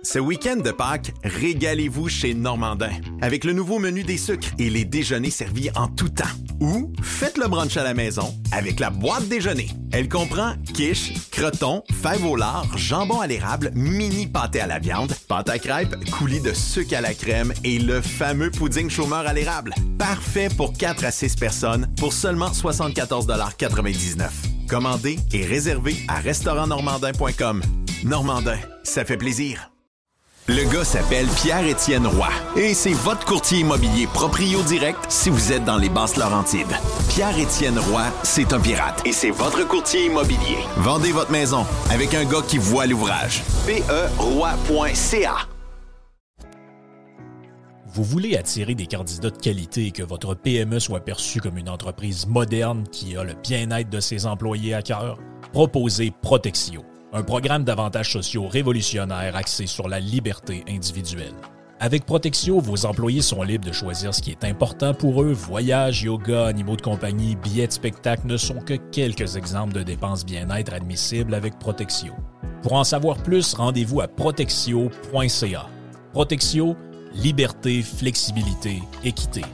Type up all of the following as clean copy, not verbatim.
Ce week-end de Pâques, régalez-vous chez Normandin. Avec le nouveau menu des sucres et les déjeuners servis en tout temps. Ou faites le brunch à la maison avec la boîte déjeuner. Elle comprend quiche, croton, fèves au lard, jambon à l'érable, mini pâté à la viande, pâte à crêpes, coulis de sucre à la crème et le fameux pudding chômeur à l'érable. Parfait pour 4 à 6 personnes pour seulement 74,99 $. Commandez et réservez à restaurantnormandin.com. Normandin, ça fait plaisir. Le gars s'appelle Pierre-Étienne Roy et c'est votre courtier immobilier proprio direct si vous êtes dans les Basses-Laurentides. Pierre-Étienne Roy, c'est un pirate et c'est votre courtier immobilier. Vendez votre maison avec un gars qui voit l'ouvrage. PERoy.ca. Vous voulez attirer des candidats de qualité et que votre PME soit perçue comme une entreprise moderne qui a le bien-être de ses employés à cœur? Proposez Protexio, un programme d'avantages sociaux révolutionnaire axé sur la liberté individuelle. Avec Protexio, vos employés sont libres de choisir ce qui est important pour eux. Voyages, yoga, animaux de compagnie, billets de spectacle ne sont que quelques exemples de dépenses bien-être admissibles avec Protexio. Pour en savoir plus, rendez-vous à protexio.ca. Protexio, liberté, flexibilité, équité.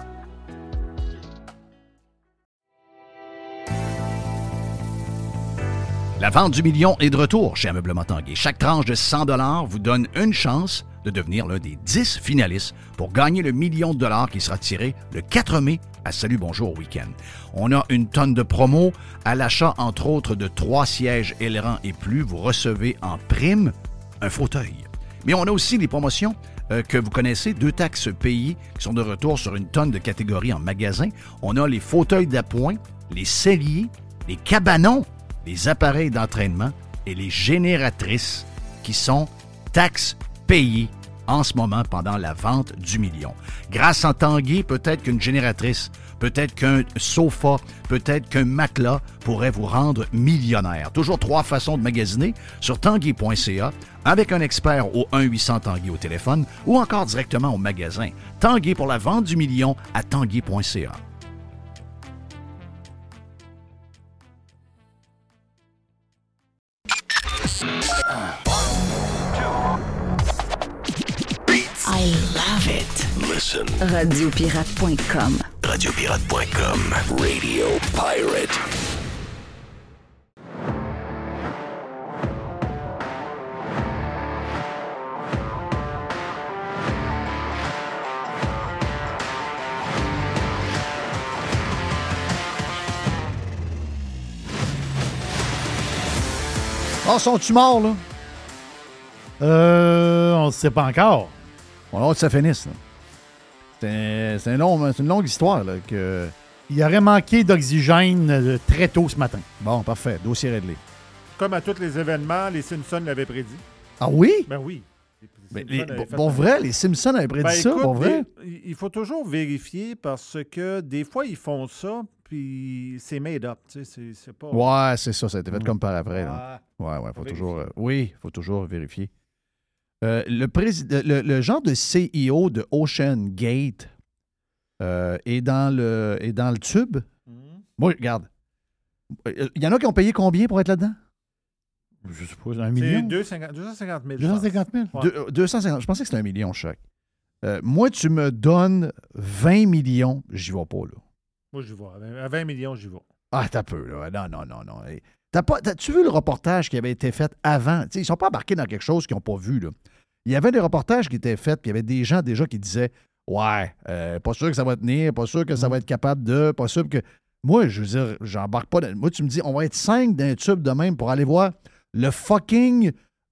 La vente du million est de retour chez Ameublement Tanguay. Chaque tranche de 100 $ vous donne une chance de devenir l'un des 10 finalistes pour gagner le $1 million qui sera tiré le 4 mai à Salut Bonjour Week-end. On a une tonne de promos. À l'achat, entre autres, de 3 sièges ailerons et plus, vous recevez en prime un fauteuil. Mais on a aussi des promotions que vous connaissez, 2 taxes payées qui sont de retour sur une tonne de catégories en magasin. On a les fauteuils d'appoint, les celliers, les cabanons, les appareils d'entraînement et les génératrices qui sont taxes payées en ce moment pendant la vente du million. Grâce à Tanguay, peut-être qu'une génératrice, peut-être qu'un sofa, peut-être qu'un matelas pourrait vous rendre millionnaire. Toujours 3 façons de magasiner sur tanguay.ca avec un expert au 1-800-TANGUAY au téléphone ou encore directement au magasin. Tanguay pour la vente du million à tanguay.ca. I love it. Listen. Radiopirate.com. Radiopirate.com. Radio Pirate. Oh, sont-tu morts, là? On ne sait pas encore. On a hâte que ça finisse, là. C'est une longue histoire, là, que... Il aurait manqué d'oxygène très tôt ce matin. Bon, parfait. Dossier réglé. Comme à tous les événements, les Simpsons l'avaient prédit. Ah oui? Ben oui. Bon vrai, les Simpsons avaient prédit ça, écoute, bon vrai? Il faut toujours vérifier parce que des fois, ils font ça, puis c'est made up. Tu sais, c'est pas... Ouais, c'est ça. Ça a été fait comme par après. Là. Ouais, faut toujours... oui, il faut toujours vérifier. Le genre de CEO de Ocean Gate est dans le tube. Moi, regarde. Il y en a qui ont payé combien pour être là-dedans? Je suppose 1 million. 250 000. 250 000? Ouais. 250. Je pensais que c'était 1 million chaque. Moi, tu me donnes 20 millions, j'y vais pas, là. Moi, j'y vais. À 20 millions, j'y vais. Ah, t'as peu, là. Non. T'as-tu vu le reportage qui avait été fait avant? T'sais, ils sont pas embarqués dans quelque chose qu'ils n'ont pas vu, là. Il y avait des reportages qui étaient faits, puis il y avait des gens déjà qui disaient ouais, pas sûr que ça va tenir, pas sûr que ça va être capable de, pas sûr que... Moi, je veux dire, j'embarque pas... Moi, tu me dis, on va être 5 d'un tube de même pour aller voir le fucking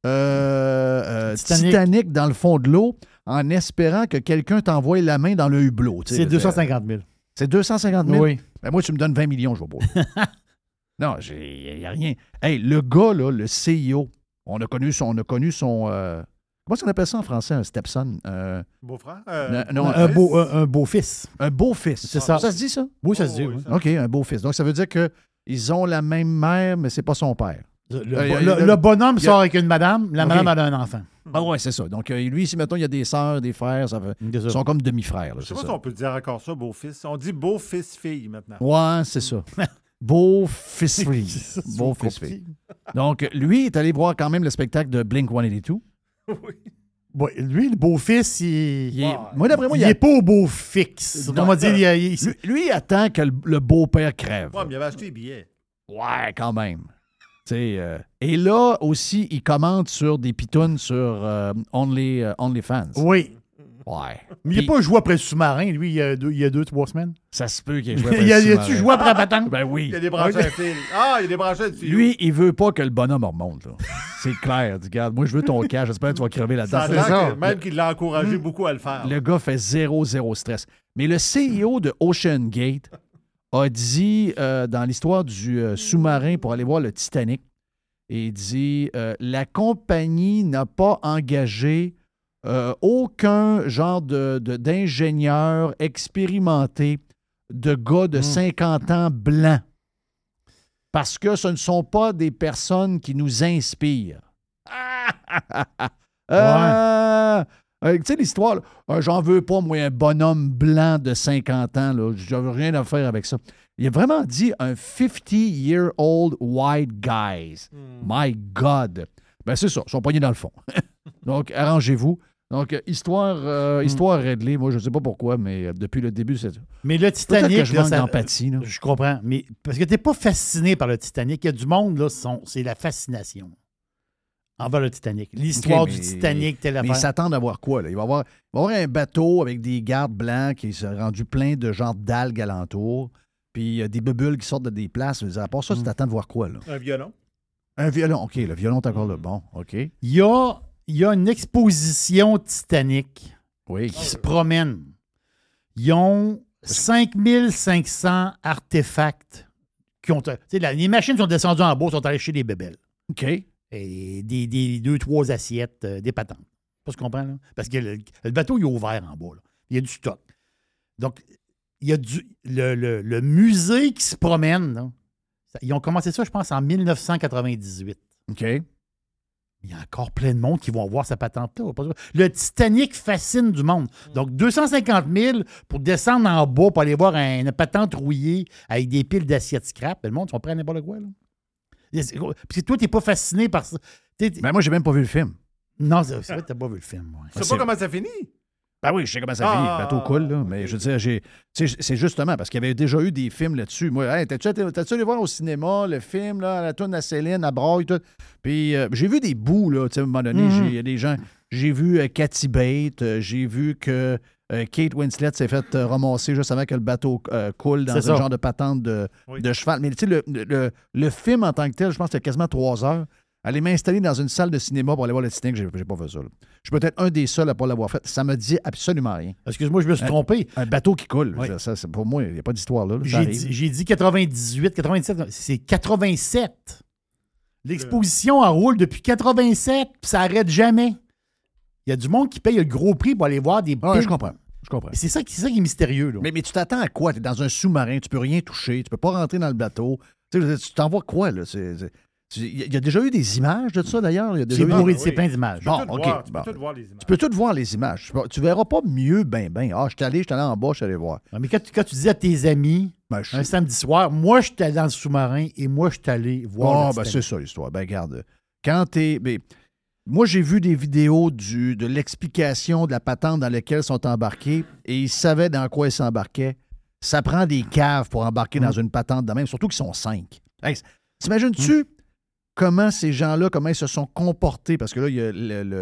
Titanic dans le fond de l'eau en espérant que quelqu'un t'envoie la main dans le hublot. C'est 250 000. C'est 250 000? Oui. Ben moi, tu me donnes 20 millions, je vais pas. Non, il n'y a rien. Hey, le gars, là, le CEO, on a connu son comment est-ce qu'on appelle ça en français, un stepson? Beau-frère? Non, un beau-fils. Un beau-fils. C'est ça. Ça se dit, ça? Oui, ça se dit. Oui. OK, un beau-fils. Donc, ça veut dire qu'ils ont la même mère, mais c'est pas son père. Le bonhomme sort avec une madame, la madame a un enfant. Ah ouais, c'est ça. Donc, lui, si, mettons, il y a des sœurs, des frères, ils sont comme demi-frères. Là, je sais pas si on peut dire encore ça, beau-fils. On dit beau-fils-fille maintenant. Ouais, c'est ça. Beau-fils-fille. Beau-fils-fille. Donc, lui est allé voir quand même le spectacle de Blink-182. Oui. Ouais, lui, le beau-fils, Moi, d'après moi, il est pas au beau fixe. On va dire, lui, il attend que le beau-père crève. Ouais, mais il avait acheté des billets. Ouais, quand même. Et là aussi, il commente sur des pitounes sur OnlyFans. Oui. Ouais. Mais il n'est pas joué après le sous-marin, lui, il y a 2-3 semaines. Ça se peut qu'il ait joué après Il le a-tu sous-marin. joué après la patente? Ben oui. Il y a des branches à fil. Ah, il y a des branches à fil. Lui, il veut pas que le bonhomme remonte. Là. C'est clair. Regarde, moi, je veux ton cash. J'espère que tu vas crever là-dedans. Ça a l'air que même qu'il l'a encouragé beaucoup à le faire. Le gars fait zéro stress. Mais le CEO de Ocean Gate a dit dans l'histoire du sous-marin pour aller voir le Titanic, il dit la compagnie n'a pas engagé aucun genre d'ingénieur expérimenté de gars de 50 ans blancs. Parce que ce ne sont pas des personnes qui nous inspirent. Tu sais, l'histoire, j'en veux pas, moi, un bonhomme blanc de 50 ans. Là, j'avais rien à faire avec ça. Il a vraiment dit un 50-year-old white guys. My God. Ben, c'est ça, ils sont poignés dans le fond. Donc, arrangez-vous. Donc, histoire réglée. Moi, je ne sais pas pourquoi, mais depuis le début, c'est ça. Mais le Titanic... Peut-être que je manque d'empathie. Là. Je comprends. Mais parce que tu n'es pas fasciné par le Titanic. Il y a du monde, là, c'est la fascination envers le Titanic. L'histoire du Titanic, telle affaire. Mais ils s'attendent à voir quoi? Là? Il va y avoir un bateau avec des gardes blancs qui sont rendus plein de genres d'algues alentour, puis il y a des bulles qui sortent de des places. À part ça, tu t'attends de voir quoi? Là? Un violon. Un violon. OK, le violon est encore là. Bon, OK. Il y a une exposition Titanic qui se promène. Ils ont 5500 artefacts qui ont... Les machines sont descendues en bas, sont allées chez des bébelles. OK. Et des 2-3 assiettes, des patentes. Pas ce qu'on comprend, là? Parce que le bateau, il est ouvert en bas. Là. Il y a du stock. Donc, il y a le musée qui se promène. Là. Ils ont commencé ça, je pense, en 1998. OK. Il y a encore plein de monde qui vont voir sa patente-là. Le Titanic fascine du monde. Donc, 250 000 pour descendre en bas pour aller voir une patente rouillée avec des piles d'assiettes scrap. Le monde, ils sont prêts à n'importe quoi, là. Parce que toi, t'es pas fasciné par ça. Ben moi, j'ai même pas vu le film. Non, c'est vrai que t'as pas vu le film. Ouais. Tu sais pas comment ça finit? Ben oui, je sais comment ça finit. Le bateau coule, là. Mais je veux dire, c'est justement parce qu'il y avait déjà eu des films là-dessus. Moi, hey, t'as-tu allé voir au cinéma le film, là, la tourne à Céline, à Braille, tout? Puis j'ai vu des bouts, là, tu sais, à un moment donné, il y a des gens. J'ai vu Kathy Bates, j'ai vu que Kate Winslet s'est fait ramasser juste avant que le bateau coule dans un genre de patente de cheval. Mais tu sais, le film en tant que tel, je pense que c'était quasiment 3 heures. Aller m'installer dans une salle de cinéma pour aller voir le Titanic, j'ai pas fait ça. Là. Je suis peut-être un des seuls à pas l'avoir fait. Ça me dit absolument rien. Excuse-moi, je me suis trompé. Un bateau qui coule. Oui. Ça, pour moi, il n'y a pas d'histoire là. J'ai dit 98, 97. C'est 87. L'exposition en roule depuis 87, puis ça n'arrête jamais. Il y a du monde qui paye le gros prix pour aller voir des... Je comprends. C'est ça qui est mystérieux. Là. Mais tu t'attends à quoi? Tu es dans un sous-marin, tu peux rien toucher, tu peux pas rentrer dans le bateau. Tu t'en vois quoi, là? Il y a déjà eu des images de ça, d'ailleurs. C'est plein d'images. Tu peux tout voir les images. Tu peux tout voir les images. Tu verras pas mieux, je suis allé en bas, je suis allé voir. Mais quand tu dis à tes amis, un samedi soir, moi, je suis allé dans le sous-marin et moi, je suis allé voir le Titanic. C'est ça, l'histoire. Ben, regarde. Moi, j'ai vu des vidéos de l'explication de la patente dans laquelle ils sont embarqués et ils savaient dans quoi ils s'embarquaient. Ça prend des caves pour embarquer dans une patente de même, surtout qu'ils sont 5. Hey, t'imagines-tu comment ces gens-là, comment ils se sont comportés? Parce que là, il y a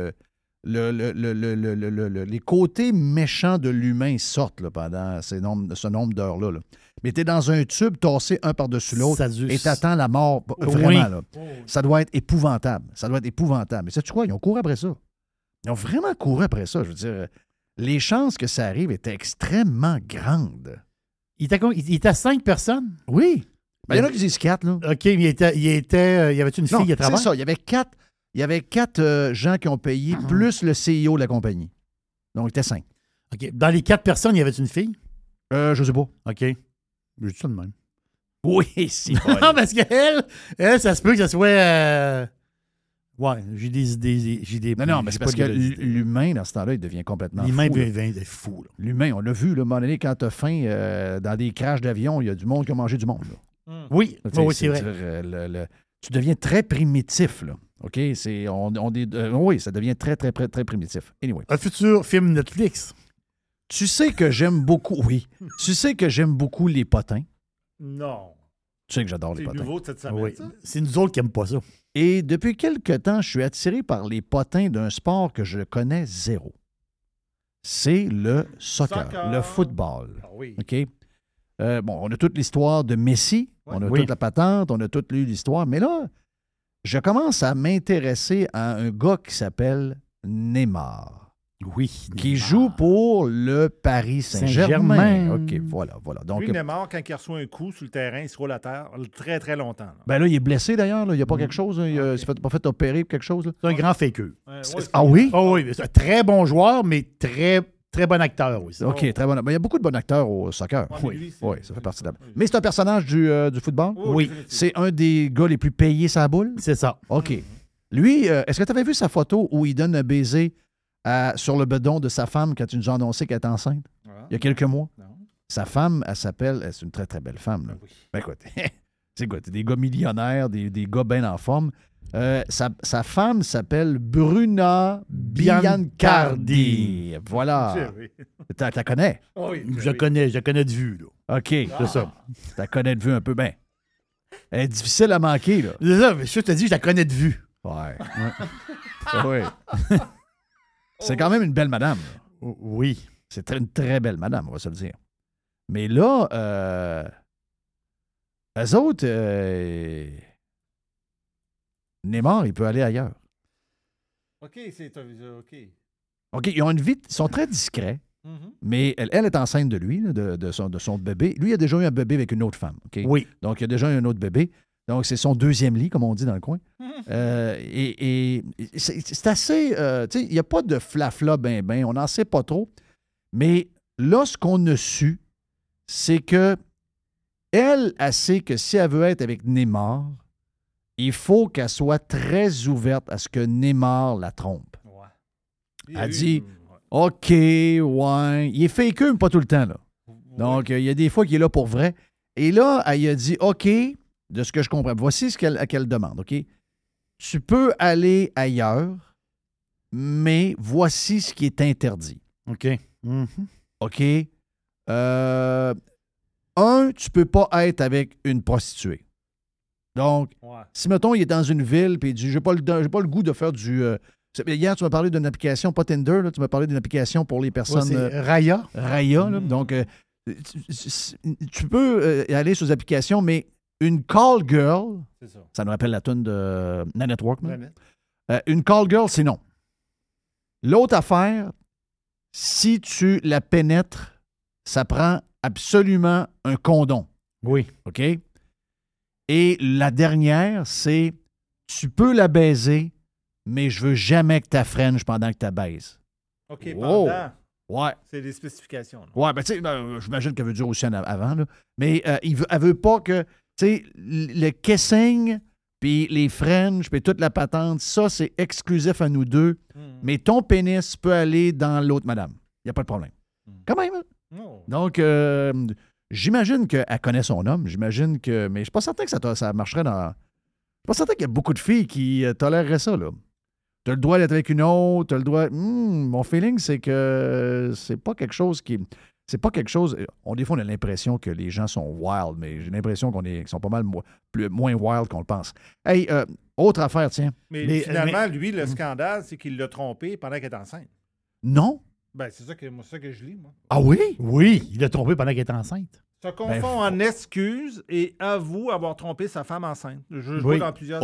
les côtés méchants de l'humain sortent là, pendant ce nombre d'heures-là. Là. Mais t'es dans un tube tassé un par-dessus l'autre et t'attends la mort. Vraiment, là. Ça doit être épouvantable. Mais sais-tu quoi? Ils ont couru après ça. Ils ont vraiment couru après ça. Je veux dire, les chances que ça arrive étaient extrêmement grandes. Il était à 5 personnes? Oui. Ben, il y en a qui disent 4, là. OK, mais il y avait une fille à travers? C'est ça. Il y avait 4 gens qui ont payé, plus le CEO de la compagnie. Donc, il était 5. OK. Dans les 4 personnes, il y avait une fille? Je sais pas. OK. Je dis ça de même. Oui, c'est vrai. Non, parce qu'elle, ça se peut que ça soit... Ouais, j'ai des idées. Non, mais c'est parce que l'humain, dans ce temps-là, il devient complètement fou. L'humain devient fou. Là. L'humain, on l'a vu, là, à un moment donné, quand t'as faim, dans des crashs d'avion, il y a du monde qui a mangé du monde. Là. Oui, c'est vrai. Tu deviens très primitif, là. OK? Oui, ça devient très, très, très, très primitif. Anyway. Un futur film Netflix. Tu sais que j'aime beaucoup... Oui. Tu sais que j'aime beaucoup les potins. Non. Tu sais que j'adore les C'est potins. nouveau de cette semaine, Oui. ça? C'est nous autres qui n'aiment pas ça. Et depuis quelque temps, je suis attiré par les potins d'un sport que je connais zéro. C'est le soccer, le football. Ah oui. OK? On a toute l'histoire de Messi, Ouais. on a Oui. toute la patente, on a toute lu l'histoire, mais là, je commence à m'intéresser à un gars qui s'appelle Neymar, Oui. qui Neymar. joue pour le Paris Saint-Germain. Saint-Germain. OK, voilà. Donc, Lui, Neymar, quand il reçoit un coup sur le terrain, il se roule à terre très, très longtemps. Là. ben là, il est blessé d'ailleurs, là. Il n'y a pas quelque chose, il OK. s'est pas fait opérer ou quelque chose. Là. C'est un grand fakeux. Ouais, Ah oui? Oh oui, c'est un très bon joueur, mais très, très bon acteur aussi. OK, très bon. Ben, il y a beaucoup de bons acteurs au soccer. Ouais, mais lui, c'est- Oui, ça fait partie de la... Oui. Mais c'est un personnage du football? Oui. définitivement. C'est un des gars les plus payés sa boule? C'est ça. OK. Lui, est-ce que tu avais vu sa photo où il donne un baiser sur le bedon de sa femme quand il nous a annoncé qu'elle est enceinte? Ah, Il y a quelques mois. non. Sa femme, elle s'appelle... C'est une très, très belle femme. Là. Oui. Ben écoute, c'est quoi? Des gars millionnaires, des gars bien en forme. Sa femme s'appelle Bruna Biancardi. Voilà. Oui. Tu la connais? Ah oui, Je la connais de vue, là. OK. C'est ça. Tu la connais de vue un peu bien. Elle est difficile à manquer, là. C'est ça, mais je te dis, je la connais de vue. Ouais. Oui. C'est quand même une belle madame. Là. Oui. C'est une très belle madame, on va se le dire. Mais là, eux autres, Neymar, il peut aller ailleurs. OK, c'est... OK. OK, ils ont une vie, ils sont très discrets, Mhm. mais elle est enceinte de lui, là, de son bébé. Lui, il a déjà eu un bébé avec une autre femme. OK? Oui. Donc, il a déjà eu un autre bébé. Donc, c'est son deuxième lit, comme on dit dans le coin. Et c'est assez... tu sais, il n'y a pas de flafla ben, on n'en sait pas trop. Mais là, ce qu'on a su, c'est que elle sait que si elle veut être avec Neymar, il faut qu'elle soit très ouverte à ce que Neymar la trompe. Ouais. Elle dit, OK, ouais. Il est fakeux, mais pas tout le temps, là. Donc, il y a des fois qu'il est là pour vrai. Et là, elle a dit, OK, de ce que je comprends, voici ce qu'elle demande, OK? Tu peux aller ailleurs, mais voici ce qui est interdit. OK. Mhm. OK? Tu peux pas être avec une prostituée. Donc, Ouais. si, mettons, il est dans une ville et il dit, j'ai pas le goût de faire du... hier, tu m'as parlé d'une application, pas Tinder, là, tu m'as parlé d'une application pour les Ouais, personnes... c'est Raya. Raya, là. Donc, tu peux aller sur les applications, mais une call girl, C'est ça. ça nous rappelle la tune de Nanette Workman. Planète. Une call girl, c'est non. L'autre affaire, si tu la pénètres, ça prend absolument un condom. Oui. OK? Et la dernière, c'est tu peux la baiser, mais je veux jamais que tu french pendant que tu la baises. OK, Wow. pendant, Ouais. c'est des spécifications. là. Ouais, ben tu sais, j'imagine qu'elle veut dire aussi avant, là. Mais elle veut pas que, tu sais, le kissing, puis les French, puis toute la patente, ça, c'est exclusif à nous deux. Mais ton pénis peut aller dans l'autre madame. Il n'y a pas de problème. Quand même, hein? Oh. Donc, j'imagine qu'elle connaît son homme. J'imagine que... Mais je suis pas certain que ça marcherait dans... Je suis pas certain qu'il y a beaucoup de filles qui toléreraient ça, là. Tu as le droit d'être avec une autre, tu as le droit... mon feeling, c'est que c'est pas quelque chose qui... C'est pas quelque chose... des fois, on a l'impression que les gens sont wild, mais j'ai l'impression qu'ils sont pas mal moins wild qu'on le pense. Hey, autre affaire, tiens. Mais finalement, lui, le scandale, c'est qu'il l'a trompée pendant qu'elle est enceinte. Non? Ben, c'est ça que je lis, moi. Ah oui? Oui, il l'a trompé pendant qu'elle était enceinte. Se confond en excuse et avoue avoir trompé sa femme enceinte. Je vois Oui. dans plusieurs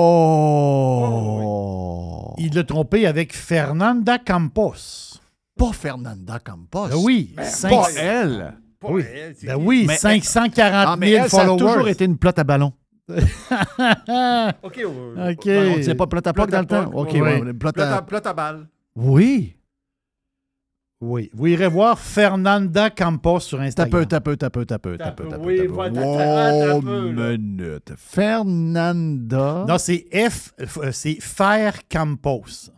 Oh! Il l'a trompé avec Fernanda Campos. Pas Fernanda Campos. Ben oui. Ben, Pas elle. articles. Pas Oui. elle, c'est Ben qui? oui, Mais 540 mais 000 elle, ça a followers. toujours été une plotte à ballon. OK. OK. On disait pas plotte à Plot poc dans le temps? poc, OK, oui. ouais, plotte à... Plot à balle. Oui. Oui. Vous irez voir Fernanda Campos sur Instagram. Tape. Oui, voilà, un peu, là. Minute. Fernanda. Non, c'est c'est Fer Campos.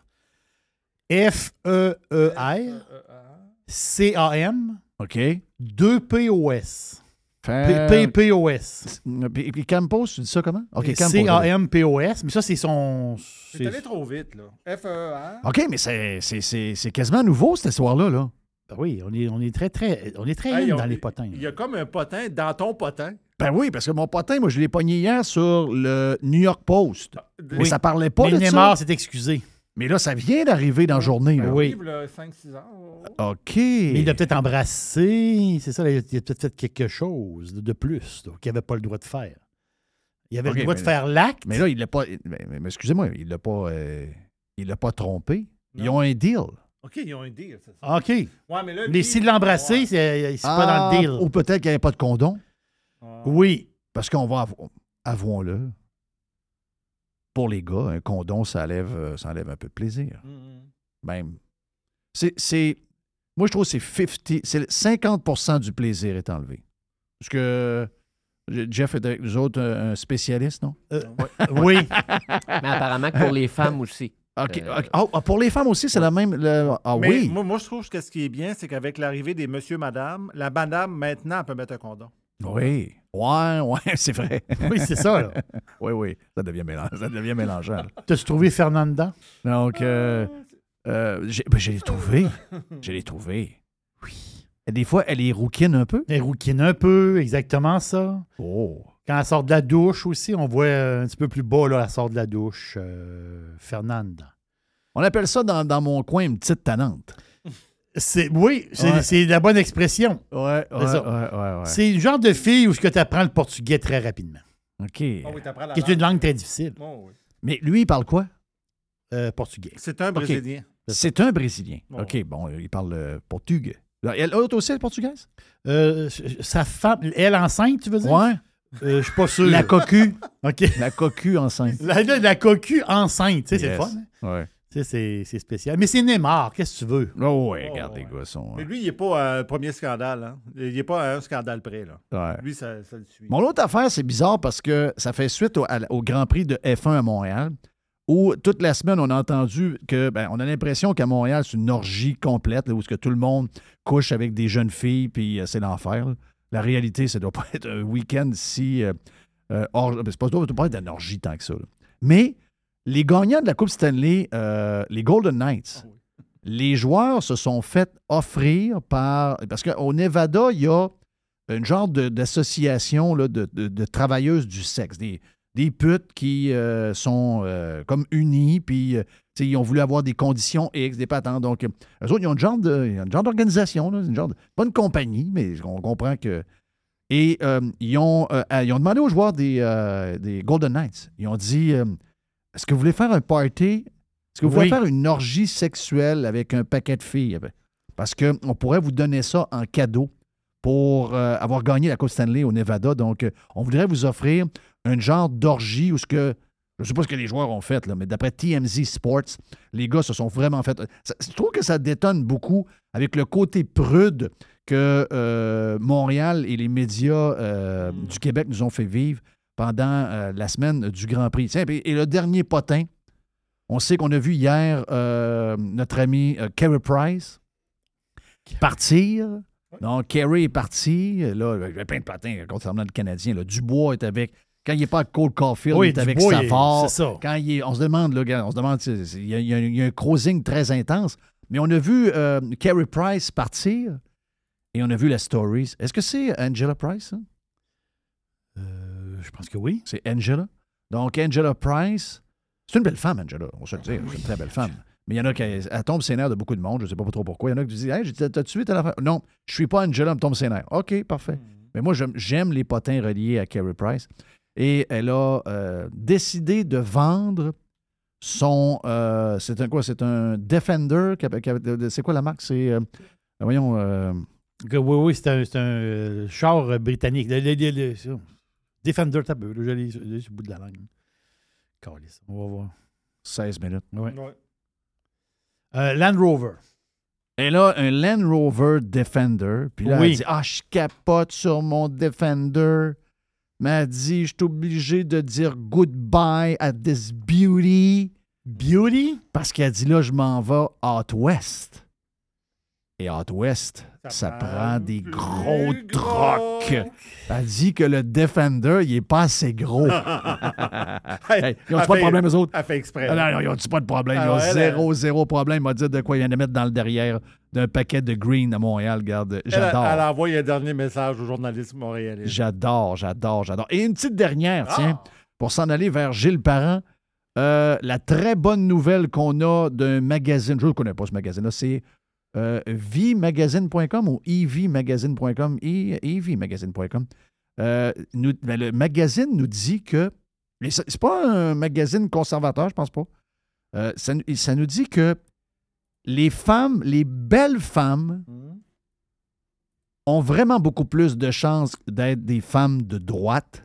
F-E-E-R C-A-M OK. 2-P-O-S. POS. Puis Campos, tu dis ça comment? OK, Campos. C-A-M-P-O-S, mais ça, c'est son... C'est allé trop vite, là. F-E-R. OK, mais c'est quasiment nouveau, cette histoire-là. Là. Ben oui, on est très Hey, in dans les potins. Il y a comme un potin dans ton potin. Ben oui, parce que mon potin, moi, je l'ai pogné hier sur le New York Post. Mais Oui. ça parlait pas Mais de ça. Neymar s'est excusé. Mais là, ça vient d'arriver dans la journée. Là. Oui. 5-6 ans. OK. Mais il a peut-être embrassé, c'est ça, il a peut-être fait quelque chose de plus là, qu'il n'avait pas le droit de faire. Il avait OK, le droit de mais- faire l'acte. Mais là, il l'a pas... Mais excusez-moi, il l'a pas trompé. Ils ont un deal. OK, ils ont un deal, c'est ça. OK. Ouais, mais là, Mais s'il l'a embrassé, c'est pas dans le deal. Ou peut-être qu'il n'y avait pas de condom. Oui. Parce qu'on va... Avouons-le. Pour les gars, un condom, ça enlève un peu de plaisir. Même. Moi, je trouve que c'est 50% du plaisir est enlevé. Parce que Jeff est avec nous autres un spécialiste, non? Oui. Mais apparemment que pour les femmes aussi. OK. Pour les femmes aussi, c'est la même... Mais oui. moi, je trouve que ce qui est bien, c'est qu'avec l'arrivée des monsieur, madame, la madame, maintenant, elle peut mettre un condom. Oui. Ouais, c'est vrai. Oui, c'est ça. Là. Oui. Ça devient mélangeant. là. T'as-tu trouvé Fernanda? Donc, je l'ai trouvé. Je l'ai trouvé. Oui. Et des fois, elle est rouquine un peu. Elle rouquine un peu, exactement ça. Oh. Quand elle sort de la douche aussi, on voit un petit peu plus bas, là, elle sort de la douche, Fernanda. On appelle ça dans mon coin une petite tannante. Oui, c'est la bonne expression. Ouais. C'est le genre de fille où tu apprends le portugais très rapidement. OK. Oh oui, t'apprends la Qui est une langue très difficile. Oh oui. Mais lui, il parle quoi? Portugais. C'est un Brésilien. C'est un Brésilien. Oh. OK, bon, il parle portugais. Elle aussi, elle est portugaise? Sa femme, elle enceinte, tu veux dire? Ouais. Je suis pas sûr. La cocu. OK. La cocu enceinte. La cocu enceinte, tu sais, c'est le Yes. fun. Hein? Ouais. Tu sais, c'est spécial. Mais c'est Neymar, qu'est-ce que tu veux? Oh, ouais, Oh, regarde, ouais. les gars sont... Mais lui, il n'est pas un premier scandale. Hein? Il n'est pas à un scandale près. Là. Ouais. Lui, ça le suit. Mon autre affaire, c'est bizarre parce que ça fait suite au Grand Prix de F1 à Montréal, où toute la semaine, on a entendu que, on a l'impression qu'à Montréal, c'est une orgie complète, là, où que tout le monde couche avec des jeunes filles, puis c'est l'enfer. Là. La réalité, ça ne doit pas être un week-end si... ça ne doit pas être une orgie tant que ça. Là. Mais les gagnants de la Coupe Stanley, les Golden Knights, les joueurs se sont fait offrir par... Parce qu'au Nevada, il y a une genre d'association là, de travailleuses du sexe, des putes qui sont comme unies, puis ils ont voulu avoir des conditions X, des patents. Donc, eux autres, ils ont une genre d'organisation, là, une genre de bonne compagnie, mais on comprend que... Et ils ont demandé aux joueurs des Golden Knights, ils ont dit, est-ce que vous voulez faire un party? Est-ce que vous voulez faire une orgie sexuelle avec un paquet de filles? Parce qu'on pourrait vous donner ça en cadeau pour avoir gagné la Coupe Stanley au Nevada. Donc, on voudrait vous offrir un genre d'orgie où ce que... Je ne sais pas ce que les joueurs ont fait, là, mais d'après TMZ Sports, les gars se sont vraiment fait... Je trouve que ça détonne beaucoup avec le côté prude que Montréal et les médias du Québec nous ont fait vivre pendant la semaine du Grand Prix. Tiens, et le dernier potin, on sait qu'on a vu hier notre ami Carey Price partir. Donc, Carey est parti. Là, il y avait plein de potins concernant le Canadien. Là. Dubois est avec... Quand il n'est pas avec Cole Caulfield, il est avec Dubois, Savard. c'est ça. Quand on se demande, il y a un cruising très intense. Mais on a vu Carey Price partir et on a vu la stories. Est-ce que c'est Angela Price, ça? Je pense que oui. C'est Angela. Donc, Angela Price, c'est une belle femme, Angela, on se le dit. C'est une très belle femme. Mais il y en a qui elle tombe ses nerfs de beaucoup de monde. Je ne sais pas trop pourquoi. Il y en a qui disent, hey, t'as-tu vu telle affaire? Non, je ne suis pas Angela, elle me tombe ses nerfs. OK, parfait. Mais moi, j'aime les potins reliés à Carey Price. Et elle a décidé de vendre son... c'est un quoi? C'est un Defender. C'est quoi la marque? C'est... voyons... Oui, c'est un char britannique. Defender, t'as peu. J'ai sur le bout de la langue. Calisse, on va voir. 16 minutes. Ouais. Land Rover. Elle a un Land Rover Defender. Puis là, elle dit, je capote sur mon Defender. Mais elle dit, je suis obligé de dire goodbye à this beauty. Beauty? Parce qu'elle dit, là, je m'en vais out west. Et Out West, ça prend des plus gros gros. trocs. Elle dit que le Defender, il n'est pas assez gros. Hey, ils n'ont pas de problème, eux autres? Elle fait exprès. Ah, non, ils n'ont pas de problème. Ils Ah ont ouais, zéro problème. Il m'a dit de quoi il vient de mettre dans le derrière d'un paquet de green à Montréal. Regarde, j'adore. Elle a envoyé un dernier message aux journalistes montréalais. J'adore. Et une petite dernière, tiens, pour s'en aller vers Gilles Parent. La très bonne nouvelle qu'on a d'un magazine, je ne connais pas ce magazine-là, c'est vmagazine.com ou evmagazine.com, evmagazine.com. Le magazine nous dit que, c'est pas un magazine conservateur, je pense pas, ça nous dit que les femmes, les belles femmes, ont vraiment beaucoup plus de chances d'être des femmes de droite.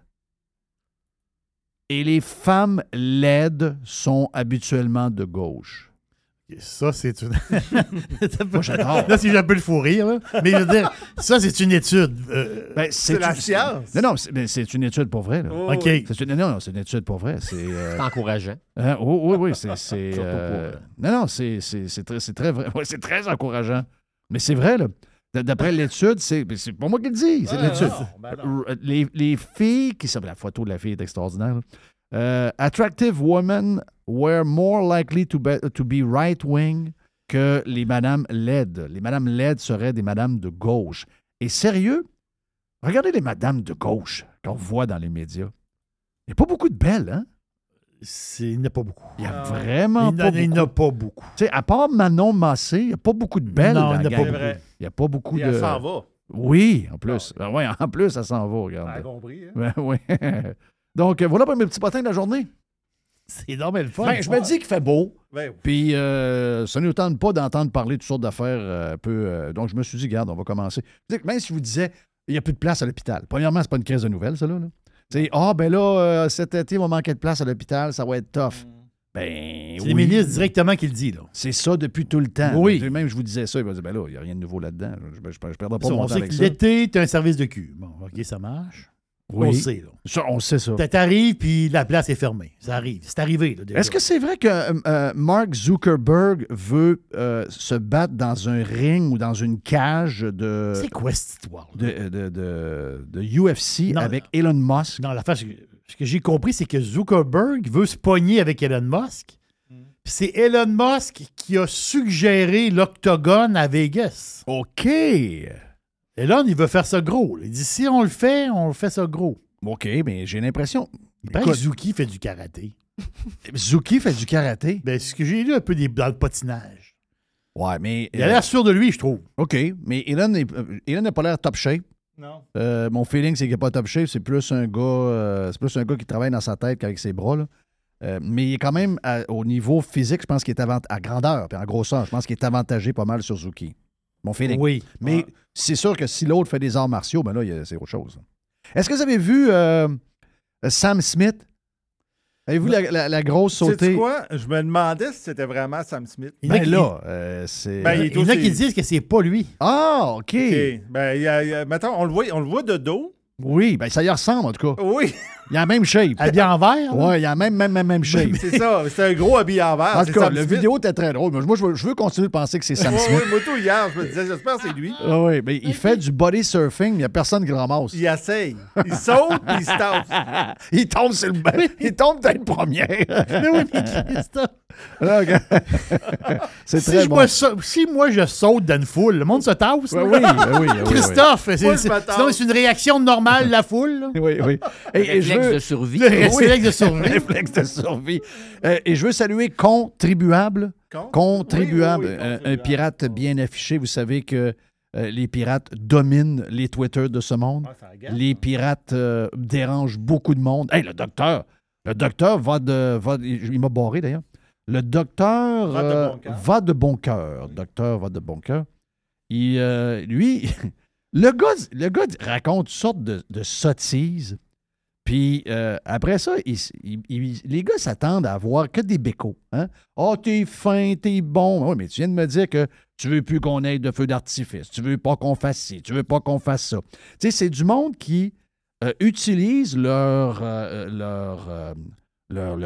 Et les femmes laides sont habituellement de gauche. Ça, c'est une... Moi, j'adore. Là, si j'ai un peu le fou rire, là. Mais je veux dire, ça, c'est une étude. Ben, c'est la science. Non, c'est une étude pour vrai. Là. Oh, OK. oui. Non, c'est une étude pour vrai. C'est encourageant. oui, c'est Surtout pour... Non, c'est très vrai. Ouais, c'est très encourageant. Mais c'est vrai, là. D'après l'étude, c'est pas moi qui le dis, c'est l'étude. Les filles qui sont... La photo de la fille est extraordinaire. Attractive women were more likely to be right-wing que les madames laides. Les madames laides seraient des madames de gauche. Et sérieux, regardez les madames de gauche qu'on voit dans les médias. Il n'y a pas beaucoup de belles, hein? Il n'y en a pas beaucoup. Il n'y a vraiment pas beaucoup. Il n'y en a pas beaucoup. Tu sais, à part Manon Massé, il n'y a pas beaucoup de belles Non, dans il la n'y en a gang. pas beaucoup. Il n'y a pas beaucoup Et de... elle s'en va. Oui, en plus. Oui, en plus, elle s'en va, regarde. Elle a compris. Hein? Ben, oui. Donc, voilà pour mes petits potins de la journée. C'est énorme le fun. Ben, je me dis qu'il fait beau. Ben, Puis, ça ne nous tente pas d'entendre parler de toutes sortes d'affaires un peu. Donc, je me suis dit, regarde, on va commencer. Même si je vous disais, il n'y a plus de place à l'hôpital. Premièrement, c'est pas une crise de nouvelles, ça, là. Tu sais, cet été, il va manquer de place à l'hôpital, ça va être tough. Ben, c'est les ministres directement qui le disent, là. C'est ça depuis tout le temps. Oui. Même je vous disais ça, il va dire, ben là, il n'y a rien de nouveau là-dedans. Je perdrai pas Ça, mon on temps sait avec que ça. l'été, tu as un service de cul. Bon, OK, ça marche. Oui. On le sait, là. Ça, on sait ça. T'arrives, puis la place est fermée. Ça arrive. C'est arrivé, là, déjà. Est-ce que c'est vrai que Mark Zuckerberg veut se battre dans un ring ou dans une cage de... C'est quoi cette histoire? De UFC Non, avec Elon Musk? Non, l'affaire, ce que j'ai compris, c'est que Zuckerberg veut se pogner avec Elon Musk. Puis c'est Elon Musk qui a suggéré l'octogone à Vegas. OK. Elon, il veut faire ça gros. Il dit, si on le fait ça gros. OK, mais j'ai l'impression... Il paraît que Zuki fait du karaté. Zuki fait du karaté? Ben, ce que j'ai lu un peu dans le patinage. Ouais, mais... Il a l'air sûr de lui, je trouve. OK, mais Elon n'a pas l'air top shape. non. Mon feeling, c'est qu'il n'est pas top shape. C'est plus un gars qui travaille dans sa tête qu'avec ses bras, là. Mais il est quand même, au niveau physique, je pense qu'il est à grandeur puis en grosseur, je pense qu'il est avantagé pas mal sur Zuki. Mon feeling. Oui. Mais c'est sûr que si l'autre fait des arts martiaux, ben là, c'est autre chose. Est-ce que vous avez vu Sam Smith? Avez-vous la grosse sautée? Sais-tu quoi? Je me demandais si c'était vraiment Sam Smith. Il y en a Ben qui- là, c'est... Ben, il y en a qui disent que c'est pas lui. Ah, OK. OK. Ben, mettons, on le voit de dos. Oui, ben ça y ressemble, en tout cas. Oui, Il a la même shape. Habillé en vert. là. Ouais, il a la même shape. c'est ça. C'est un gros habillé en vert. En c'est tout cas, Sam la Smith. vidéo était très drôle. Moi, je veux continuer de penser que c'est Sam Ouais, Smith. ouais, moi, tout hier, je me disais, j'espère que c'est lui. Ah oui, mais il fait du body surfing, mais il n'y a personne qui le ramasse. Il essaye. Il saute, puis il se tasse. Il tombe sur le banc. Il tombe dans le première. Mais oui, mais Christophe, Là, regarde. C'est très si, bon. si moi je saute dans une foule, le monde se tasse. Ouais, là. oui. Christophe, Moi, je m'attends. sinon c'est une réaction normale de la foule. là. Oui. Et je Réflexe veux... de survie. Le réflexe de survie. Réflexe de survie. Et je veux saluer Contribuable. Contribuable, Oui, un pirate bien affiché. Vous savez que les pirates dominent les Twitter de ce monde. Les pirates dérangent beaucoup de monde. Hey, le docteur il m'a barré d'ailleurs. Le docteur va de bon cœur. Docteur va de bon cœur. Lui, le gars raconte une sorte de sottise. Puis après ça, les gars s'attendent à avoir que des bécos. Hein? Oh, t'es fin, t'es bon. Oui, mais tu viens de me dire que tu veux plus qu'on ait de feu d'artifice. Tu veux pas qu'on fasse ci. Tu veux pas qu'on fasse ça. Tu sais, c'est du monde qui utilise leur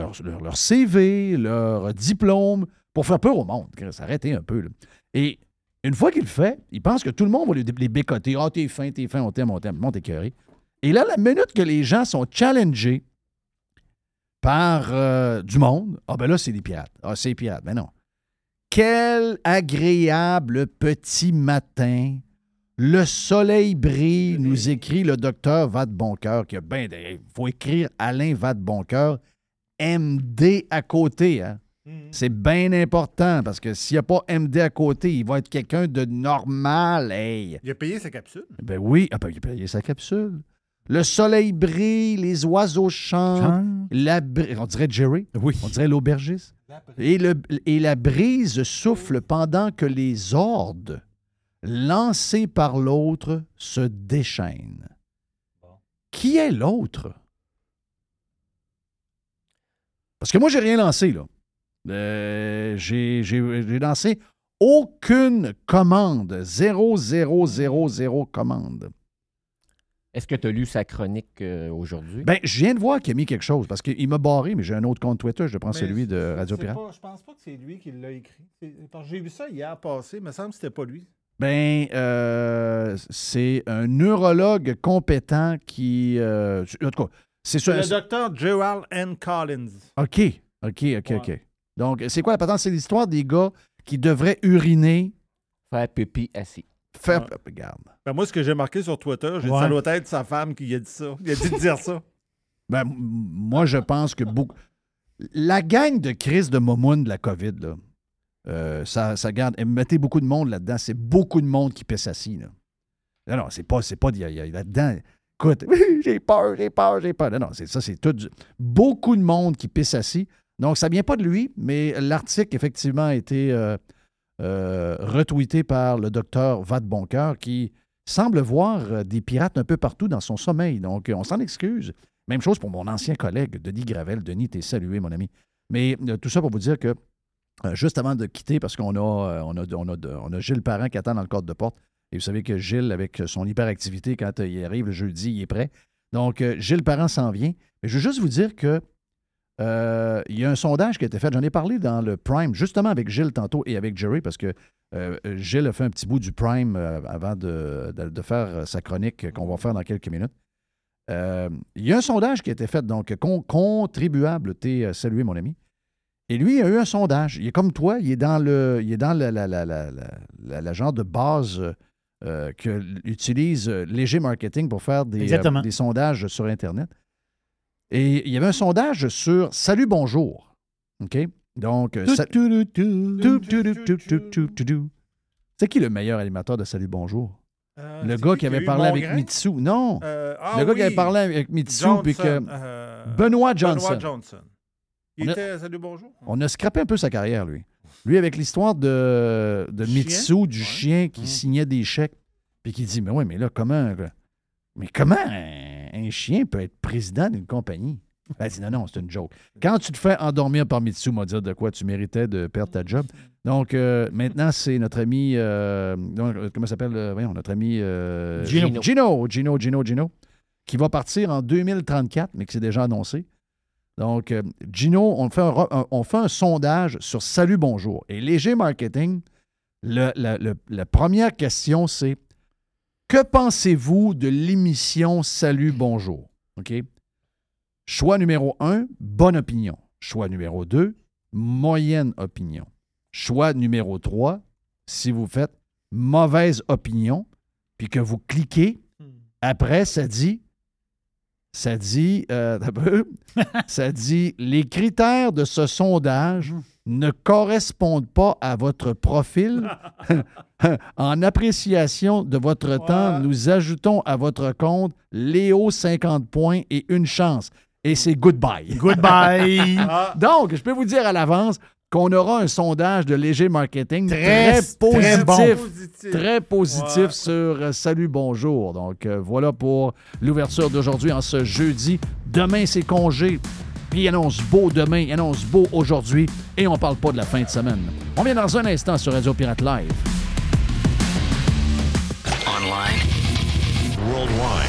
CV, leur diplôme pour faire peur au monde. Arrêtez un peu. Là. Et Une fois qu'il le fait, il pense que tout le monde va les bécoter. Ah, t'es fin, on t'aime. Le monde est écœuré. Et là, la minute que les gens sont challengés par du monde, ben là, c'est des pirates. Ah, c'est les pirates. Ben non. Quel agréable petit matin. Le soleil brille, nous écrit le docteur Vadeboncoeur, qui a bien... Il faut écrire Alain Vadeboncoeur, MD à côté, hein? C'est bien important, parce que s'il n'y a pas MD à côté, il va être quelqu'un de normal, hey! Il a payé sa capsule. Ben oui, il a payé sa capsule. Le soleil brille, les oiseaux chantent, on dirait Jerry, Oui. on dirait l'aubergiste. Et la brise souffle pendant que les ordes lancés par l'autre se déchaînent. Qui est l'autre? Parce que moi, j'ai rien lancé, là. J'ai lancé aucune commande. 0 commande. Est-ce que tu as lu sa chronique aujourd'hui? Ben, je viens de voir qu'il a mis quelque chose, parce qu'il m'a barré, mais j'ai un autre compte Twitter, je prends celui de Radio Pirate. Je pense pas que c'est lui qui l'a écrit. Parce que j'ai vu ça hier passé, il me semble que c'était pas lui. Ben, c'est un neurologue compétent qui... en tout cas, c'est le docteur Gerald N. Collins. OK. Donc, c'est quoi la patente? C'est l'histoire des gars qui devraient uriner. Faire pipi assis. Regarde. Ben moi, ce que j'ai marqué sur Twitter, j'ai dit ça doit être sa femme qui a dit ça. Il a dit de dire ça. Ben, moi, je pense que beaucoup... La gang de crise de Momoun de la COVID, là, ça garde... Mettez beaucoup de monde là-dedans. C'est beaucoup de monde qui pisse assis, là. Non, c'est pas là-dedans... Écoute, j'ai peur. Non, c'est tout. Beaucoup de monde qui pisse assis. Donc, ça vient pas de lui, mais l'article, effectivement, a été retweeté par le docteur Vadeboncoeur qui semble voir des pirates un peu partout dans son sommeil. Donc, on s'en excuse. Même chose pour mon ancien collègue, Denis Gravel. Denis, t'es salué, mon ami. Mais tout ça pour vous dire que, juste avant de quitter, parce qu'on a Gilles Parent qui attend dans le cadre de porte, et vous savez que Gilles, avec son hyperactivité, quand il arrive le jeudi, il est prêt. Donc, Gilles Parent s'en vient. Mais je veux juste vous dire que il y a un sondage qui a été fait. J'en ai parlé dans le Prime, justement avec Gilles tantôt et avec Jerry, parce que Gilles a fait un petit bout du Prime avant de faire sa chronique qu'on va faire dans quelques minutes. Il y a un sondage qui a été fait, donc contribuable, t'es salué, mon ami. Et lui, il a eu un sondage. Il est comme toi, il est dans la genre de base que utilise Léger Marketing pour faire des sondages sur Internet. Et il y avait un sondage sur Salut Bonjour. OK? Donc, c'est qui le meilleur animateur de Salut Bonjour? Le gars qui avait parlé avec Mitsu. Non. Le gars qui avait parlé avec Mitsu. Puis que Benoît Johnson. Il était à Salut Bonjour. On a scrappé un peu sa carrière, lui. Lui, avec l'histoire de Mitsu, du chien qui signait des chèques, puis qui dit, mais oui, mais là, comment un chien peut être président d'une compagnie? Ben, il dit, non, c'est une joke. Quand tu te fais endormir par Mitsu, m'a dit de quoi tu méritais de perdre ta job. Donc, maintenant, c'est notre ami, comment s'appelle, notre ami Gino, qui va partir en 2034, mais qui s'est déjà annoncé. Donc, Gino, on fait un sondage sur Salut Bonjour. Et Léger Marketing, la première question, c'est que pensez-vous de l'émission Salut Bonjour? OK? Choix numéro 1, bonne opinion. Choix numéro 2, moyenne opinion. Choix numéro 3, si vous faites mauvaise opinion, puis que vous cliquez, après, ça dit, les critères de ce sondage ne correspondent pas à votre profil. En appréciation de votre temps, nous ajoutons à votre compte Léo 50 points et une chance. Et c'est goodbye. Goodbye. Donc, je peux vous dire à l'avance qu'on aura un sondage de Léger Marketing très positif sur Salut Bonjour. Donc, voilà pour l'ouverture d'aujourd'hui en ce jeudi. Demain, c'est congé. Puis il annonce beau demain, il annonce beau aujourd'hui. Et on parle pas de la fin de semaine. On vient dans un instant sur Radio Pirate Live. Online.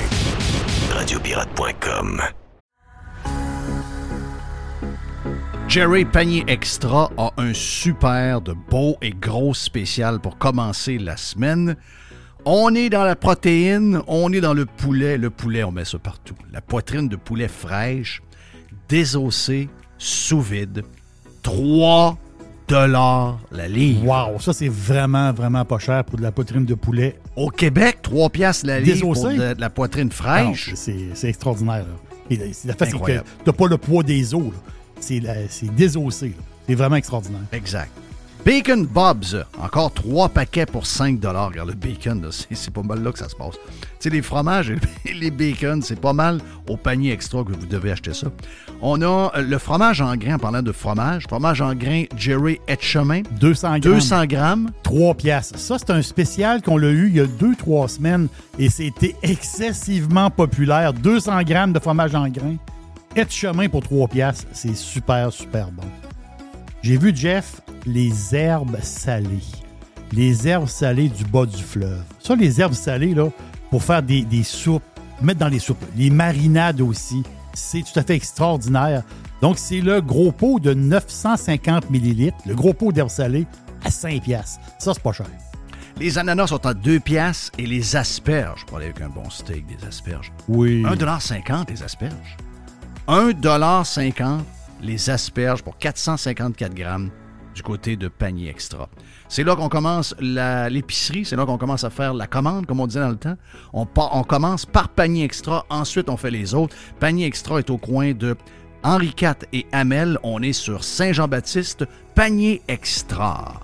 Worldwide. Radiopirate.com. Jerry Panier Extra a un super de beau et gros spécial pour commencer la semaine. On est dans la protéine, on est dans le poulet. Le poulet, on met ça partout. La poitrine de poulet fraîche, désossée, sous vide. 3 $ la livre. Wow, ça, c'est vraiment, vraiment pas cher pour de la poitrine de poulet. Au Québec, 3 piastres la livre Désossée? pour de la poitrine fraîche. Non, c'est extraordinaire. Là. Et la fait, c'est que Incroyable. t'as pas le poids des os. Là. C'est désossé. Là. C'est vraiment extraordinaire. Exact. Bacon Bob's, encore 3 paquets pour 5 $. Regarde, le bacon, là, c'est pas mal là que ça se passe. Tu sais, les fromages et les bacon, c'est pas mal au panier extra que vous devez acheter ça. On a le fromage en grains, en parlant de fromage en grains Jerry Etchemin. 200 grammes. 200 grammes. 3 piastres. Ça, c'est un spécial qu'on l'a eu il y a 2-3 semaines et c'était excessivement populaire. 200 grammes de fromage en grains. Etchemin pour 3 piastres. C'est super, super bon. J'ai vu, Jeff, les herbes salées. Les herbes salées du bas du fleuve. Ça, les herbes salées, là, pour faire des soupes, mettre dans les soupes. Les marinades aussi. C'est tout à fait extraordinaire. Donc, c'est le gros pot de 950 ml. Le gros pot d'herbes salées à 5 piastres. Ça, c'est pas cher. Les ananas sont à 2 piastres et les asperges, pour aller avec un bon steak, des asperges. Oui. 1,50 $, les asperges. 1,50 $ les asperges pour 454 grammes du côté de Panier Extra. C'est là qu'on commence l'épicerie, c'est là qu'on commence à faire la commande, comme on disait dans le temps. On commence par Panier Extra, ensuite on fait les autres. Panier Extra est au coin de Henri IV et Hamel. On est sur Saint-Jean-Baptiste. Panier Extra.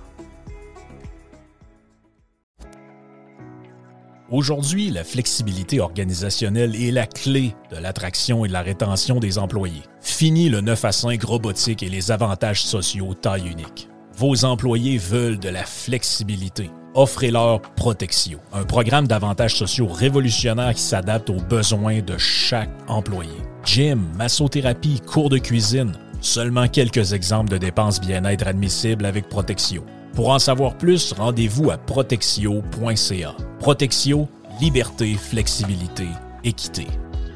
Aujourd'hui, la flexibilité organisationnelle est la clé de l'attraction et de la rétention des employés. Fini le 9 à 5 robotique et les avantages sociaux taille unique. Vos employés veulent de la flexibilité. Offrez-leur Protexio, un programme d'avantages sociaux révolutionnaire qui s'adapte aux besoins de chaque employé. Gym, massothérapie, cours de cuisine, seulement quelques exemples de dépenses bien-être admissibles avec Protexio. Pour en savoir plus, rendez-vous à protexio.ca. Protexio, liberté, flexibilité, équité.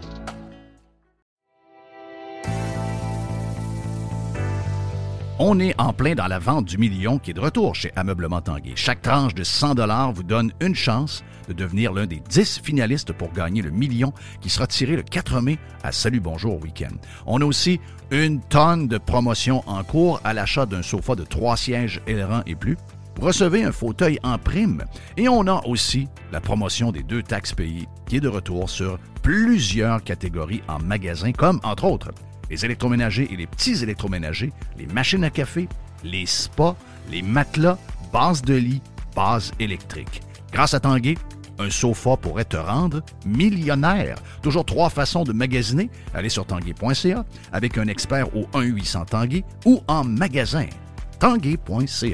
On est en plein dans la vente du million qui est de retour chez Ameublement Tanguay. Chaque tranche de 100 $ vous donne une chance de devenir l'un des 10 finalistes pour gagner le million qui sera tiré le 4 mai à Salut Bonjour Week-end. On a aussi une tonne de promotions en cours à l'achat d'un sofa de 3 sièges ailerons et plus. Vous recevez un fauteuil en prime. Et on a aussi la promotion des 2 taxes payées qui est de retour sur plusieurs catégories en magasin, comme entre autres les électroménagers et les petits électroménagers, les machines à café, les spas, les matelas, bases de lit, bases électriques. Grâce à Tanguay, un sofa pourrait te rendre millionnaire. Toujours 3 façons de magasiner. Allez sur tanguay.ca avec un expert au 1-800-TANGUAY ou en magasin. tanguay.ca.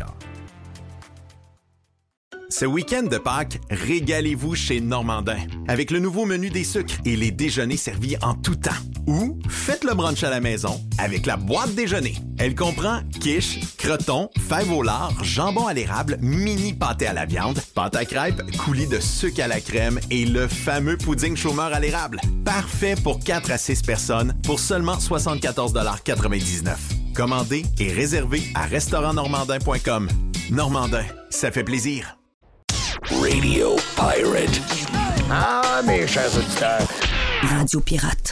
Ce week-end de Pâques, régalez-vous chez Normandin avec le nouveau menu des sucres et les déjeuners servis en tout temps. Ou faites le brunch à la maison avec la boîte déjeuner. Elle comprend quiche, croton, fèves au lard, jambon à l'érable, mini pâté à la viande, pâte à crêpes, coulis de sucre à la crème et le fameux pudding chômeur à l'érable. Parfait pour 4 à 6 personnes pour seulement 74,99 $. Commandez et réservez à restaurantnormandin.com. Normandin, ça fait plaisir. Radio Pirate. Ah, mes chers auditeurs. Radio Pirate.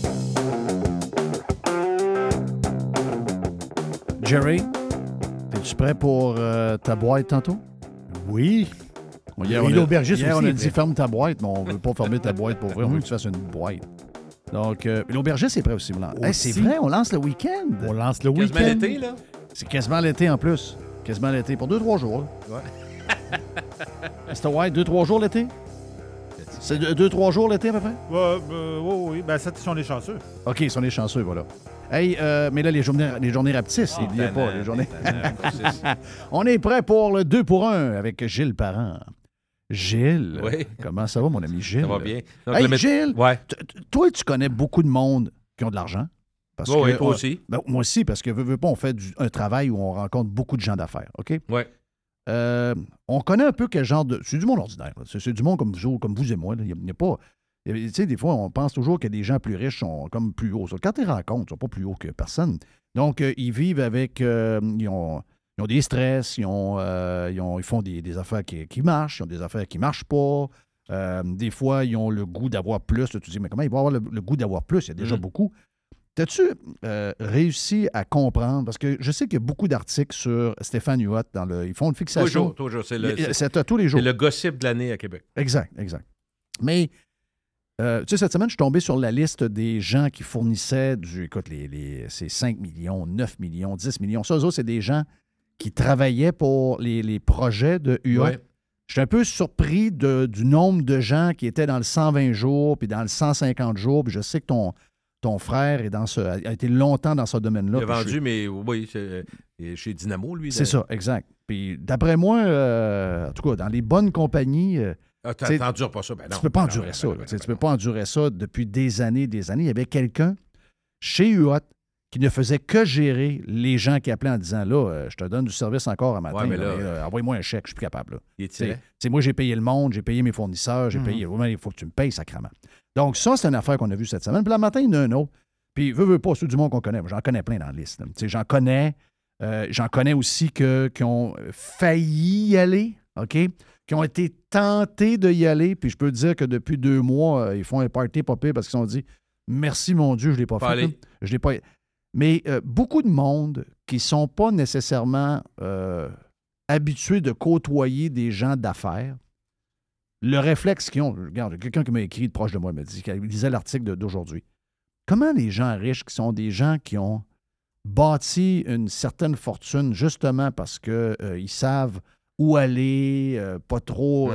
Jerry, es-tu prêt pour ta boîte tantôt? Oui. Hier, Et l'aubergiste hier, aussi on a est dit prêt. ferme ta boîte, mais on ne veut pas fermer ta boîte pour vrai. On veut que tu fasses une boîte. Donc, l'aubergiste est prêt aussi. Hey, c'est vrai, on lance le week-end. On lance le Quasiment week-end. l'été, là. C'est quasiment l'été en plus. Quasiment l'été. Pour 2-3 jours. Ouais. C'était ouais, 2-3 jours l'été? C'est 2-3 jours l'été à peu près? Oui. Ben, ça, si on est chanceux. OK, ils sont les chanceux, voilà. Hey, mais là, les journées rapetissent, il n'y a pas. Les journées... On est prêt pour le 2 pour 1 avec Gilles Parent. Gilles, Oui. comment ça va, mon ami Gilles? Ça va bien. Donc, Hey, Gilles, Ouais. toi, tu connais beaucoup de monde qui ont de l'argent. Parce Oui, que, toi aussi. Ben, moi aussi, parce que veux pas, on fait un travail où on rencontre beaucoup de gens d'affaires, OK? Oui. On connaît un peu quel genre de... C'est du monde ordinaire. Là. C'est du monde comme vous et moi. Il n'y a pas... Tu sais, des fois, on pense toujours que des gens plus riches sont comme plus hauts. Quand tu les rencontres, ils sont pas plus hauts que personne. Donc, ils vivent avec... ils ont des stress, ils font des affaires qui marchent, ils ont des affaires qui ne marchent pas. Des fois, ils ont le goût d'avoir plus. Là, tu te dis, mais comment ils vont avoir le goût d'avoir plus? Il y a déjà beaucoup. T'as-tu réussi à comprendre? Parce que je sais qu'il y a beaucoup d'articles sur Stéphane Huot. Ils font une fixation. Toujours. C'est tous les jours. C'est le gossip de l'année à Québec. Exact. Mais, tu sais, cette semaine, je suis tombé sur la liste des gens qui fournissaient c'est 5 millions, 9 millions, 10 millions. Ça, eux autres, c'est des gens qui travaillaient pour les projets de UA. Ouais. Je suis un peu surpris du nombre de gens qui étaient dans le 120 jours puis dans le 150 jours. Puis je sais que ton frère a été longtemps dans ce domaine-là. Il a vendu, mais oui, chez Dynamo, lui. C'est ça, exact. Puis d'après moi, en tout cas, dans les bonnes compagnies... t'endures pas ça. Ben non, tu peux pas endurer ça. Tu peux pas endurer ça depuis des années. Il y avait quelqu'un chez UOT qui ne faisait que gérer les gens qui appelaient en disant, là, je te donne du service encore un matin. Ouais, mais là, envoie-moi un chèque, je suis plus capable. Là. Moi, j'ai payé le monde, j'ai payé mes fournisseurs, j'ai payé... Il faut que tu me payes sacrément. Donc, ça, c'est une affaire qu'on a vue cette semaine. Puis le matin, il y en a un autre. Puis, veux pas, ceux du monde qu'on connaît. Moi, j'en connais plein dans la liste. J'en connais aussi qui ont failli y aller, OK? Qui ont été tentés de y aller. Puis, je peux te dire que depuis 2 mois, ils font un party pas pire parce qu'ils se sont dit, merci, mon Dieu, je ne l'ai pas fait. Je l'ai pas... Mais beaucoup de monde qui ne sont pas nécessairement habitués de côtoyer des gens d'affaires, le réflexe qu'ils ont, regarde, quelqu'un qui m'a écrit de proche de moi, il lisait l'article d'aujourd'hui. Comment les gens riches, qui sont des gens qui ont bâti une certaine fortune justement parce qu'ils savent où aller, pas trop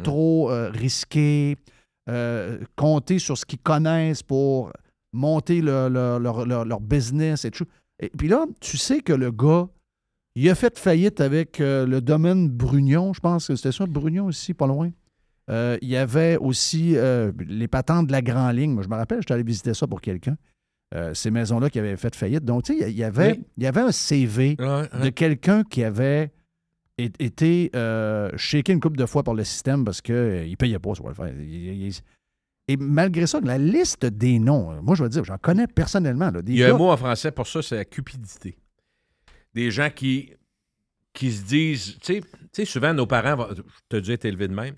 risquer, compter sur ce qu'ils connaissent pour monter leur business et tout. Et puis là, tu sais que le gars, il a fait faillite avec le domaine Brugnon, je pense que c'était ça, Brugnon aussi, pas loin. Il y avait aussi les patentes de la Grand Ligne. Moi, je me rappelle, j'étais allé visiter ça pour quelqu'un. Ces maisons-là qui avaient fait faillite. Donc, tu sais, il y avait un CV de quelqu'un qui avait été shaké une couple de fois par le système parce qu'il ne payait pas sur le faire. Et malgré ça, la liste des noms, moi, je vais dire, j'en connais personnellement. Là, il y a un mot en français pour ça, c'est la cupidité. Des gens qui se disent... Tu sais, souvent, nos parents, je te dis, être élevé de même.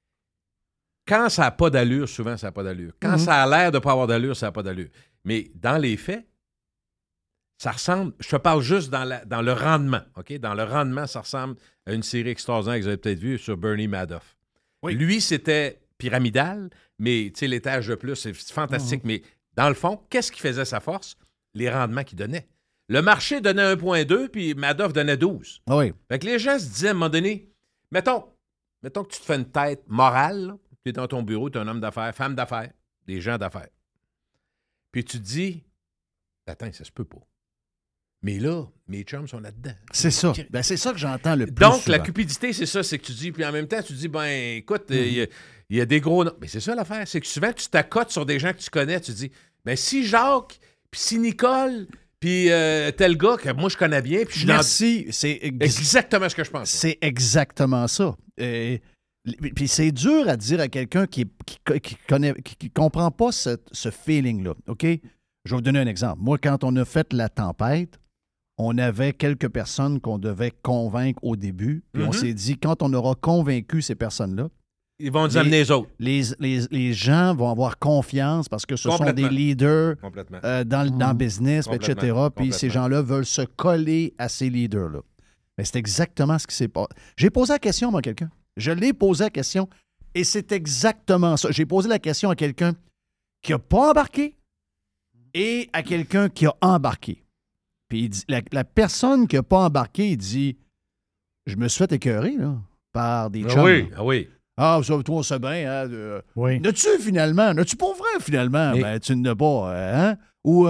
Quand ça n'a pas d'allure, souvent, ça n'a pas d'allure. Quand ça a l'air de ne pas avoir d'allure, ça n'a pas d'allure. Mais dans les faits, ça ressemble... Je te parle juste dans le rendement, OK? Dans le rendement, ça ressemble à une série extraordinaire que vous avez peut-être vue sur Bernie Madoff. Oui. Lui, c'était pyramidal, mais tu sais, l'étage de plus, c'est fantastique. Mais dans le fond, qu'est-ce qui faisait sa force? Les rendements qu'il donnait. Le marché donnait 1,2, puis Madoff donnait 12. Oui. Fait que les gens se disaient à un moment donné, mettons que tu te fais une tête morale, tu es dans ton bureau, tu es un homme d'affaires, femme d'affaires, des gens d'affaires. Puis tu te dis, attends, ça se peut pas. Mais là, mes chums sont là-dedans. C'est ça. Ben, c'est ça que j'entends le plus. Donc, souvent. la cupidité, c'est ça, c'est que tu dis, puis en même temps, tu dis, ben, écoute, il y a des gros noms. Mais c'est ça l'affaire, c'est que souvent, tu t'accotes sur des gens que tu connais, tu dis, ben, si Jacques, puis si Nicole, puis tel gars que moi, je connais bien, puis je suis Merci, c'est exactement ce que je pense. C'est exactement ça. Puis c'est dur à dire à quelqu'un qui comprend pas ce feeling-là, OK? Je vais vous donner un exemple. Moi, quand on a fait la tempête, on avait quelques personnes qu'on devait convaincre au début. Puis on s'est dit, quand on aura convaincu ces personnes-là, ils vont nous amener les autres. Les gens vont avoir confiance parce que ce sont des leaders dans le business, etc. Puis ces gens-là veulent se coller à ces leaders-là. Mais c'est exactement ce qui s'est passé. J'ai posé la question, moi, à quelqu'un. Je l'ai posé la question et c'est exactement ça. J'ai posé la question à quelqu'un qui n'a pas embarqué et à quelqu'un qui a embarqué. Puis il dit, la personne qui n'a pas embarqué, il dit, je me suis fait écœurer là, par des chums. Oui. Ah, toi, on sait bien. Hein, oui. N'as-tu finalement? N'as-tu pas vrai finalement? Mais... Ben, tu n'as pas. Hein? Ou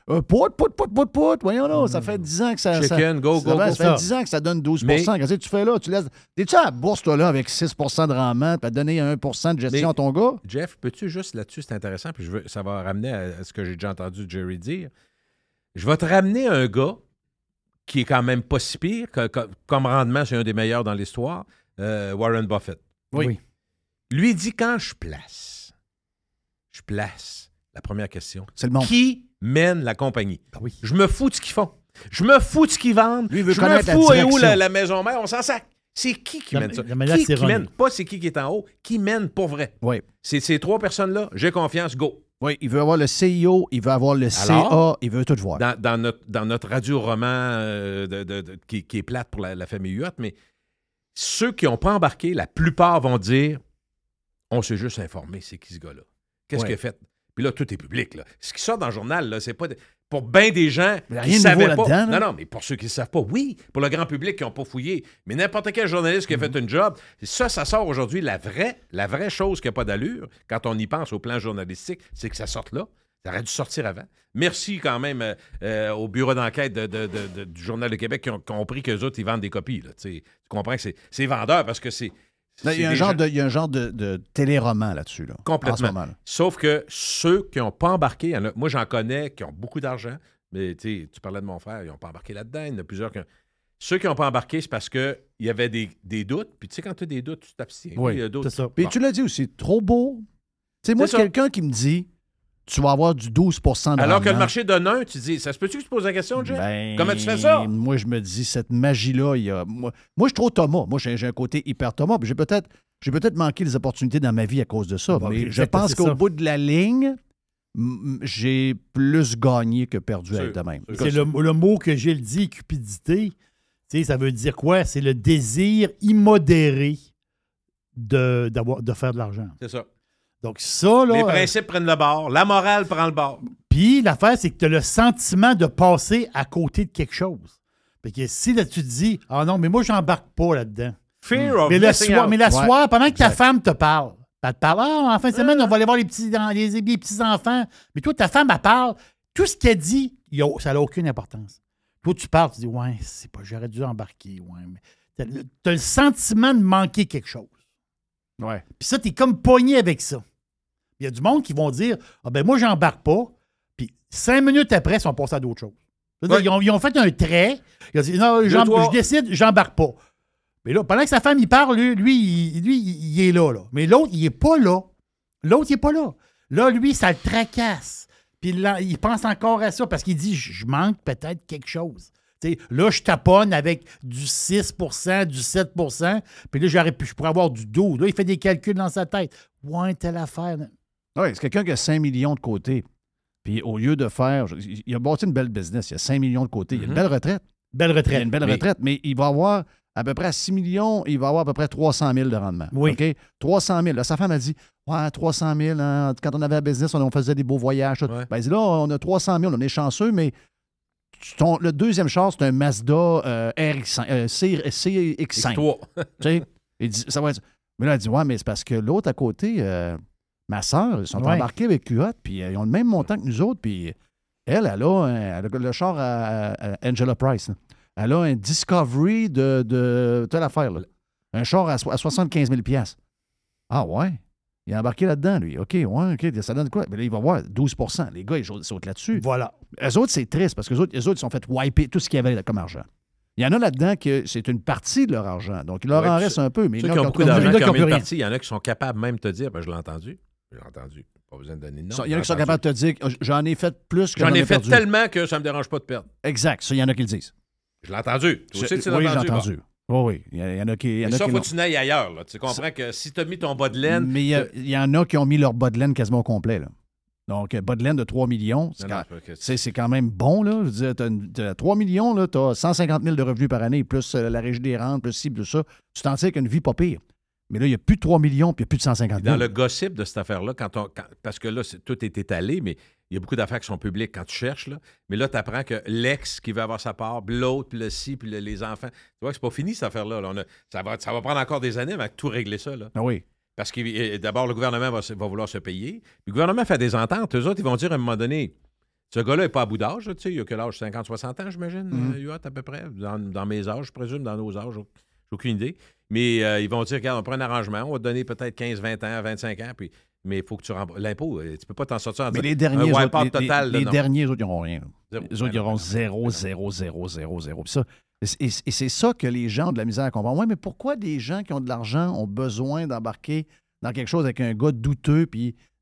pout. Voyons là, ça fait 10 ans que ça... Chicken, go. Ça fait 10 ans que ça donne 12 Qu'est-ce que tu fais là? T'es-tu à la bourse, toi, là, avec 6 de rendement, puis à donner 1 de gestion à ton gars? Jeff, peux-tu juste là-dessus, c'est intéressant, puis ça va ramener à ce que j'ai déjà entendu Jerry dire. Je vais te ramener un gars qui est quand même pas si pire, comme rendement, c'est un des meilleurs dans l'histoire, Warren Buffett. Oui. Lui dit, quand je place je place la première question. C'est le monde. Qui mène la compagnie? Ben oui. Je me fous de ce qu'ils font. Je me fous de ce qu'ils vendent. Lui, il veut je me connaître la fous et où direction. la maison mère, on s'en sac. C'est qui mène ça? la manière Qui c'est mène? Pas c'est qui est en haut. Qui mène pour vrai? Oui. C'est ces trois personnes-là. J'ai confiance, go. Oui, il veut avoir le CIO, il veut avoir le Alors, CA, il veut tout voir. Dans notre radio-roman qui est plate pour la famille Huot, mais ceux qui n'ont pas embarqué, la plupart vont dire on s'est juste informé, c'est qui ce gars-là? Qu'est-ce qu'il a fait? Puis là, tout est public. Là. Ce qui sort dans le journal, là, c'est pas... Pour bien des gens qui ne savaient pas. Non, mais pour ceux qui ne savent pas, oui. Pour le grand public qui n'ont pas fouillé. Mais n'importe quel journaliste qui a fait une job, ça sort aujourd'hui. La vraie chose qui n'a pas d'allure, quand on y pense au plan journalistique, c'est que ça sorte là. Ça aurait dû sortir avant. Merci quand même au bureau d'enquête du Journal de Québec qui ont compris qu'eux autres, ils vendent des copies. Là. Tu comprends que c'est vendeur parce que c'est... Il y a un genre de téléroman là-dessus. Là, complètement. En ce moment, là. Sauf que ceux qui n'ont pas embarqué, moi j'en connais qui ont beaucoup d'argent, mais tu parlais de mon frère, ils n'ont pas embarqué là-dedans. Il y en a plusieurs qui ont... Ceux qui n'ont pas embarqué, c'est parce qu'il y avait des doutes. Puis tu sais, quand tu as des doutes, tu t'abstiens. Oui, c'est ça. Puis tu l'as dit aussi, trop beau. Tu sais, moi, c'est quelqu'un qui me dit tu vas avoir du 12 de alors que le rendement. marché donne un, tu dis, ça se peut-tu que tu poses la question, Jay? Ben, comment tu fais ça? Moi, je me dis, cette magie-là, il y a... Moi, je suis trop Thomas. Moi, j'ai un côté hyper Thomas. Puis j'ai peut-être manqué les opportunités dans ma vie à cause de ça. Bon, mais je pense qu'au bout de la ligne, j'ai plus gagné que perdu à être de même. C'est le mot que Gilles dit, cupidité. Tu sais, ça veut dire quoi? C'est le désir immodéré de faire de l'argent. C'est ça. Donc ça, là... Les principes prennent le bord. La morale prend le bord. Puis l'affaire, c'est que tu as le sentiment de passer à côté de quelque chose. Fait que si là, tu te dis « Ah non, mais moi, j'embarque pas là-dedans. » Fear of Mais missing out. la soir, pendant que ta Exact. femme te parle, elle te parle « Ah, en fin de semaine, on va aller voir les petits-enfants. » Mais toi, ta femme, elle parle. Tout ce qu'elle dit, ça n'a aucune importance. Toi, tu parles, tu dis « Ouais, c'est pas, j'aurais dû embarquer. » Ouais, mais t'as le sentiment de manquer quelque chose. Ouais. Puis ça, t'es comme pogné avec ça. Il y a du monde qui vont dire « Ah ben moi, j'embarque pas. » Puis 5 minutes après, ils sont passés à d'autres choses. C'est-à-dire, ils ont fait un trait. Ils ont dit « Non, je décide, j'embarque pas. » Mais là, pendant que sa femme, il parle, lui, il est là. Mais l'autre, il est pas là. L'autre, il est pas là. Là, lui, ça le tracasse. Puis là, il pense encore à ça parce qu'il dit « Je manque peut-être quelque chose. » T'sais, là, je taponne avec du 6 du 7 puis là, je pourrais avoir du 12. Là, il fait des calculs dans sa tête. Ouais, telle affaire. Oui, c'est quelqu'un qui a 5 millions de côté. Puis au lieu de faire... Il a bâti une belle business. Il a 5 millions de côté. Il a une belle retraite. Belle retraite. Il a une belle retraite, mais il va avoir à peu près à 6 millions, il va avoir à peu près 300 000 de rendement. Oui. OK? 300 000. Là, sa femme a dit, ouais, 300 000, hein, quand on avait la business, on faisait des beaux voyages. Ouais. Ben, il dit, là, on a 300 000, on est chanceux, mais le deuxième char, c'est un Mazda CX5. X3. Tu sais, il dit, ça va être... Mais là, elle dit, ouais, mais c'est parce que l'autre à côté, ma soeur, ils sont embarqués avec Huot, puis ils ont le même montant que nous autres, puis elle a le char à Angela Price. Là. Elle a un Discovery de telle affaire. Là. Un char à 75 000 $. Ah ouais? Il est embarqué là-dedans, lui. OK, ça donne quoi? Mais là, il va voir 12 Les gars, ils sautent là-dessus. Voilà. Eux autres, c'est triste parce que les autres, ils sont fait wiper tout ce qu'il y avait comme argent. Il y en a là-dedans que c'est une partie de leur argent. Donc, il leur en reste un peu. Mais ceux qui ont beaucoup d'argent, qui ont mis une partie, il y en a qui sont capables même de te dire, ben, je l'ai entendu. Pas besoin de donner de nom. Il y en a qui sont capables de te dire, j'en ai fait plus que j'en ai fait perdu. tellement que ça ne me dérange pas de perdre. Exact. Ça, il y en a qui le disent. Je l'ai entendu. Toi aussi, tu l'as oui, entendu. j'ai entendu. Oui. Il y en a qui... Mais ça, il faut que tu n'ailles ailleurs. Là. Tu comprends que si tu as mis ton bas de laine... Mais il y en a qui ont mis leur bas de laine quasiment au complet. Là. Donc, bas de laine de 3 millions, c'est quand même bon. Là. Je veux dire, tu as 3 millions, tu as 150 000 de revenus par année, plus la régie des rentes, plus ci, plus ça. Tu t'en tires avec une vie pas pire. Mais là, il n'y a plus de 3 millions, puis il n'y a plus de 150 000. Dans le gossip de cette affaire-là, parce que là, tout est étalé, mais il y a beaucoup d'affaires qui sont publiques quand tu cherches. Là. Mais là, tu apprends que l'ex qui veut avoir sa part, puis l'autre, puis le ci, puis les enfants. Tu vois que c'est pas fini, cette affaire-là. Là. Ça va prendre encore des années avant de tout régler ça. Là. Ah oui. Parce que d'abord, le gouvernement va vouloir se payer. Puis le gouvernement fait des ententes. Eux autres, ils vont dire à un moment donné, ce gars-là n'est pas à bout d'âge. Tu sais, il a quel âge? 50, 60 ans, j'imagine, Huot, à peu près. Dans mes âges, je présume, dans nos âges. J'ai aucune idée. Mais ils vont dire, regarde, on prend un arrangement, on va te donner peut-être 15, 20 ans, 25 ans, mais il faut que tu rembourses. L'impôt, tu ne peux pas t'en sortir en disant les derniers, un wipe-out total. Les derniers, autres, ils n'auront rien. Zéro. Les autres, ils auront 0, 0, 0, 0, 0. Et c'est ça que les gens ont de la misère à comprendre. Oui, mais pourquoi des gens qui ont de l'argent ont besoin d'embarquer dans quelque chose avec un gars douteux puis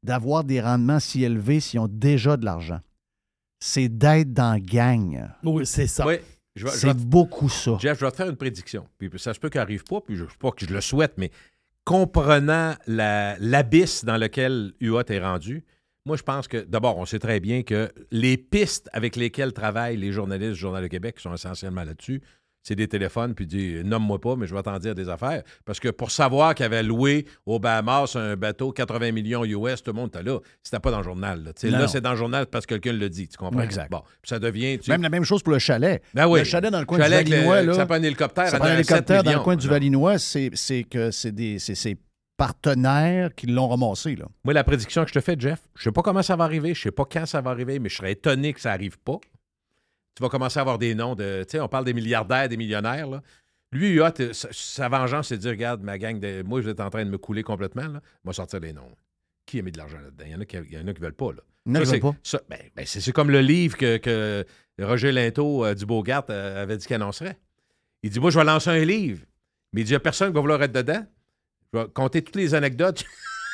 d'avoir des rendements si élevés s'ils ont déjà de l'argent. C'est d'être dans la gang. Oui, c'est ça. Oui. C'est beaucoup ça. Jeff, je vais te faire une prédiction. Puis ça se peut qu'elle n'arrive pas, puis pas que je le souhaite, mais comprenant l'abysse dans lequel UA est rendu, moi, je pense que, d'abord, on sait très bien que les pistes avec lesquelles travaillent les journalistes du Journal de Québec, qui sont essentiellement là-dessus, c'est des téléphones, puis nomme-moi pas, mais je vais t'en dire des affaires. Parce que pour savoir qu'il avait loué au Bahamas un bateau 80 millions US, tout le monde était là. C'était pas dans le journal. Là, c'est dans le journal parce que quelqu'un le dit. Tu comprends? Exact. Bon, puis ça devient... Même la même chose pour le chalet. Ben oui. Le chalet dans le coin du Valinois. Ça prend un hélicoptère. Ça prend un hélicoptère dans le coin du Valinois, c'est que c'est partenaires qui l'ont ramassé. Là. Moi, la prédiction que je te fais, Jeff, je sais pas comment ça va arriver, je sais pas quand ça va arriver, mais je serais étonné que ça arrive pas. Tu vas commencer à avoir des noms de... Tu sais, on parle des milliardaires, des millionnaires, là. Lui, sa vengeance, c'est de dire, regarde, ma gang, moi, vous êtes en train de me couler complètement, là. On va sortir des noms. Qui a mis de l'argent là-dedans? Il y en a qui ne veulent pas, là. Il y en a qui veulent pas. C'est comme le livre que Roger Linteau du Bogart avait dit qu'il annoncerait. Il dit, moi, je vais lancer un livre. Mais il dit, il n'y a personne qui va vouloir être dedans. Je vais compter toutes les anecdotes.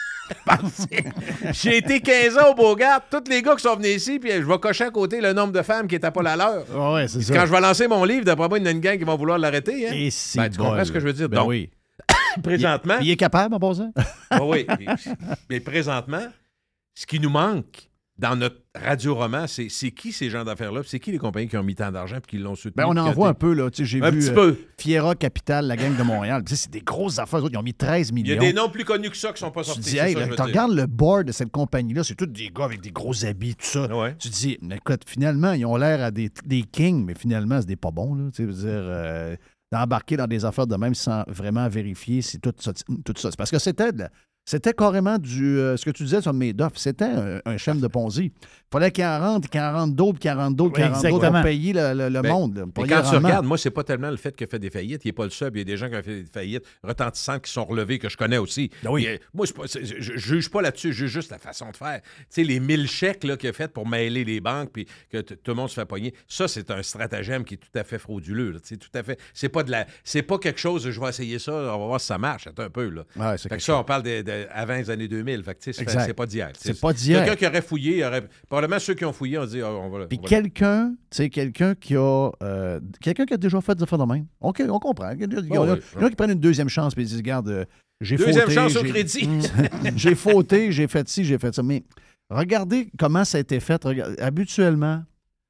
J'ai été 15 ans au Bogart, tous les gars qui sont venus ici, puis je vais cocher à côté le nombre de femmes qui n'étaient pas la leur. Ouais, c'est ça. Quand je vais lancer mon livre, d'après moi, il y en a une gang qui va vouloir l'arrêter. Hein? Et tu comprends ce que je veux dire? Ben Donc, oui. présentement... Il est capable, en passant? Oui. Mais présentement, ce qui nous manque dans notre radio-roman, c'est qui ces gens d'affaires-là? C'est qui les compagnies qui ont mis tant d'argent et qui l'ont soutenu? Ben, on en voit un peu, là. J'ai vu petit peu. Fiera Capital, la gang de Montréal. C'est des grosses affaires. Ils ont mis 13 millions. Il y a des noms plus connus que ça qui sont pas sortis. Tu dis, hey, tu regardes le board de cette compagnie-là, c'est tous des gars avec des gros habits, tout ça. Ouais. Tu te dis, écoute, finalement, ils ont l'air à des kings, mais finalement, c'est des pas bons, là. Tu sais, veux dire, d'embarquer dans des affaires de même sans vraiment vérifier si tout ça. C'est parce que c'était carrément ce que tu disais sur Madoff, c'était un schème de Ponzi. Il fallait qu'il en rentre d'autres, qu'il en rentre d'autres pour payer le monde. Mais quand tu regardes, moi, c'est pas tellement le fait qu'il fait des faillites. Il n'est pas le seul. Il y a des gens qui ont fait des faillites retentissantes qui sont relevées, que je connais aussi. Oui. Moi, je juge pas là-dessus, je juge juste la façon de faire. Tu sais, les 1000 chèques qu'il a fait pour mêler les banques puis que tout le monde se fait pogner, ça, c'est un stratagème qui est tout à fait frauduleux. Là, tout à fait. C'est pas quelque chose, je vais essayer ça, on va voir si ça marche. C'est un peu, là. Ouais, fait que ça, on parle avant les années 2000. Fait que, c'est pas d'hier. C'est pas d'hier. Quelqu'un qui aurait fouillé, probablement ceux qui ont fouillé ont dit on va. Puis quelqu'un qui a déjà fait des affaires de même. OK, on comprend. Il y en a qui prennent une deuxième chance et ils disent, regarde, j'ai fauté. Deuxième chance au crédit. J'ai fauté, j'ai fait ci, j'ai fait ça. Mais regardez comment ça a été fait. Habituellement,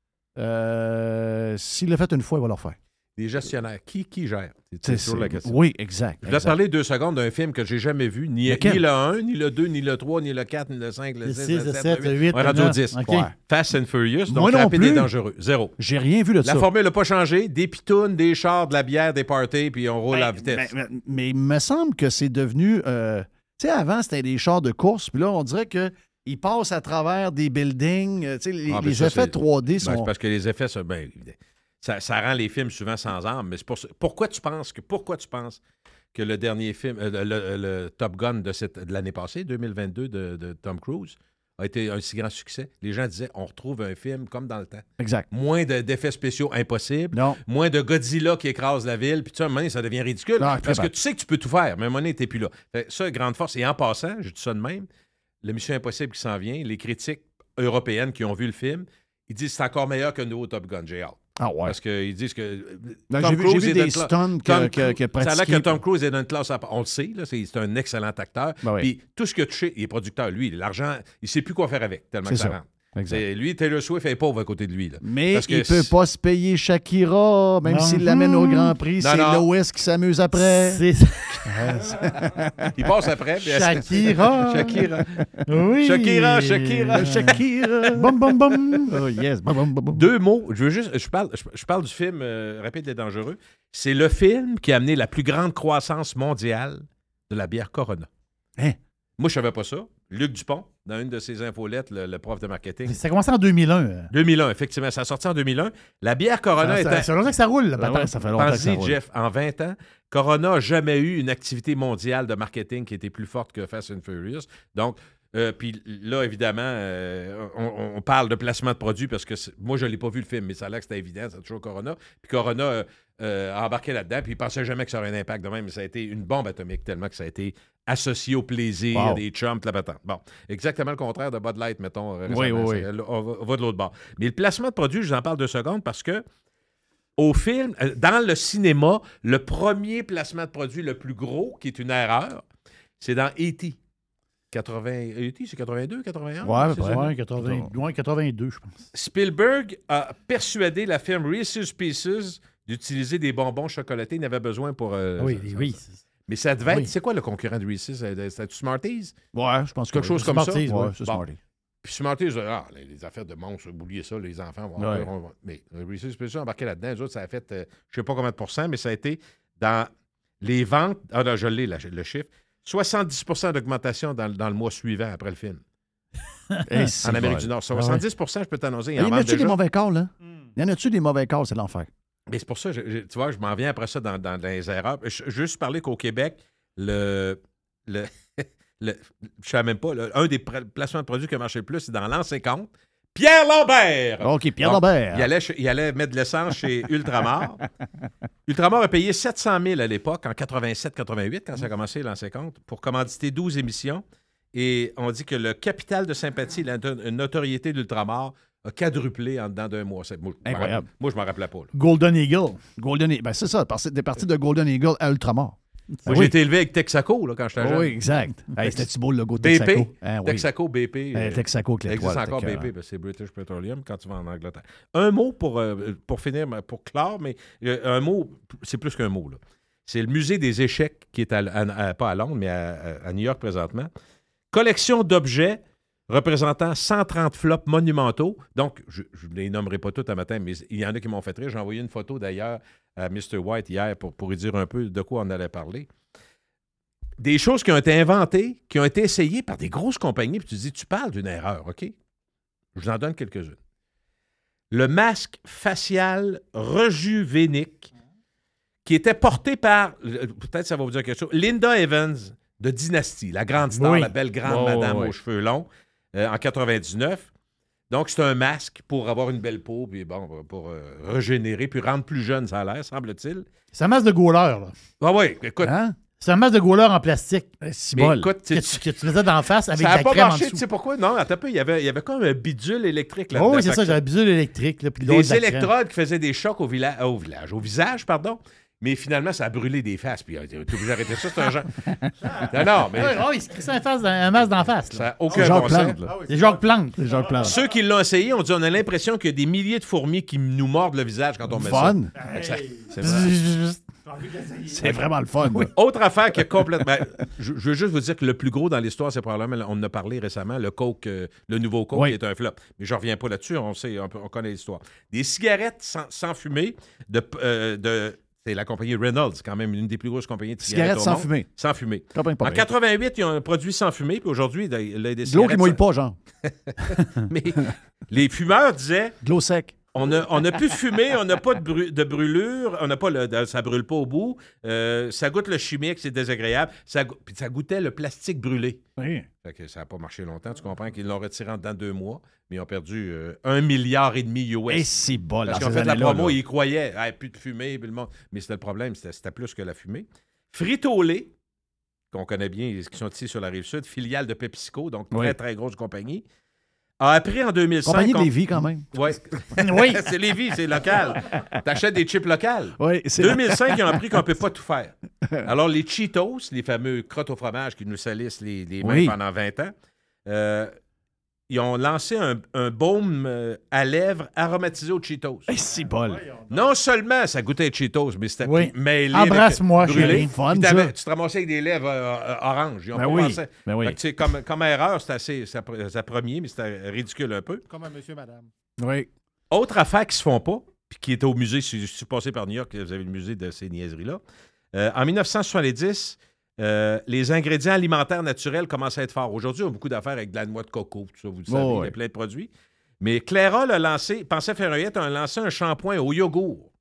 s'il l'a fait une fois, il va le refaire. Les gestionnaires. Qui gère? C'est toujours la question. Oui, exact. Je vais te parler 2 secondes d'un film que j'ai jamais vu. Ni le 1, ni le 2, ni le 3, ni le 4, ni le 5, le 6, le 7, le 8. Radio 10. Okay. Ouais. Fast and Furious, donc Moi non rapide plus. et dangereux. 0. J'ai rien vu de ça. La formule n'a pas changé. Des pitounes, des chars, de la bière, des parties, puis on roule à vitesse. Mais il me semble que c'est devenu... tu sais, avant, c'était des chars de course, puis là, on dirait que ils passent à travers des buildings. Les effets 3D sont... C'est parce que les effets sont... Ça rend les films souvent sans âme, mais c'est pour ça. Pourquoi tu penses que le dernier film, le Top Gun de l'année passée, 2022, de Tom Cruise, a été un si grand succès? Les gens disaient, on retrouve un film comme dans le temps. Exact. Moins d'effets spéciaux impossibles, non. Moins de Godzilla qui écrase la ville, puis tu sais, à un moment donné, ça devient ridicule, parce que tu sais que tu peux tout faire, mais à un moment donné, t'es plus là. Ça, grande force. Et en passant, je dis ça de même, le Mission Impossible qui s'en vient, les critiques européennes qui ont vu le film, ils disent que c'est encore meilleur que le nouveau Top Gun. J'ai hâte. Ah ouais. Parce qu'ils disent que Tom Cruise est des stunts qu'il a pratiqué. Ça a l'air que Tom Cruise est dans une classe à part. On le sait, là, c'est un excellent acteur. Puis tout ce que tu sais, il est producteur. Lui, l'argent, il ne sait plus quoi faire avec, tellement que ça rentre. Lui, Taylor Swift est pauvre à côté de lui. Là. Mais il ne peut pas se payer Shakira, même s'il l'amène au Grand Prix. C'est Lois qui s'amuse après. Il passe après. Shakira. Oui. Shakira. Bum, bum, bum. Oh yes. Bum, bum, bum. 2 mots. Je parle du film Rapide et dangereux. C'est le film qui a amené la plus grande croissance mondiale de la bière Corona. Hein? Moi, je savais pas ça. Luc Dupont, dans une de ses infolettes, le prof de marketing. Ça a commencé en 2001. 2001, effectivement. Ça a sorti en 2001. La bière Corona était... Ça fait longtemps que ça roule, là. Ça fait longtemps que ça roule. Jeff, en 20 ans, Corona n'a jamais eu une activité mondiale de marketing qui était plus forte que Fast and Furious. Donc, Puis là, évidemment, on parle de placement de produit parce que moi, je ne l'ai pas vu le film, mais ça a l'air que c'était évident, c'est toujours Corona. Puis Corona a embarqué là-dedans, puis il ne pensait jamais que ça aurait un impact de même, mais ça a été une bombe atomique tellement que ça a été associé au plaisir des chums, la patente. Bon, exactement le contraire de Bud Light, mettons. Oui. On va de l'autre bord. Mais le placement de produit, je vous en parle 2 secondes parce que au film, dans le cinéma, le premier placement de produit le plus gros, qui est une erreur, c'est dans E.T. E.T., c'est 82, 81? Ouais, 82, je pense. Spielberg a persuadé la firme Reese's Pieces d'utiliser des bonbons chocolatés. Il n'avait besoin pour... oui, les Reese's. Mais ça devait être... C'est quoi le concurrent de Reese's? C'était Smarties? Ouais, je pense que quelque chose comme Smarties, ça. ouais, c'est Bon. Smarties. Puis Smarties, les affaires de monstres, oubliez ça, les enfants vont... Mais Reese's Pieces embarqué là-dedans. Les autres, ça a fait, je ne sais pas combien de pourcents, mais ça a été dans les ventes... Ah non, je l'ai, le chiffre. 70% d'augmentation dans le mois suivant après le film. En Amérique du Nord. 70%, je peux t'annoncer. Il y en a-tu des mauvais calls, là? Il y en a-tu des mauvais calls? C'est l'enfer. Mais c'est pour ça, tu vois, je m'en viens après ça dans les erreurs. Je juste parler qu'au Québec, je ne savais même pas, un des placements de produits qui a marché le plus, c'est dans l'an 50. Pierre Lambert! OK, Pierre Lambert. Il allait mettre de l'essence chez Ultramar. Ultramar a payé 700 000 à l'époque, en 87-88, quand ça a commencé l'an 50, pour commanditer 12 émissions. Et on dit que le capital de sympathie, la notoriété d'Ultramar a quadruplé en dedans d'un mois. Incroyable. Moi, je ne m'en rappelais pas. Là. Golden Eagle. Ben c'est ça, des parties de Golden Eagle à Ultramar. Moi, j'ai été élevé avec Texaco là, quand j'étais jeune. Oui, exact. C'était-tu beau le logo de Texaco? BP. Texaco, BP. Texaco avec l'étoile. Ça existe encore BP, parce que c'est British Petroleum quand tu vas en Angleterre. Un mot pour finir, pour clore, mais un mot, c'est plus qu'un mot. Là. C'est le musée des échecs qui est pas à Londres, mais à New York présentement. Collection d'objets représentant 130 flops monumentaux. Donc, je ne les nommerai pas tous à matin, mais il y en a qui m'ont fait rire. J'ai envoyé une photo d'ailleurs à Mr. White hier pour lui dire un peu de quoi on allait parler. Des choses qui ont été inventées, qui ont été essayées par des grosses compagnies, puis tu dis, tu parles d'une erreur, OK? Je vous en donne quelques-unes. Le masque facial rejuvénique qui était porté par, peut-être ça va vous dire quelque chose, Linda Evans de Dynasty, la grande star, la belle grande madame aux cheveux longs, en 99. Donc, c'est un masque pour avoir une belle peau, puis bon, pour régénérer, puis rendre plus jeune, ça a l'air, semble-t-il. C'est un masque de gauleur, là. Ah oui, écoute. Hein? C'est un masque de gauleur en plastique. Mais écoute, que tu faisais d'en face avec ça de la crème pas en marché, dessous. tu sais pourquoi? Non, attends un peu, il y avait comme un bidule électrique là-dedans. Oh, oui, c'est ça, j'avais un bidule électrique. Là, puis des électrodes qui faisaient des chocs au visage, pardon. Mais finalement, ça a brûlé des faces. Puis tu es obligé d'arrêter ça, c'est un genre. Non, mais. Oh, il se crissait un masque d'en face. Ça n'a aucun bon sens. C'est Jacques Plante. Ceux qui l'ont essayé ont dit on a l'impression qu'il y a des milliers de fourmis qui nous mordent le visage quand on met ça. C'est vraiment le fun. Oui. Autre affaire qui est complètement. Je veux juste vous dire que le plus gros dans l'histoire, c'est probablement, on en a parlé récemment, le Coke, le nouveau Coke qui est un flop. Mais je ne reviens pas là-dessus, on connaît l'histoire. Des cigarettes sans fumée c'est la compagnie Reynolds, quand même une des plus grosses compagnies de cigarettes au monde. Fumée. Sans fumée. En 88, ils ont un produit sans fumée, puis aujourd'hui, il y a des cigarettes. De l'eau qui ne mouille pas, genre. Mais les fumeurs disaient. De l'eau sec. On n'a plus de fumée, on n'a pas de brûlure, on n'a pas ça brûle pas au bout, ça goûte le chimique, c'est désagréable, puis ça goûtait le plastique brûlé. Oui. Fait que ça n'a pas marché longtemps, tu comprends qu'ils l'ont retiré en dedans de 2 mois, mais ils ont perdu 1,5 milliard US. Et c'est bon, parce qu'en fait, la promo, ils croyaient, plus de fumée, puis le monde. Mais c'était le problème, c'était plus que la fumée. Frito-Lay, qu'on connaît bien, qui sont ici sur la Rive-Sud, filiale de PepsiCo, donc très, très grosse compagnie, a appris en 2005... Compagnie de Lévis, quand même. Ouais. Oui, c'est Lévis, c'est local. T'achètes des chips locales. Oui, 2005, ils ont appris qu'on ne peut pas tout faire. Alors, les Cheetos, les fameux crottes au fromage qui nous salissent les mains pendant 20 ans, ils ont lancé un baume à lèvres aromatisé aux Cheetos. C'est bon. Non seulement ça goûtait les Cheetos, mais c'était mêlé. Embrasse-moi, brûlé. Fun, tu te ramassais avec des lèvres oranges. Ils ont pas pensé. Comme erreur, c'était ça premier, mais c'était ridicule un peu. Comme un monsieur, madame. Oui. Autre affaire qui se font pas, puis qui est au musée, si je suis passé par New York, vous avez le musée de ces niaiseries-là. En 1970, les ingrédients alimentaires naturels commencent à être forts. Aujourd'hui, on a beaucoup d'affaires avec de la noix de coco, tout ça, vous le savez, il y a plein de produits. Mais Clairol a pensait faire un hit, a lancé un shampoing au yogourt.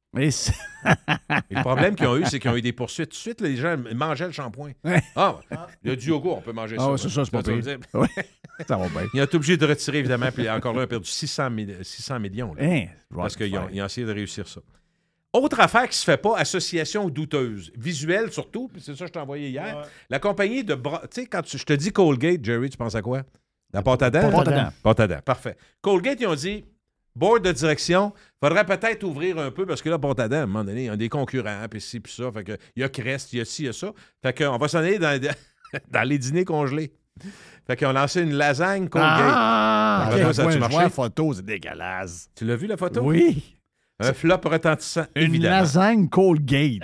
Mais c'est- Et le problème qu'ils ont eu, c'est qu'ils ont eu des poursuites. Tout de suite, les gens mangeaient le shampoing. Ah, il y a du yogourt, on peut manger ça. Ah ouais, c'est ça, c'est pas Ça veut pire. dire- Ouais. Ça va bien. Ils ont été obligés de retirer, évidemment, puis encore là, ils ont perdu 600 millions. Là, Hein, parce qu'ils faire. ont essayé de réussir ça. Autre affaire qui se fait pas, association douteuse. Visuelle surtout, puis c'est ça que je t'ai envoyé hier. Ouais. La compagnie de... Tu sais, quand je te dis Colgate, Jerry, tu penses à quoi? La pâte à dents? Pâte à dents. Pâte à dents, parfait. Colgate, ils ont dit, board de direction, faudrait peut-être ouvrir un peu, parce que là, pâte à dents, à un moment donné, il y a des concurrents, puis ci, puis ça. Fait que, il y a Crest, il y a ci, il y a ça. Fait qu'on va s'en aller dans, dans les dîners congelés. Fait qu'on a lancé une lasagne Colgate. Ah! Fait que toi, ça a-tu Je marché? vois la photo, c'est dégueulasse. Tu l'as vu, la photo? Oui. Un flop retentissant, Une évidemment. lasagne Colgate.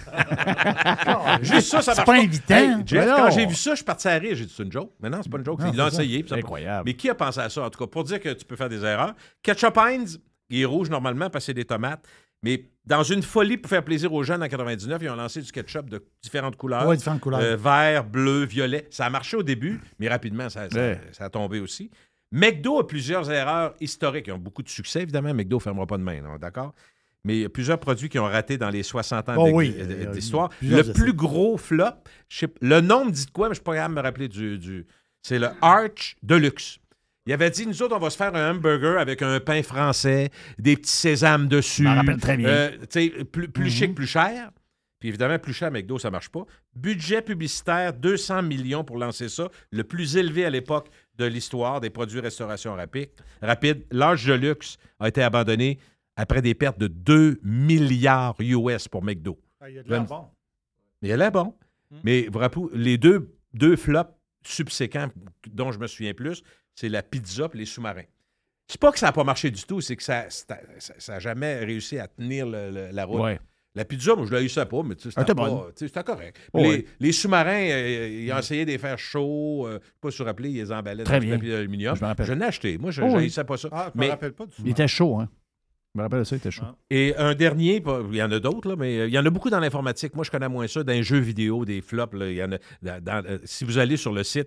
Juste ça C'est marche pas invitant. Hey, Jeff, Mais quand non. j'ai vu ça, je suis parti à rire. J'ai dit, c'est une joke. Mais non, c'est pas une joke. Non, Ils l'ont c'est ça. essayé. puis ça- C'est incroyable. Mais qui a pensé à ça, en tout cas? Pour dire que tu peux faire des erreurs. Ketchup Heinz, il est rouge normalement parce que c'est des tomates. Mais dans une folie pour faire plaisir aux jeunes en 99, ils ont lancé du ketchup de différentes couleurs. Ouais, différentes couleurs. Vert, bleu, violet. Ça a marché au début, mais rapidement, ça a tombé aussi. McDo a plusieurs erreurs historiques. Ils ont beaucoup de succès, évidemment. McDo ne fermera pas demain, là, d'accord? Mais il y a plusieurs produits qui ont raté dans les 60 ans Oh oui, d'histoire. plusieurs Le plus gros flop, le nom me dit de quoi, mais je ne suis pas capable de me rappeler c'est le Arch Deluxe. Il avait dit, nous autres, on va se faire un hamburger avec un pain français, des petits sésames dessus. Je m'en rappelle très bien. Tu sais, plus chic, plus cher. Puis évidemment, plus cher, McDo, ça ne marche pas. Budget publicitaire, 200 millions pour lancer ça. Le plus élevé à l'époque de l'histoire des produits restauration rapide. L'Arch Deluxe a été abandonné après des pertes de 2 milliards US pour McDo. Ah, il y a de l'air bon. Il a l'air bon. Mais vous rappelez, les deux flops subséquents dont je me souviens plus, c'est la pizza et les sous-marins. C'est pas que ça n'a pas marché du tout, c'est que ça n'a jamais réussi à tenir la route. Ouais. La pizza, moi, je l'ai eu ça pas, mais tu sais, Ah, c'était t'es bonne. pas... tu sais, c'était correct. Ouais. Les sous-marins, ils ont essayé de les faire chauds. Pas se rappeler, ils les emballaient Très dans du bien. papier d'aluminium. Je me rappelle. Je l'ai acheté. Moi, je Oh, oui. n'haïssais pas ça. Ah, je Mais- me rappelle pas du tout. Il était chaud, hein? Je me rappelle de ça, il était chaud. Ah. Et un dernier, il y en a d'autres, là, mais il y en a beaucoup dans l'informatique. Moi, je connais moins ça. Dans les jeux vidéo, des flops, là, il y en a. Si vous allez sur le site,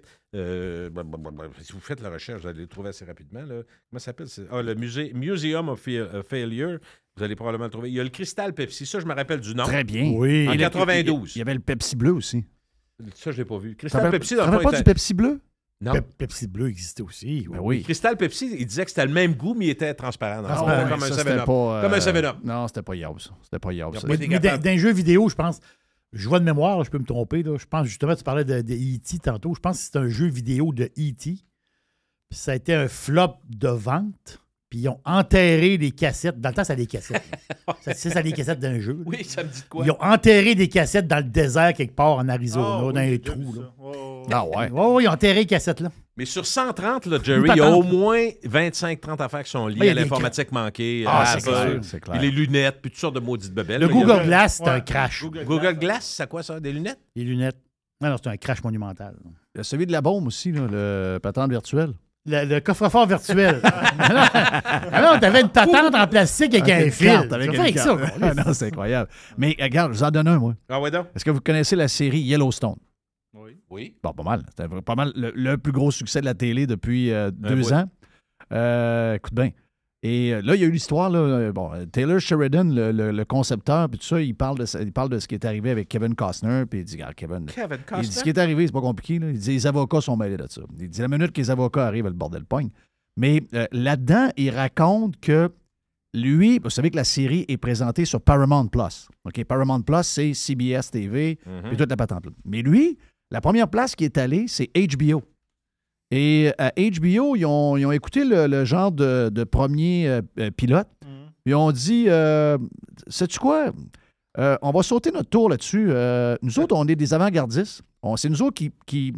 si vous faites la recherche, vous allez le trouver assez rapidement. Là. Comment ça s'appelle? Le Museum of Failure. Vous allez probablement le trouver. Il y a le Cristal Pepsi. Ça, je me rappelle du nom. Très bien. Oui. En Il y a- 92. Il y avait le Pepsi bleu aussi. Ça, je ne l'ai pas vu. Tu te Cristal rappelles Pepsi, dans le pas fond, du était- Pepsi bleu? Non. Pepsi Bleu existait aussi. Ben oui. Cristal Pepsi, il disait que c'était le même goût, mais il était transparent. Dans le fond. ouais, Comme un ça, c'était 7-Up. pas, Comme un 7-Up. Non, c'était pas Yab, ça. C'était pas Yab, Il y a ça. pas Mais, été mais capable. dans les jeux vidéo, je pense, je vois de mémoire, là, je peux me tromper. Là, je pense justement, tu parlais de E.T. tantôt. Je pense que c'est un jeu vidéo de E.T. Puis ça a été un flop de vente. Puis ils ont enterré des cassettes. Dans le temps, c'était des cassettes. ça des cassettes d'un jeu. là. Oui, ça me dit de quoi? Ils ont enterré des cassettes dans le désert quelque part en Arizona, Ah, oui, dans j'ai les déjà vu trous. ça. Là. Oh. Ah ouais. Ouais, ils ont enterré les cassettes là. Mais sur 130, là, Jerry, Une il y a au patente. moins 25-30 affaires qui sont liées Ah, il y a à des l'informatique manquée, Ah, à c'est Apple, clair, c'est clair. puis les lunettes, puis toutes sortes de maudites bebelles. Le là. Il y a- Google Glass, c'est Ouais. un crash. Google Glass, c'est quoi ça? Des lunettes? Les lunettes. Non, c'est un crash monumental. Il y a celui de la bombe aussi, là, le patente virtuel. Le coffre-fort virtuel. Alors, t'avais une patente en plastique avec un une fil. carte, avec Tu une vas faire carte. avec ça, Ah, quoi. non, c'est incroyable. Mais regarde, je vous en donne un, moi. Ah ouais donc? Est-ce que vous connaissez la série Yellowstone? Oui. Bon, pas mal. C'était pas mal le plus gros succès de la télé depuis 2 bout. ans. Écoute bien. Et là, il y a eu l'histoire. Là, bon, Taylor Sheridan, le concepteur, puis tout ça, il parle de ce qui est arrivé avec Kevin Costner. Puis il dit, regarde, Kevin, Kevin il dit, ce qui est arrivé, c'est pas compliqué. Là. Il dit, les avocats sont mêlés de ça. Il dit, la minute que les avocats arrivent, le bordel pogne. Mais là-dedans, il raconte que lui, vous savez que la série est présentée sur Paramount Plus. OK, Paramount Plus, c'est CBS TV, puis toute la patente. Mais lui, la première place qui est allée, c'est HBO. Et à HBO, ils ont écouté le genre de premier pilote. Ils ont dit, sais-tu quoi? On va sauter notre tour là-dessus. Nous autres, on est des avant-gardistes. C'est nous autres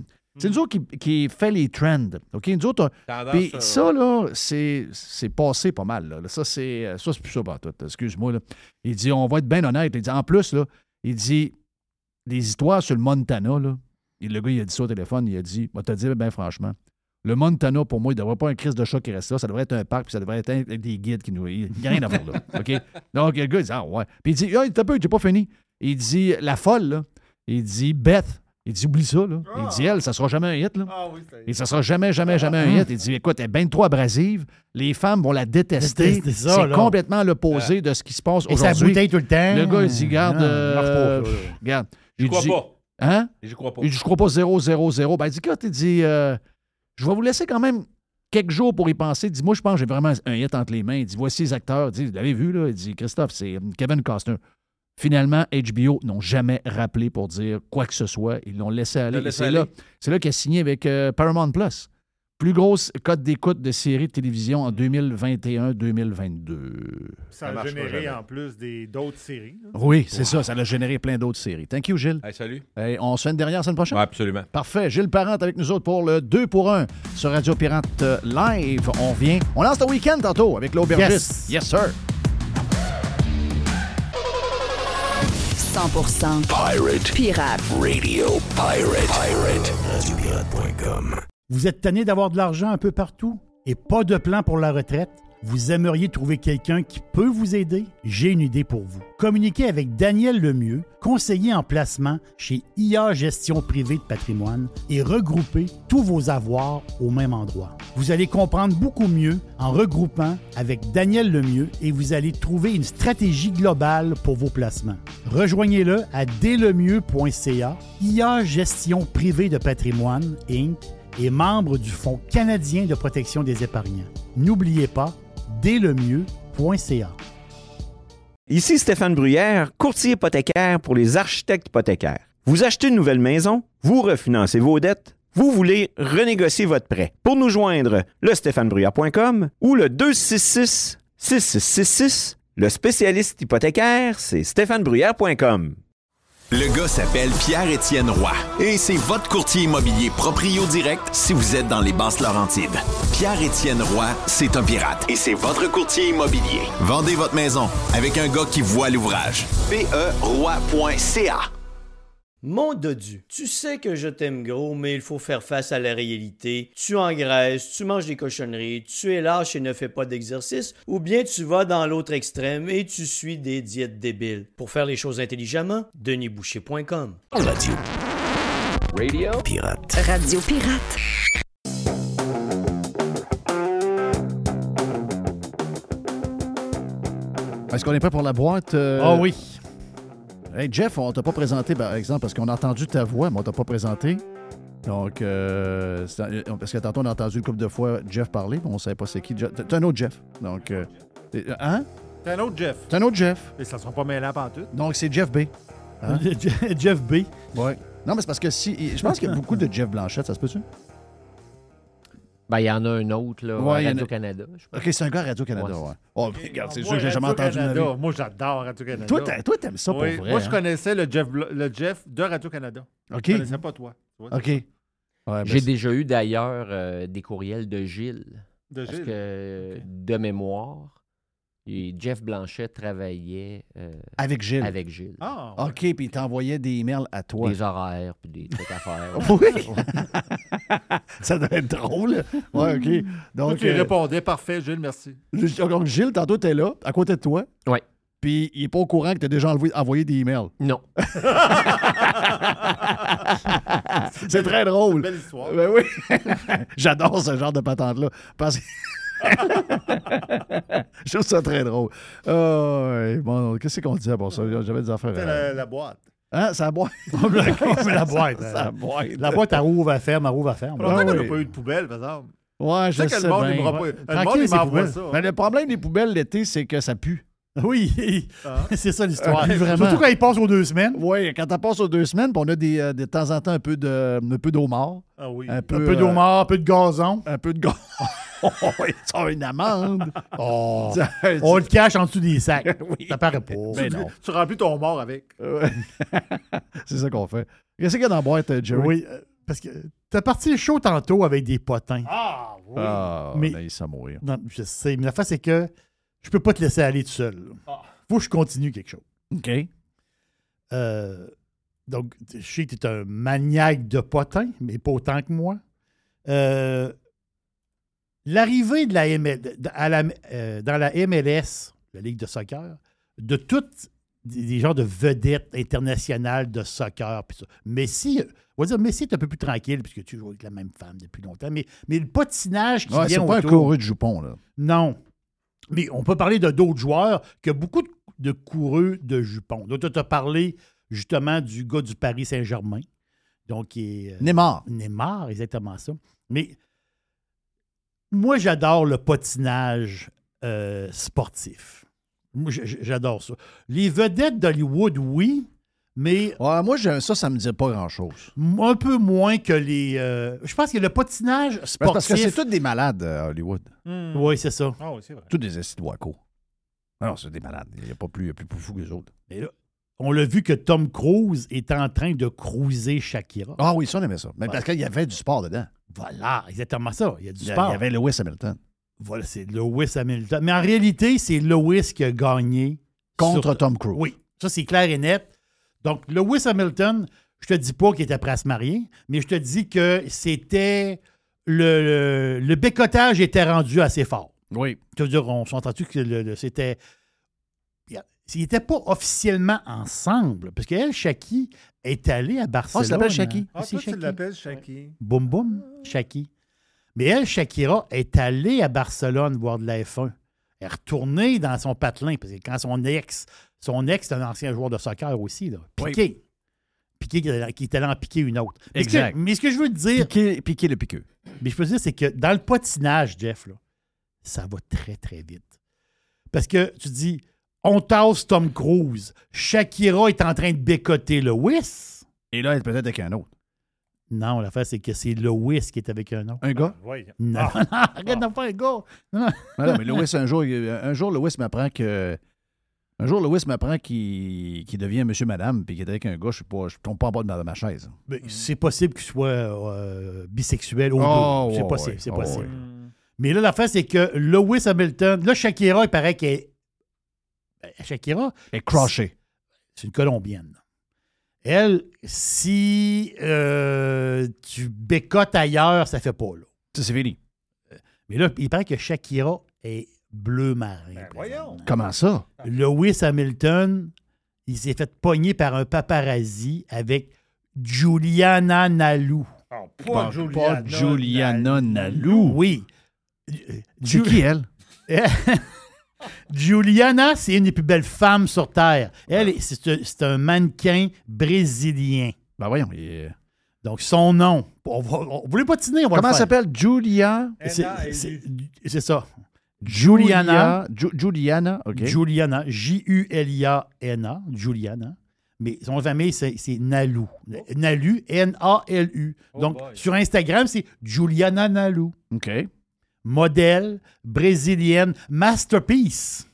qui fait les trends. OK? Nous autres, puis ça, là, c'est passé pas mal. Là. Ça, c'est plus ça, tout. Excuse-moi. Là. Il dit, on va être bien honnête. Il dit, en plus, là, il dit, des histoires sur le Montana, là. Et le gars, il a dit ça au téléphone. Il a dit, va te dire, bien franchement, le Montana, pour moi, il ne devrait pas avoir un crise de chat qui reste là. Ça devrait être un parc, puis ça devrait être des guides qui nous... Il n'y a rien à voir là. OK? Donc, le gars, il dit, ah ouais. Puis il dit, t'as peu, j'ai pas fini. Il dit, la folle, là. Il dit, Beth. Il dit, oublie ça, là. Il dit, elle, ça sera jamais un hit, là. Ah oui, Et ça sera jamais un hit. Il dit, écoute, elle est bien trop abrasive. Les femmes vont la détester. C'est ça, C'est là. complètement l'opposé de ce qui se passe Et ça aujourd'hui. bouteille tout le temps. Le gars, il dit, regarde, Non, marche pas, ça. regarde. Je crois pas. Hein? Je crois pas. Il dit, je crois pas 0-0-0. Ben, il dit, écoute, il dit, je vais vous laisser quand même quelques jours pour y penser. Il dit, moi, je pense que j'ai vraiment un hit entre les mains. Il dit, voici les acteurs. Il dit, vous l'avez vu, là? Il dit, Christophe, c'est Kevin Costner. Finalement, HBO n'ont jamais rappelé pour dire quoi que ce soit. Ils l'ont laissé aller. Et c'est là qu'il a signé avec Paramount Plus. Plus grosse cote d'écoute de séries de télévision en 2021-2022. Ça a marchera généré jamais. en plus d'autres séries. Là. Oui, c'est ça. Ça a généré plein d'autres séries. Thank you, Gilles. Hey, salut. Hey, on se fait une dernière semaine prochaine? Ouais, absolument. Parfait. Gilles Parente avec nous autres pour le 2 pour 1 sur Radio Pirate Live. On revient. On lance le week-end tantôt avec l'aubergiste. Yes, sir. 100% Pirate pirate. Radio. Pirate. Radiopirate.com. Vous êtes tanné d'avoir de l'argent un peu partout et pas de plan pour la retraite? Vous aimeriez trouver quelqu'un qui peut vous aider? J'ai une idée pour vous. Communiquez avec Daniel Lemieux, conseiller en placement chez IA Gestion Privée de Patrimoine et regroupez tous vos avoirs au même endroit. Vous allez comprendre beaucoup mieux en regroupant avec Daniel Lemieux et vous allez trouver une stratégie globale pour vos placements. Rejoignez-le à dlemieux.ca. IA Gestion Privée de Patrimoine, Inc. est membre du Fonds canadien de protection des épargnants. N'oubliez pas, dlemieux.ca. Ici Stéphane Bruyère, courtier hypothécaire pour les architectes hypothécaires. Vous achetez une nouvelle maison, vous refinancez vos dettes, vous voulez renégocier votre prêt. Pour nous joindre, le stéphanebruyère.com ou le 266-6666. Le spécialiste hypothécaire, c'est stéphanebruyère.com. Le gars s'appelle Pierre-Étienne Roy et c'est votre courtier immobilier proprio direct si vous êtes dans les Basses-Laurentides. Pierre-Étienne Roy, c'est un pirate et c'est votre courtier immobilier. Vendez votre maison avec un gars qui voit l'ouvrage. PERoy.ca. Mon dodu, tu sais que je t'aime gros, mais il faut faire face à la réalité. Tu engraisses, tu manges des cochonneries, tu es lâche et ne fais pas d'exercice, ou bien tu vas dans l'autre extrême et tu suis des diètes débiles. Pour faire les choses intelligemment, denisboucher.com. Radio Pirate. Radio Pirate. Est-ce qu'on est prêt pour la boîte? Ah oui. Hey, Jeff, on t'a pas présenté, par exemple, parce qu'on a entendu ta voix, mais on t'a pas présenté. Donc, parce que tantôt, on a entendu une couple de fois Jeff parler, mais on savait pas c'est qui. T'es un autre Jeff. Donc, hein? C'est un autre Jeff. C'est un autre Jeff. Et ça ne sera pas mêlé à pantoute. Donc, c'est Jeff B. Hein? Jeff B. Ouais. Non, mais c'est parce que si. Je pense qu'il y a beaucoup de Jeff Blanchette, ça se peut-tu? Ben, il y en a un autre, là, Ouais, à Radio-Canada. OK, c'est un gars à Radio-Canada, ouais. Oh, regarde, c'est sûr que j'ai jamais entendu de ma vie. Moi, j'adore Radio-Canada. Toi, t'aimes ça pour Oui, vrai. moi, je hein? connaissais le Jeff de Radio-Canada. OK. Je ne connaissais pas toi. Tu vois, OK. Ouais, ben, J'ai déjà eu d'ailleurs des courriels de Gilles. De Parce Gilles. que, de mémoire, et Jeff Blanchet travaillait avec Gilles. avec Gilles. Ah, ouais. OK, puis il t'envoyait des emails à toi. Des horaires, puis des trucs à faire. Oui. Ça doit être drôle. Ouais, OK. Toi, Donc, tu répondais, parfait, Gilles, merci. donc, Gilles, tantôt, t'es là, à côté de toi. Ouais. Puis il n'est pas au courant que tu as déjà envoyé des emails. Non. C'est très drôle. Belle histoire. Ben oui. J'adore ce genre de patente-là. Parce que. Je trouve ça très drôle. Ouais. Bon, qu'est-ce qu'on disait pour ça? J'avais des affaires. C'était la boîte. Hein? C'est la boîte. la boîte. C'est la boîte. La boîte, elle rouvre à ferme, elle rouvre à ferme. Pour longtemps qu'on n'a oui. pas eu de poubelle, par exemple. Ouais, je Tu sais que sais le monde bien. n'aimera pas. Le monde, Tranquille, il ces m'envoie poubelles. ça. Mais le problème des poubelles l'été, c'est que ça pue. Oui, c'est ça l'histoire. Ah, vraiment. Surtout quand il passe aux 2 semaines. Oui, quand tu passes aux 2 semaines, puis on a de temps en temps un peu d'eau mort. Ah oui. Un Un peu d'eau morte, un peu de gazon. Un peu de gaz. Ça a une amende. Oh, on le cache en dessous des sacs. Oui. Ça paraît pas. Ben non. Tu remplis ton mort avec. Ouais. C'est ça qu'on fait. Qu'est-ce qu'il y a dans la boîte, Jerry? Oui, parce que t'as parti chaud tantôt avec des potins. Ah, oui. Ah, Mais- là, il s'est mourir. Non, je sais, mais la face, c'est que je peux pas te laisser aller tout seul. là. Faut que je continue quelque chose. OK. Donc, je sais que tu es un maniaque de potins, mais pas autant que moi. L'arrivée de dans la MLS, la Ligue de soccer, de toutes des genres de vedettes internationales de soccer. Pis ça. Messi, on va dire, Messi est un peu plus tranquille, puisque tu joues avec la même femme depuis longtemps. Mais le patinage qui vient c'est pas autour... un coureux de jupon, là. Non. Mais on peut parler de d'autres joueurs qui ont beaucoup de coureux de jupons. Donc, tu as parlé justement du gars du Paris Saint-Germain. Donc, qui est... Neymar. Neymar, exactement ça. Mais moi, j'adore le patinage sportif. Moi, j'adore ça. Les vedettes d'Hollywood, oui, mais... Ouais, moi, ça me dit pas grand-chose. Un peu moins que les... je pense que le patinage sportif... Parce que c'est tous des malades à Hollywood. Oui, c'est ça. Ah oui, c'est vrai. Tous des estis de wacko. Non, c'est des malades. Il n'y a pas plus fou que les autres. Mais là, on l'a vu que Tom Cruise est en train de cruiser Shakira. Ah oui, ça, on aimait ça. Mais parce qu'il y avait du sport dedans. Voilà, exactement ça. Il y a du sport. Il y avait Lewis Hamilton. Voilà, c'est Lewis Hamilton. Mais en réalité, c'est Lewis qui a gagné. Contre Tom Cruise. Oui, ça, c'est clair et net. Donc, Lewis Hamilton, je te dis pas qu'il était prêt à se marier, mais je te dis que c'était... Le bécotage était rendu assez fort. Oui. Je veux dire, on s'entend-tu que c'était... Ils n'étaient pas officiellement ensemble, parce qu'elle, Shaki, est allée à Barcelone. Ah, ça s'appelle Shaki. Ah, toi, tu l'appelles Shaki. Boum, boum, Shaki. Mais elle, Shakira, est allée à Barcelone voir de la F1. Elle est retournée dans son patelin, parce que quand son ex, c'est un ancien joueur de soccer aussi, là, Piqué. Oui. Piqué qui est allé en piquer une autre. Exact. Mais ce que je veux te dire... Piqué le piqueux. Mais je peux te dire, c'est que dans le patinage, Jeff, là, ça va très, très vite. Parce que tu dis... On tasse Tom Cruise. Shakira est en train de bécoter Lewis. Et là, elle est peut-être avec un autre. Non, l'affaire, c'est que c'est Lewis qui est avec un autre. Un gars? Oui. Non, arrête d'en faire un gars. Non. Mais Lewis, un jour, Lewis m'apprend que... Un jour, Lewis m'apprend qu'il devient monsieur, madame, puis qu'il est avec un gars, je tombe pas en bas de ma chaise. Mais c'est possible qu'il soit bisexuel ou deux. C'est possible, c'est possible. Oui. Mais là, l'affaire, c'est que Lewis Hamilton... Là, Shakira, il paraît qu'elle... Shakira est crochée. C'est une Colombienne. Elle, si tu bécotes ailleurs, ça fait pas, là. Ça, c'est fini. Mais là, il paraît que Shakira est bleu marin. Voyons. Comment ça? Lewis Hamilton, il s'est fait pogner par un paparazzi avec Juliana Nalou. Oh, pas Juliana Nalou. Oui. C'est qui, elle? Juliana, c'est une des plus belles femmes sur Terre. Elle, c'est un mannequin brésilien. Ben voyons. Donc, son nom. Vous voulez patiner? On va Comment le elle faire. s'appelle? Julia? C'est ça. Juliana, OK. Juliana, Juliana, Juliana. Mais son famille, c'est Nalou. Nalou, N-A-L-U. Donc, sur Instagram, c'est Juliana Nalou. OK. Modèle brésilienne, masterpiece.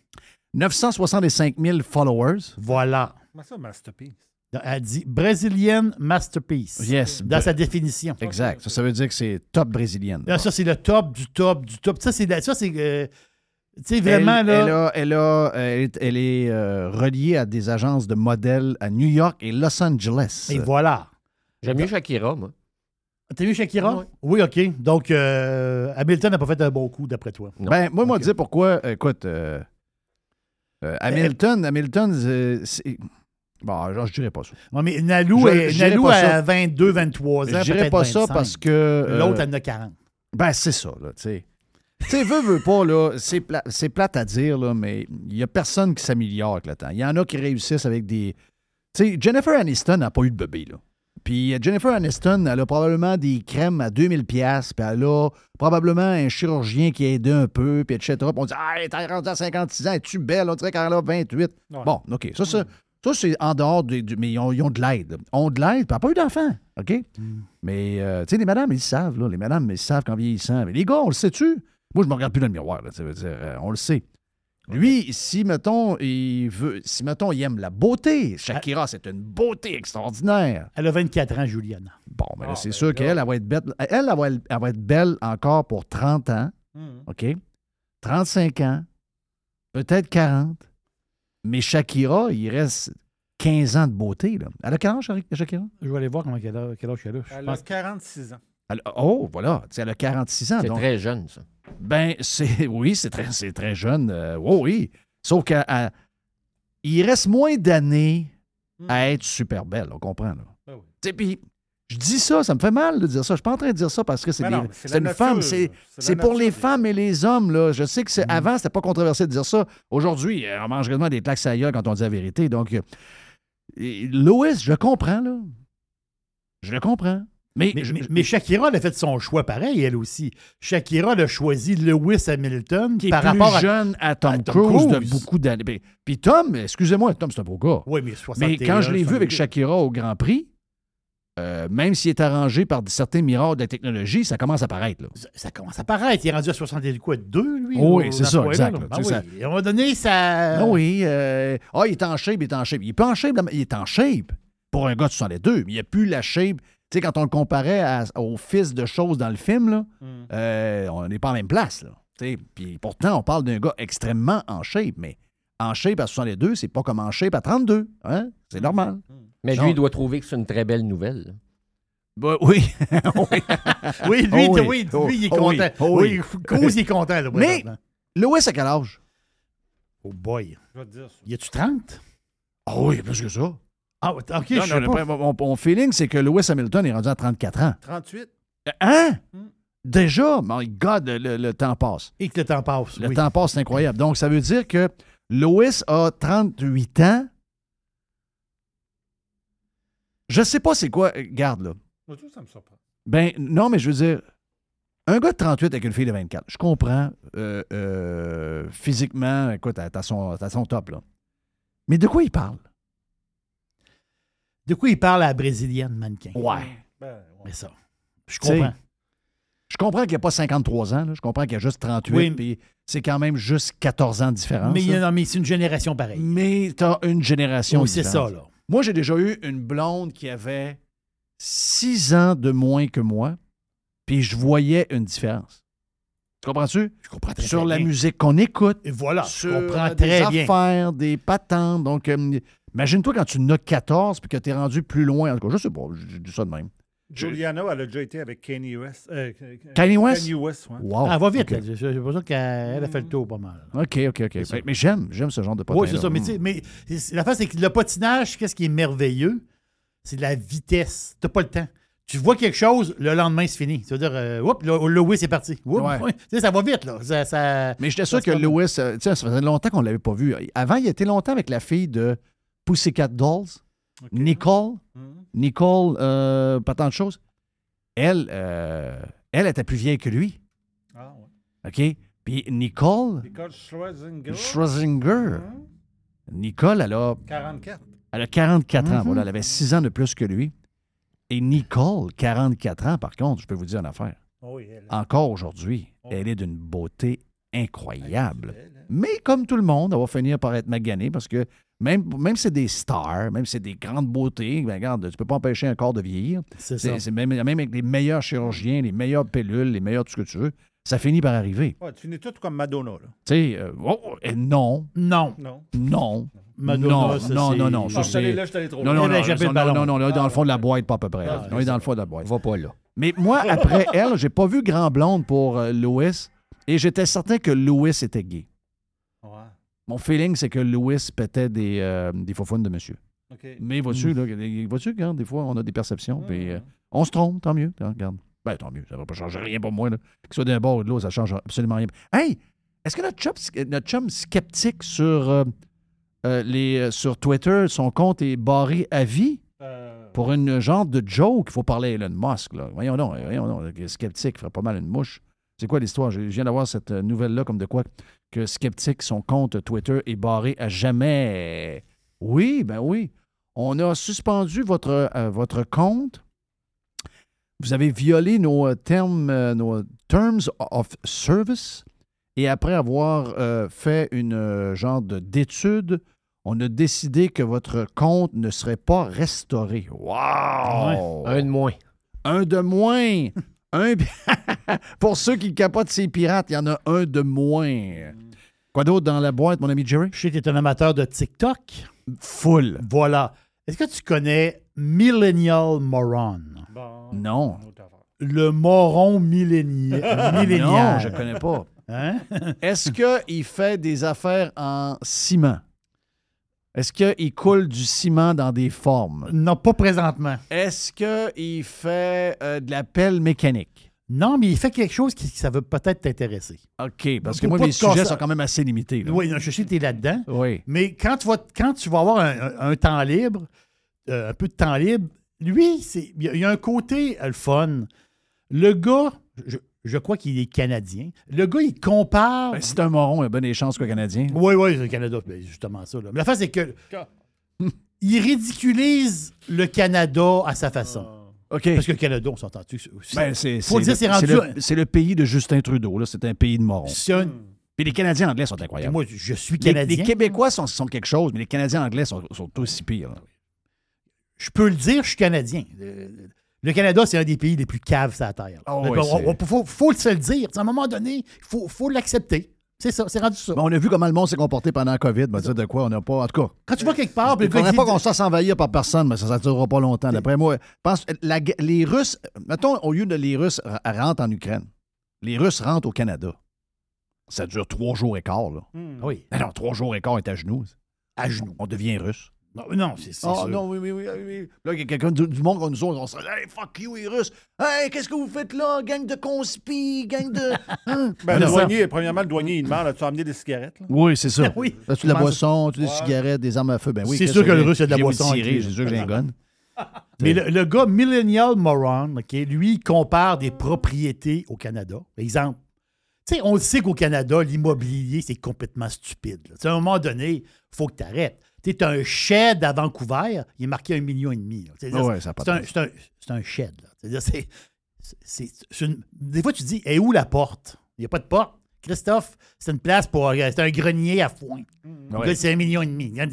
965 000 followers. Voilà. Comment ça, masterpiece? Elle dit brésilienne masterpiece. Yes. Dans sa définition. Exact. Ça veut dire que c'est top brésilienne. Là, ça, c'est le top du top du top. Ça, c'est tu sais, vraiment, elle est reliée à des agences de modèles à New York et Los Angeles. Et voilà. J'aime mieux Shakira, moi. T'as vu Shakira? Oui, OK. Donc, Hamilton n'a pas fait un bon coup, d'après toi. Non. Ben, moi, moi, dire pourquoi. Écoute, Hamilton, c'est... Bon, je dirais pas ça. Ouais, mais Nalou a 22, 23 ans. Je dirais pas 25. Ça parce que... L'autre, elle en a 40. Ben, c'est ça, là, tu sais. Tu sais, veux pas, là, c'est plate à dire, là, mais il n'y a personne qui s'améliore avec le temps. Il y en a qui réussissent avec des... Tu sais, Jennifer Aniston n'a pas eu de bébé, là. Puis Jennifer Aniston, elle a probablement des crèmes à 2000$, puis elle a probablement un chirurgien qui a aidé un peu, puis etc. Puis on dit « Ah, t'es rendu à 56 ans, es-tu belle? On dirait qu'elle a 28. Ouais. » Bon, OK. Ça, c'est en dehors mais ils ont de l'aide. Ils ont de l'aide, puis elle n'a pas eu d'enfant. OK? Mais, tu sais, les madames, ils savent, là. Les madames, ils savent qu'en vieillissant. Mais les gars, on le sait-tu? Moi, je me regarde plus dans le miroir, là. Ça veut dire, on le sait. Lui, si, mettons, il aime la beauté, Shakira, c'est une beauté extraordinaire. Elle a 24 ans, Juliana. Bon, mais là, c'est sûr qu'elle, elle va être belle. Elle va être belle encore pour 30 ans, OK? 35 ans, peut-être 40. Mais Shakira, il reste 15 ans de beauté, là. Elle a quel âge, Shakira? Je vais aller voir quel âge elle a. Elle a 46 ans. Voilà. Elle a 46 ans. C'est très jeune, ça. Ben, c'est très jeune. Oui. Sauf qu'il il reste moins d'années à être super belle, on comprend, là. Ben oui. Tu sais, puis je dis ça me fait mal de dire ça. Je suis pas en train de dire ça parce que c'est Ben non, mais c'est la une nature, femme. là. C'est C'est la pour les nature. femmes et les hommes, là. Je sais que avant, c'était pas controversé de dire ça. Aujourd'hui, on mange vraiment des claques à la gueule quand on dit la vérité. Donc, Lois, je comprends, là. Je le comprends. Mais Shakira, elle a fait son choix pareil, elle aussi. Shakira, elle a choisi Lewis Hamilton Qui est par plus rapport jeune à Tom Tom Cruise de Cruise. beaucoup d'années. Puis Tom, excusez-moi, Tom, c'est un beau gars. Oui, mais 61, Mais quand je l'ai vu avec 62. Shakira au Grand Prix, même s'il est arrangé par certains miracles de la technologie, ça commence à paraître. Là. Ça commence à paraître. Il est rendu à 62, lui. Oui, là, c'est dans ça, ce coin-là, exact, là. là. Ben Tu sais, oui. À un moment donné, ça... Ah oui. il est en shape, il est en shape. Il est pas en shape, il est en shape pour un gars de 62, mais il n'y a plus la shape. Tu sais, quand on le comparait au fils de choses dans le film, là, on n'est pas en même place. Là. Tu sais, puis pourtant, on parle d'un gars extrêmement en shape, mais en shape à 62, c'est pas comme en shape à 32. Hein? C'est normal. Mais Non. lui, il doit trouver que c'est une très belle nouvelle. Ben, oui. Oui, lui, Oh oui. oui, Oh, lui, il est oh oui. content. Oh oui. Oui, Cruise, il est content. Là, Mais, présentement. Lois, à quel âge? Oh boy. Je vais te dire ça. Y a-tu 30? Ah oui, plus que ça. Ah, OK, Non, je sais pas. mon feeling, c'est que Lewis Hamilton est rendu à 34 ans. 38. Hein? Déjà? My God, le temps passe. Et que le temps passe, Le oui. temps passe, c'est incroyable. Donc, ça veut dire que Lois a 38 ans. Je sais pas c'est quoi. Garde, là. Moi, tout, ça me surprend. Ben, non, mais je veux dire, un gars de 38 avec une fille de 24, je comprends. Physiquement, écoute, t'as son top, là. Mais de quoi il parle? De quoi il parle à la brésilienne mannequin? Ouais. Mais ça, je T'sais, comprends. Je comprends qu'il n'y a pas 53 ans, là. Je comprends qu'il y a juste 38, Oui. puis c'est quand même juste 14 ans de différence. Mais, là. non, mais c'est une génération pareille. Mais t'as une génération Oui, c'est différente. ça, là. Moi, j'ai déjà eu une blonde qui avait 6 ans de moins que moi, puis je voyais une différence. Tu comprends-tu? Je comprends très, Sur très la bien. musique qu'on écoute. Et voilà, je sur comprends des très bien. affaires, des patentes. Donc, imagine-toi quand tu n'as 14 puis que tu es rendu plus loin. En tout cas, je sais pas, je dis ça de même. Juliana, elle a déjà été avec Kanye West. Kanye West? Kanye West, ouais. Wow. Ah, elle va vite, OK. là. J'ai l'impression qu'elle a fait le tour pas mal. OK. Mais j'aime ce genre de patin. Oui, c'est ça. Mais, tu sais, mais l'affaire, c'est que le patinage, qu'est-ce qui est merveilleux? C'est de la vitesse. Tu n'as pas le temps. Tu vois quelque chose, le lendemain, c'est fini. Ça veut dire, oups, Lewis est parti. Oups, Ouais. ouais. Tu sais, ça va vite, là. Mais j'étais sûr ça se que promène. Lewis, tu sais, ça faisait longtemps qu'on ne l'avait pas vu. Avant, il était longtemps avec la fille de Pussycat Dolls, Nicole. Nicole, pas tant de choses. Elle était plus vieille que lui. Ah, ouais. OK? Puis Nicole Nicole Scherzinger. Schrödinger. Nicole, elle a 44. 44 ans. Voilà, elle avait 6 ans de plus que lui. Et Nicole, 44 ans, par contre, je peux vous dire une affaire. Oh oui, elle. Encore aujourd'hui, elle est d'une beauté incroyable. Mais comme tout le monde, elle va finir par être maganée parce que même si c'est des stars, même si c'est des grandes beautés, ben regarde, tu peux pas empêcher un corps de vieillir. C'est ça. C'est même avec les meilleurs chirurgiens, les meilleures pilules, les meilleurs tout ce que tu veux, ça finit par arriver. Ouais, tu finis tout comme Madonna, là. Tu sais, non. Non. Non. Madonna, ça, c'est- non. Ça, Ah, je suis allé c'est... là, je suis allé trop Non, loin. non, Elle a jappé le ballon. non, là, dans le fond de la boîte, pas à peu près. là. Ah, On est dans le fond de la boîte. Va pas là. Mais moi, après elle, j'ai pas vu Grand Blonde pour Lewis et j'étais certain que Lewis était gay. Ouais. Mon feeling, c'est que Lewis pétait des faufounes de monsieur. OK. Mais vois-tu, là, regarde, des fois, on a des perceptions, puis on se trompe, tant mieux. Regarde. Ben, tant mieux, ça va pas changer rien pour moi. Là. Qu'il soit d'un bord ou de l'autre, ça change absolument rien. Hey, est-ce que notre chum sceptique sur sur Twitter, son compte est barré à vie? Pour une genre de joke, il faut parler à Elon Musk. Là. Voyons donc, sceptique ferait pas mal une mouche. C'est quoi l'histoire? Je viens d'avoir cette nouvelle-là comme de quoi que Skeptic, son compte Twitter est barré à jamais. Oui, ben oui. On a suspendu votre compte. Vous avez violé nos termes of service. Et après avoir fait une genre d'étude, on a décidé que votre compte ne serait pas restauré. Wow! Un de moins. Un de moins. Pour ceux qui capotent ces pirates, il y en a un de moins. Quoi d'autre dans la boîte, mon ami Jerry? Je sais que tu es un amateur de TikTok. Full. Voilà. Est-ce que tu connais Millennial Moron? Bon, Non. Le moron millénial. Non, je ne connais pas. Hein? Est-ce qu'il fait des affaires en ciment? Est-ce qu'il coule du ciment dans des formes? Non, pas présentement. Est-ce qu'il fait de la pelle mécanique? Non, mais il fait quelque chose qui ça va peut-être t'intéresser. OK, parce que Pour moi, pas mes te sujets casser- sont quand même assez limités. Là. Oui, non, je sais que tu es là-dedans. Oui. Mais quand tu vas avoir un temps libre, un peu de temps libre, lui, il y a un côté le fun. Le gars, je crois qu'il est Canadien. Le gars, il compare... Ben, si c'est un moron, il y a bien des chances qu'un Canadien. Oui, c'est le Canada. Ben, justement ça. Là. Mais la face, c'est que il ridiculise le Canada à sa façon. OK. Parce que le Canada, on s'entend-tu? Ben, Faut le dire, c'est rendu... c'est le pays de Justin Trudeau. Là. C'est un pays de morons. Puis les Canadiens anglais sont incroyables. Moi, je suis Canadien. Les Québécois sont quelque chose, mais les Canadiens anglais sont aussi pires. Là. Je peux le dire, je suis Canadien. Le Canada, c'est un des pays les plus caves sur la Terre. Faut se le dire. À un moment donné, il faut l'accepter. C'est ça, c'est rendu ça. Mais on a vu comment le monde s'est comporté pendant la COVID. On va dire de quoi on n'a pas. En tout cas. Quand tu vas quelque part. Il ne faudrait pas qu'on se fasse envahir par personne, mais ça ne durera pas longtemps. D'après moi, pense, les Russes, mettons, au lieu de les Russes rentrent en Ukraine, les Russes rentrent au Canada. Ça dure 3 jours et quart. Là. Oui. Alors, 3 jours et quart est à genoux. À genoux. On devient russe. Non, c'est sûr. Non, oui. Là, il y a quelqu'un du monde comme nous autres, on se dit « Hey, fuck you, les Russes! Hey, qu'est-ce que vous faites là? Gang de conspi, gang de... Hein? » Le douanier, premièrement, le douanier, il demande « As-tu amené des cigarettes? » Oui, c'est ça. Oui. As-tu de la boisson, as-tu des cigarettes, des armes à feu? Ben oui. C'est sûr que le Russe a de la boisson. C'est sûr que j'ai un gun. Mais le gars Millennial Moron, lui, il compare des propriétés au Canada. Par exemple, tu sais, on le sait qu'au Canada, l'immobilier, c'est complètement stupide. À un moment donné, il faut que tu arrêtes. Tu as un shed à Vancouver, il est marqué 1,5 million. C'est un shed. C'est-à-dire, des fois, tu te dis, où la porte? Il n'y a pas de porte. Christophe, c'est une place pour... C'est un grenier à foin. Là, c'est 1,5 million.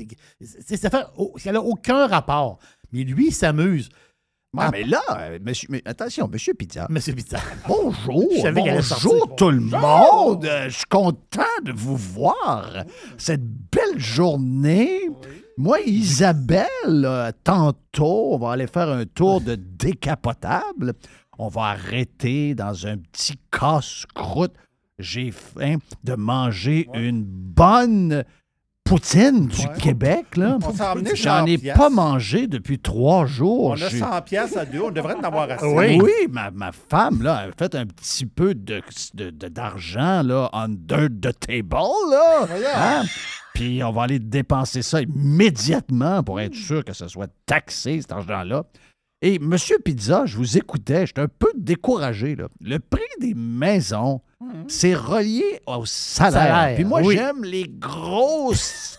Ça n'a aucun rapport. Mais lui, il s'amuse. Mais là, attention, Monsieur Pizza. Monsieur Pizza. Bonjour. Bonjour tout le monde. Je suis content de vous voir. Cette belle journée. Moi, Isabelle, tantôt, on va aller faire un tour de décapotable. On va arrêter dans un petit casse-croûte. J'ai faim de manger une bonne poutine du Québec, là. J'en ai pas mangé depuis 3 jours. On a 100 piastres à 2, on devrait en avoir assez. Oui, ma femme, là, a fait un petit peu d'argent, là, under the table, là. Hein? Puis on va aller dépenser ça immédiatement pour être sûr que ce soit taxé, cet argent-là. Et M. Pizza, je vous écoutais, j'étais un peu découragé, là. Le prix des maisons, c'est relié au salaire. Puis moi, j'aime les gros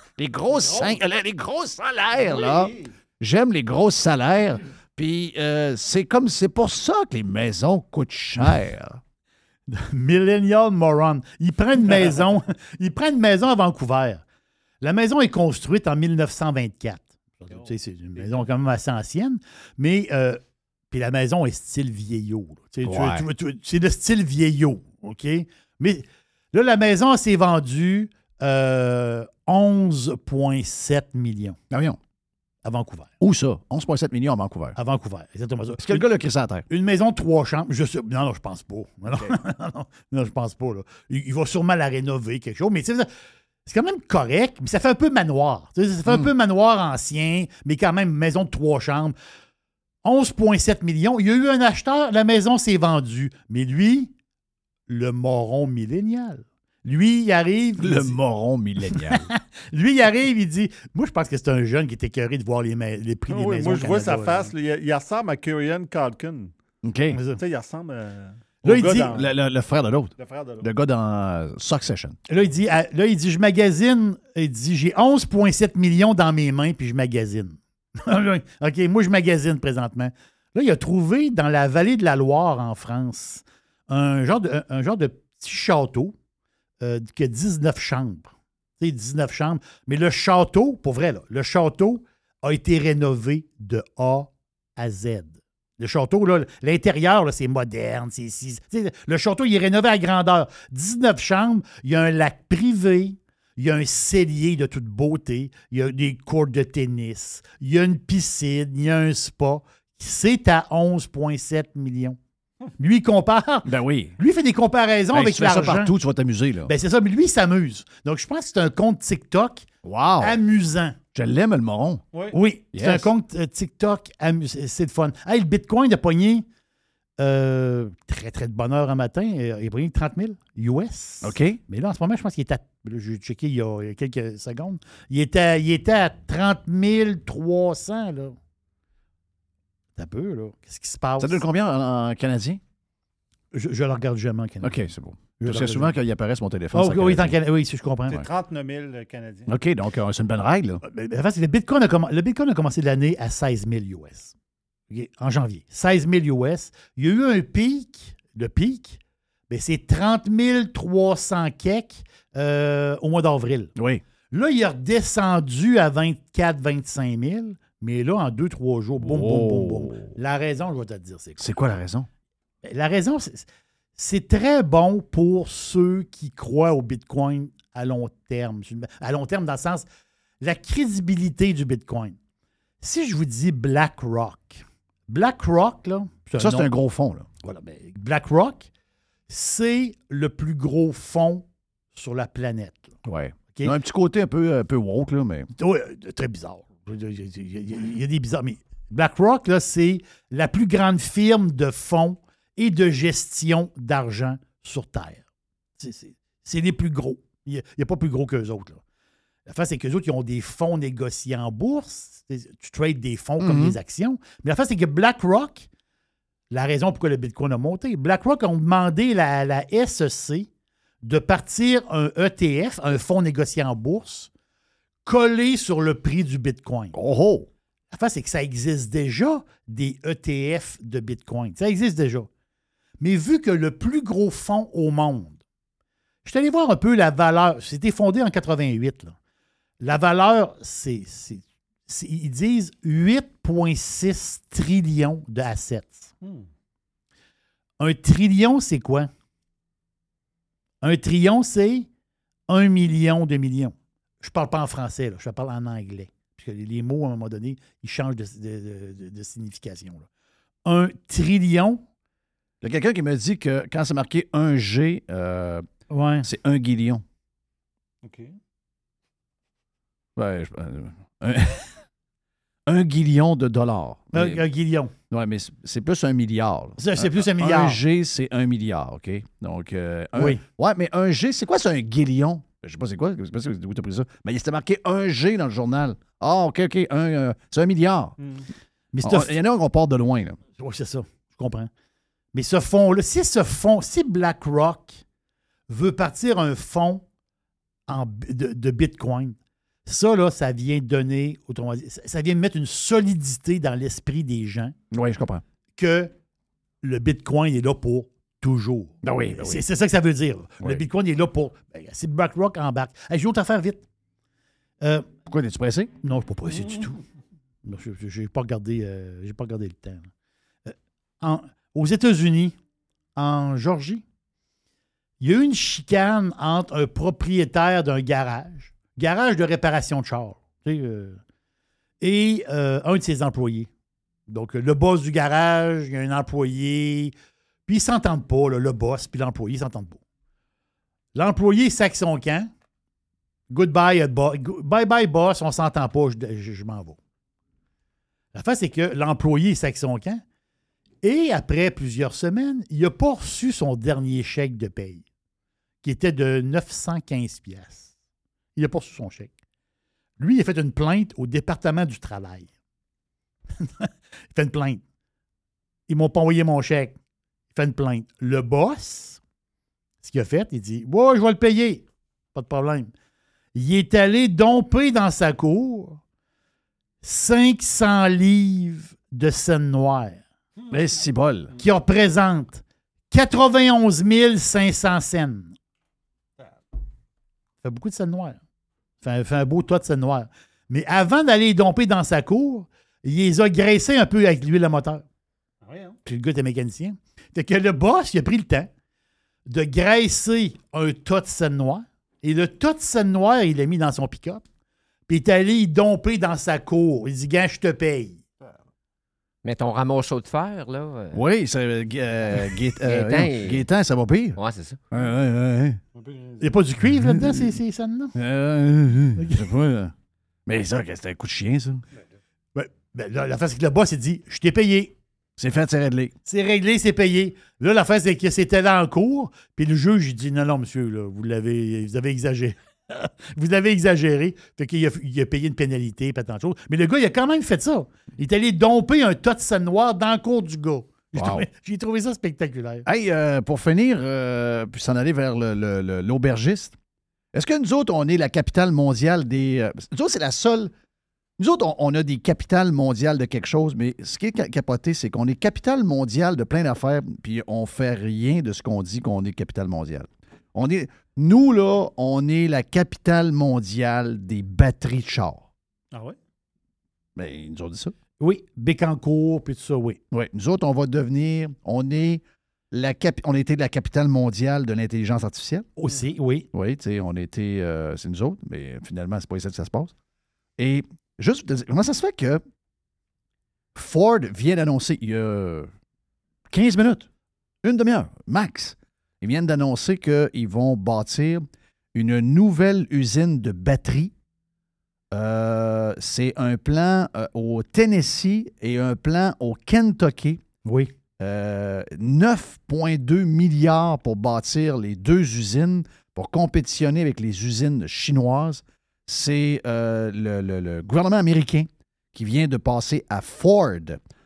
salaires, là. J'aime les gros salaires. Puis c'est pour ça que les maisons coûtent cher. Millennial Moron. Il prend une maison à Vancouver. La maison est construite en 1924. Tu sais, c'est une maison quand même assez ancienne, mais puis la maison est style vieillot. C'est le style vieillot, OK? Mais là, la maison s'est vendue 11,7 millions. Voyons. À Vancouver. Où ça? 11,7 millions à Vancouver. À Vancouver, exactement ça. Est-ce que le gars l'a créé ça à terre? Une maison de 3 chambres. Non, je pense pas. Non, je pense pas. Là. Il va sûrement la rénover, quelque chose. Mais tu sais, c'est quand même correct, mais ça fait un peu manoir. Ça fait un peu manoir ancien, mais quand même maison de 3 chambres. 11,7 millions. Il y a eu un acheteur, la maison s'est vendue. Mais lui, le moron millénial. Lui, il arrive... moron millénial. Lui, il arrive, il dit... Moi, je pense que c'est un jeune qui est écœuré de voir les prix des maisons. Moi, je vois sa face. Il ressemble à Kieran Culkin. OK. Tu sais, il ressemble à... Là, il dit... Le frère de l'autre. Le frère de l'autre. Le gars dans Succession. Là, il dit, je magasine. Il dit, j'ai 11,7 millions dans mes mains, puis je magasine. OK, moi, je magasine présentement. Là, il a trouvé dans la vallée de la Loire, en France, un genre de petit château qui a 19 chambres. Tu sais, 19 chambres. Mais le château, pour vrai, là, le château a été rénové de A à Z. Le château, là, l'intérieur, là, c'est moderne. Le château, il est rénové à grandeur. 19 chambres, il y a un lac privé, il y a un cellier de toute beauté, il y a des courts de tennis, il y a une piscine, il y a un spa. C'est à 11,7 millions. Lui, il compare. Ben oui. Lui, il fait des comparaisons avec Tu fais ça l'argent. partout, tu vas t'amuser, là. Ben, c'est ça, mais lui, il s'amuse. Donc, je pense que c'est un compte TikTok amusant. Je l'aime, le moron. Oui, c'est un Yes. compte TikTok amusant. C'est le fun. Hey, le Bitcoin a pogné très, très de bonne heure un matin. Il a pogné 30 000 US. OK. Mais là, en ce moment, je pense qu'il est à... là, j'ai checké il y a quelques secondes. Il était à 30 300, là. T'as peu, là. Qu'est-ce qui se passe? Ça donne combien en canadien? Je le regarde jamais en canadien. OK, c'est bon. Parce que souvent, quand il apparaît sur mon téléphone, Oh, c'est oui, canadien. oui, si je comprends. C'est 39 000 Canadiens. OK, donc c'est une bonne règle, là. En fait, le Bitcoin a commencé l'année à 16 000 US. OK, en janvier. 16 000 US. Il y a eu un pic. Le pic, ben, c'est 30 300 kek au mois d'avril. Oui. Là, il est redescendu à 24-25 000. Mais là, en 2-3 jours, boum, boum, boum, boum. La raison, je vais te dire, c'est quoi? C'est quoi la raison? La raison, c'est très bon pour ceux qui croient au Bitcoin à long terme. À long terme, dans le sens, la crédibilité du Bitcoin. Si je vous dis BlackRock, là... Ça, c'est un gros fonds, là. Voilà, ben, BlackRock, c'est le plus gros fonds sur la planète. Oui. OK? Il y a un petit côté un peu woke, là, mais... Oui, très bizarre. Il y a des bizarres, mais BlackRock, là, c'est la plus grande firme de fonds et de gestion d'argent sur Terre. C'est les plus gros. Il n'y a pas plus gros qu'eux autres. Là. La face, c'est qu'eux autres, ils ont des fonds négociés en bourse. Tu trades des fonds comme des actions. Mais la face, c'est que BlackRock, la raison pourquoi le Bitcoin a monté, BlackRock ont demandé la SEC de partir un ETF, un fonds négocié en bourse, collé sur le prix du Bitcoin. Oh! La face, c'est que ça existe déjà, des ETF de Bitcoin. Ça existe déjà. Mais vu que le plus gros fonds au monde, je suis allé voir un peu la valeur. C'était fondé en 88. Là. La valeur, ils disent 8,6 trillions d'assets. Un trillion, c'est quoi? Un trillion, c'est 1 million de millions. Je ne parle pas en français, là, je parle en anglais. Parce que les mots, à un moment donné, ils changent de signification. Là. 1 trillion. Il y a quelqu'un qui me dit que quand c'est marqué 1 G, c'est 1 guillion. OK. Ouais, un guillion de dollars. Un guillion. Oui, mais c'est plus 1 milliard. C'est plus 1 milliard. 1 G, c'est 1 milliard, OK? Donc, oui. Ouais, mais 1 G, c'est quoi, c'est un guillion? Je sais pas c'est quoi, je sais pas où tu as pris ça. Mais il s'était marqué 1 G dans le journal. Ah, OK, c'est 1 milliard. Mais il y en a qu'on part de loin, là. Oui, c'est ça. Je comprends. Mais ce fonds-là, si BlackRock veut partir un fonds de Bitcoin, ça, là, ça vient donner, autrement dit, ça vient mettre une solidité dans l'esprit des gens. Oui, je comprends. Que le Bitcoin est là pour toujours. Ben oui. C'est ça que ça veut dire. Oui. Le Bitcoin est là pour... si BlackRock embarque. Hey, j'ai autre affaire vite. Pourquoi, es-tu pressé? Non, je ne suis pas pressé du tout. Je n'ai pas regardé le temps. Aux États-Unis, en Georgie, il y a eu une chicane entre un propriétaire d'un garage de réparation de chars, et un de ses employés. Donc, le boss du garage, il y a un employé, puis ils ne s'entendent pas, là, le boss puis l'employé ne s'entendent pas. L'employé sac son camp. Goodbye, bye-bye, boss, on ne s'entend pas, je m'en vais. La face, c'est que l'employé sac son camp, et après plusieurs semaines, il n'a pas reçu son dernier chèque de paye, qui était de 915 piastres. Il n'a pas reçu son chèque. Lui, il a fait une plainte au département du travail. Il fait une plainte. Ils ne m'ont pas envoyé mon chèque. Il fait une plainte. Le boss, ce qu'il a fait, il dit « Ouais, je vais le payer. Pas de problème. » Il est allé domper dans sa cour 500 livres de scène noire. Mais c'est bol. Qui représente 91 500 cents. Ça fait beaucoup de scène noire. Ça fait un beau tas de scène noire. Mais avant d'aller les domper dans sa cour, il les a graissés un peu avec l'huile à moteur. Puis le gars était mécanicien. Fait que le boss, il a pris le temps de graisser un tas de scène noire. Et le tas de scène noire, il l'a mis dans son pick-up. Puis il est allé y domper dans sa cour. Il dit « Gars, je te paye. » Mais ton ramasseau de fer, là... Oui, c'est Gaétan, ça va pire. Ouais, c'est ça. Il n'y a pas du cuivre là-dedans, ces scènes-là? Je sais pas. Là. Mais ça, c'était un coup de chien, ça. Là, la face c'est que le boss, il dit « Je t'ai payé. » C'est fait, c'est réglé. C'est réglé, c'est payé. Là, la face, c'est que c'était là en cours. Puis le juge, il dit « Non, monsieur, là, vous avez exagéré. » Vous avez exagéré. Fait qu'il a payé une pénalité, pas tant de choses. Mais le gars, il a quand même fait ça. Il est allé domper un tas de scène noire dans le cours du gars. J'ai trouvé ça spectaculaire. Hey, pour finir, puis s'en aller vers l'aubergiste, est-ce que nous autres, on est la capitale mondiale des... nous autres, c'est la seule... Nous autres, on a des capitales mondiales de quelque chose, mais ce qui est capoté, c'est qu'on est capitale mondiale de plein d'affaires, puis on fait rien de ce qu'on dit qu'on est capitale mondiale. Nous, là, on est la capitale mondiale des batteries de chars. Ah ouais? Bien, ils nous ont dit ça. Oui, Bécancour, puis tout ça, oui. Oui, nous autres, on va devenir... On était la capitale mondiale de l'intelligence artificielle. Aussi, oui. Oui, tu sais, on était... c'est nous autres, mais finalement, c'est pas ici que ça se passe. Et juste, comment ça se fait que Ford vient d'annoncer, il y a 15 minutes, une demi-heure, max, ils viennent d'annoncer qu'ils vont bâtir une nouvelle usine de batteries. C'est un plan au Tennessee et un plan au Kentucky. Oui. 9,2 milliards pour bâtir les deux usines, pour compétitionner avec les usines chinoises. C'est le gouvernement américain qui vient de passer à Ford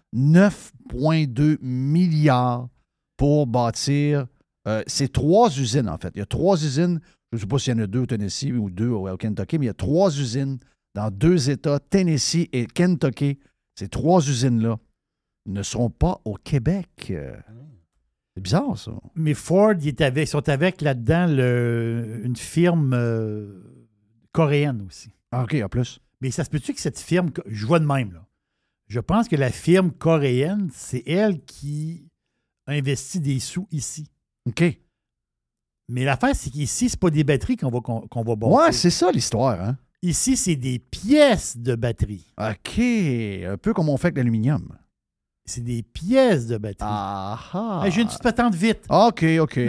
9,2 milliards pour bâtir... c'est 3 usines, en fait. Il y a 3 usines. Je ne sais pas s'il y en a 2 au Tennessee ou 2 au Kentucky, mais il y a 3 usines dans 2 États, Tennessee et Kentucky. Ces 3 usines-là ne seront pas au Québec. C'est bizarre, ça. Mais Ford, ils sont avec là-dedans une firme coréenne aussi. Ah, OK, en plus. Mais ça se peut-tu que cette firme... Je vois de même, là. Je pense que la firme coréenne, c'est elle qui investit des sous ici. OK. Mais l'affaire, c'est qu'ici, c'est pas des batteries qu'on va bâtir. Ouais, c'est ça l'histoire, hein? Ici, c'est des pièces de batterie. OK. Un peu comme on fait avec l'aluminium. C'est des pièces de batterie. Ah ah. Hey, j'ai une petite patente vite. OK. Non, OK.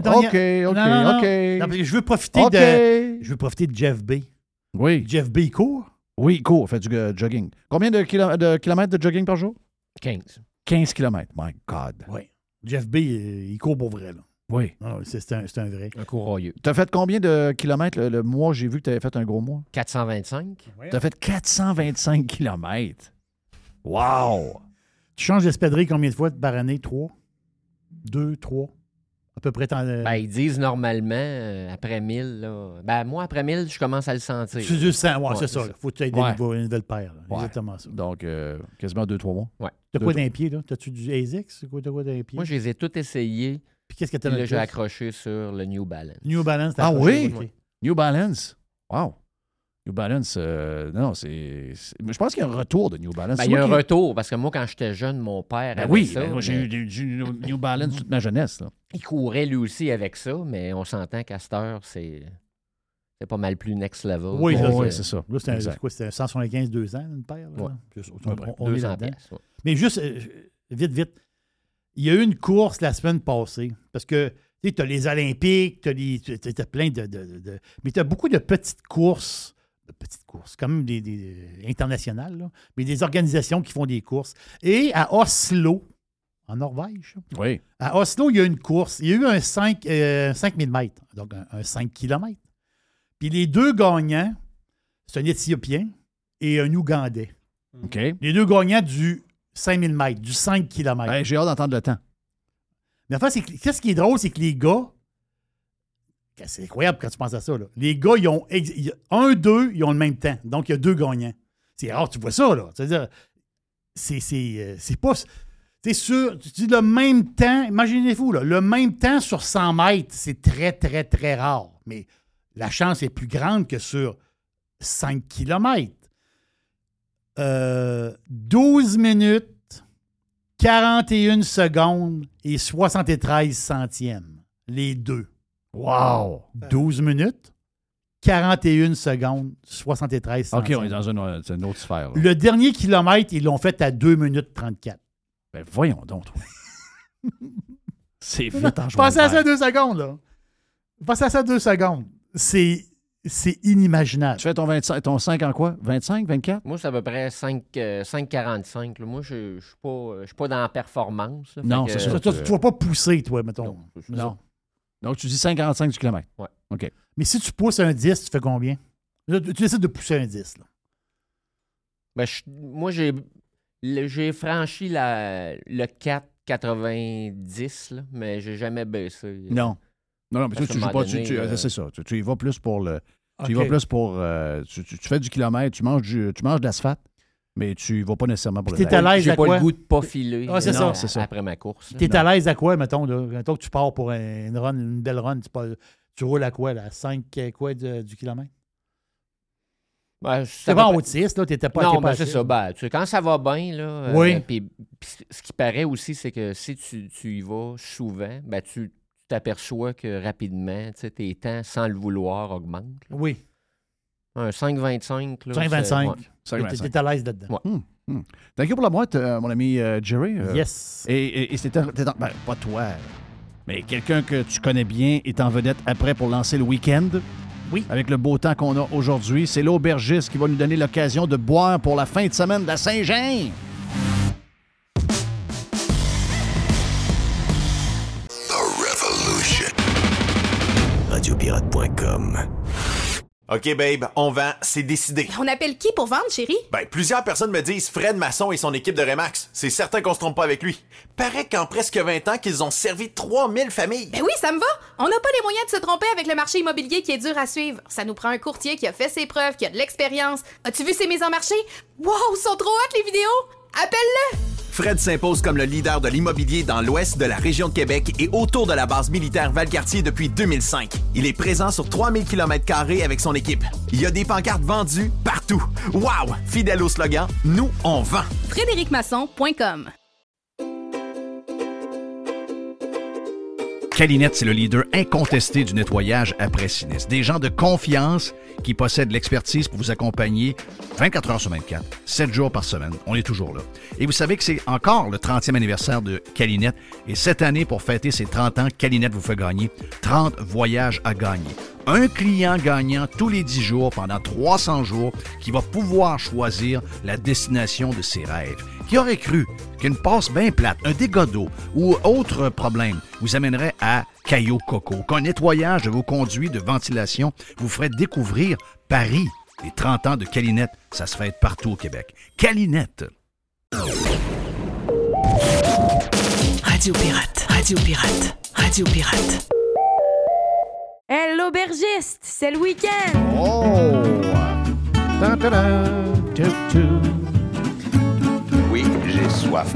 Je veux profiter de Jeff B. Oui. Jeff B, il court? Oui, il court, fait du jogging. Combien de kilomètres de jogging par jour? 15. 15 kilomètres. My God. Oui. Jeff B, il court pour vrai, là. Oui. Non, c'est un vrai. Un courroyeux. Tu as fait combien de kilomètres le mois? J'ai vu que tu avais fait un gros mois. 425. Tu as fait 425 kilomètres. Wow! Tu changes d'espadrille combien de fois par année? 3? 2, 3? À peu près. Ils disent normalement, après 1000, là... Ben, moi, après 1000, je commence à le sentir. Tu le sens, ouais, c'est ça. Il faut que tu aies une nouvelle paire. Là. Ouais. Exactement ça. Donc, quasiment 2-3 mois. Ouais. T'as quoi d'un pied, là? T'as-tu du ASICS? C'est quoi d'un pied? Moi, je les ai tous essayés. Puis qu'est-ce que t'as là, j'ai accroché sur le New Balance. New Balance, t'as accroché? Oui? New Balance? Wow! New Balance, non, c'est... Je pense qu'il y a un retour de New Balance. Il y a un retour, parce que moi, quand j'étais jeune, mon père avait ça. Moi, j'ai eu du New Balance toute ma jeunesse. Là. Il courait lui aussi avec ça, mais on s'entend qu'à cette heure, c'est pas mal plus next level. Oui, c'est ça. Là, c'était 175, 2 ans, une paire? Là? Ouais. On est là-dedans. Pièces, ouais. Mais juste, vite, il y a eu une course la semaine passée, parce que tu as les Olympiques, tu as plein de... Mais tu as beaucoup de petites courses, quand même des internationales, là, mais des organisations qui font des courses. Et à Oslo, en Norvège, oui. À Oslo, il y a une course. Il y a eu un 5000 mètres, donc un 5 km. Puis les 2 gagnants, c'est un Éthiopien et un Ougandais. OK. Les 2 gagnants du 5000 mètres, du 5 km. Hey, j'ai hâte d'entendre le temps. Mais enfin, qu'est-ce qui est drôle, c'est que les gars, c'est incroyable quand tu penses à ça, là. Les gars, ils ont 1-2, ils ont le même temps. Donc, il y a 2 gagnants. C'est rare, tu vois ça, là. C'est-à-dire, c'est pas... C'est sûr, tu dis le même temps, imaginez-vous, là, le même temps sur 100 mètres, c'est très, très, très rare. Mais la chance est plus grande que sur 5 km. 12 minutes, 41 secondes et 73 centièmes. Les 2. Wow! 12 minutes, 41 secondes, 73 OK, centièmes. on est dans une autre sphère. Là. Le dernier kilomètre, ils l'ont fait à 2 minutes 34. Ben voyons donc, toi. C'est vite en Pensez à ça 2 secondes, là. Pensez à ça 2 secondes. C'est inimaginable. Tu fais ton 5 en quoi? 25, 24? Moi, c'est à peu près 5,45. Moi, je ne suis pas dans la performance. Là. Non, Fait c'est que, ça. Tu ne vas pas pousser, toi, mettons. Non. Donc, tu dis 5,45 du kilomètre. Ouais. OK. Mais si tu pousses un 10, tu fais combien? Là, tu décides de pousser un 10. Là. Ben, moi, j'ai franchi le 4,90, là, mais j'ai jamais baissé. Non, mais Parce toi, tu qu'à un joues pas. moment donné, C'est ça. Tu y vas plus pour le. OK. Tu y vas plus pour. Tu fais du kilomètre, tu manges de l'asphalte, mais tu y vas pas nécessairement pour Puis le. t'es à l'aise J'ai à pas quoi? le goût de pas filer Ah, c'est ça. C'est ça. après ma course. Tu es à l'aise à quoi, mettons? Là? Mettons que tu pars pour une belle run. Tu roules à quoi? Là? À 5 quoi du kilomètre? Ben, C'est pas en haut de 6, là. T'étais pas Non, pas c'est ça. Ben, quand ça va bien, là. Oui. Puis ce qui paraît aussi, c'est que si tu y vas souvent, ben, tu t'aperçois que rapidement, tes temps, sans le vouloir, augmentent. Là. Oui. Un 5,25. 5,25. Ouais. T'es à l'aise là-dedans. Ouais. Thank you pour la boîte, mon ami Jerry. Yes. Et c'était. Ben, pas toi, mais quelqu'un que tu connais bien est en vedette après pour lancer le week-end. Oui. Avec le beau temps qu'on a aujourd'hui. C'est l'aubergiste qui va nous donner l'occasion de boire pour la fin de semaine de la Saint-Jean. Radiopirate.com. OK, babe, on vend, c'est décidé. On appelle qui pour vendre, chérie? Ben, plusieurs personnes me disent Fred Masson et son équipe de Remax. C'est certain qu'on se trompe pas avec lui. Paraît qu'en presque 20 ans, qu'ils ont servi 3000 familles. Ben oui, ça me va. On n'a pas les moyens de se tromper avec le marché immobilier qui est dur à suivre. Ça nous prend un courtier qui a fait ses preuves, qui a de l'expérience. As-tu vu ses mises en marché? Wow, sont trop hot les vidéos! Appelle-le! Fred s'impose comme le leader de l'immobilier dans l'ouest de la région de Québec et autour de la base militaire Valcartier depuis 2005. Il est présent sur 3000 km² avec son équipe. Il y a des pancartes vendues partout. Wow! Fidèle au slogan, nous, on vend. FrédéricMasson.com. Calinette, c'est le leader incontesté du nettoyage après sinistre. Des gens de confiance qui possèdent l'expertise pour vous accompagner 24 heures sur 24, 7 jours par semaine. On est toujours là. Et vous savez que c'est encore le 30e anniversaire de Calinette. Et cette année, pour fêter ses 30 ans, Calinette vous fait gagner 30 voyages à gagner. Un client gagnant tous les 10 jours pendant 300 jours qui va pouvoir choisir la destination de ses rêves. Qui aurait cru qu'une passe bien plate, un dégât d'eau ou autre problème vous amènerait à Caillou Coco, qu'un nettoyage de vos conduits de ventilation vous ferait découvrir Paris. Les 30 ans de Calinette, ça se fête partout au Québec. Calinette. Radio Pirate, Radio Pirate, Radio Pirate. Hey, l'aubergiste, c'est le week-end! Oh! Oui, j'ai soif.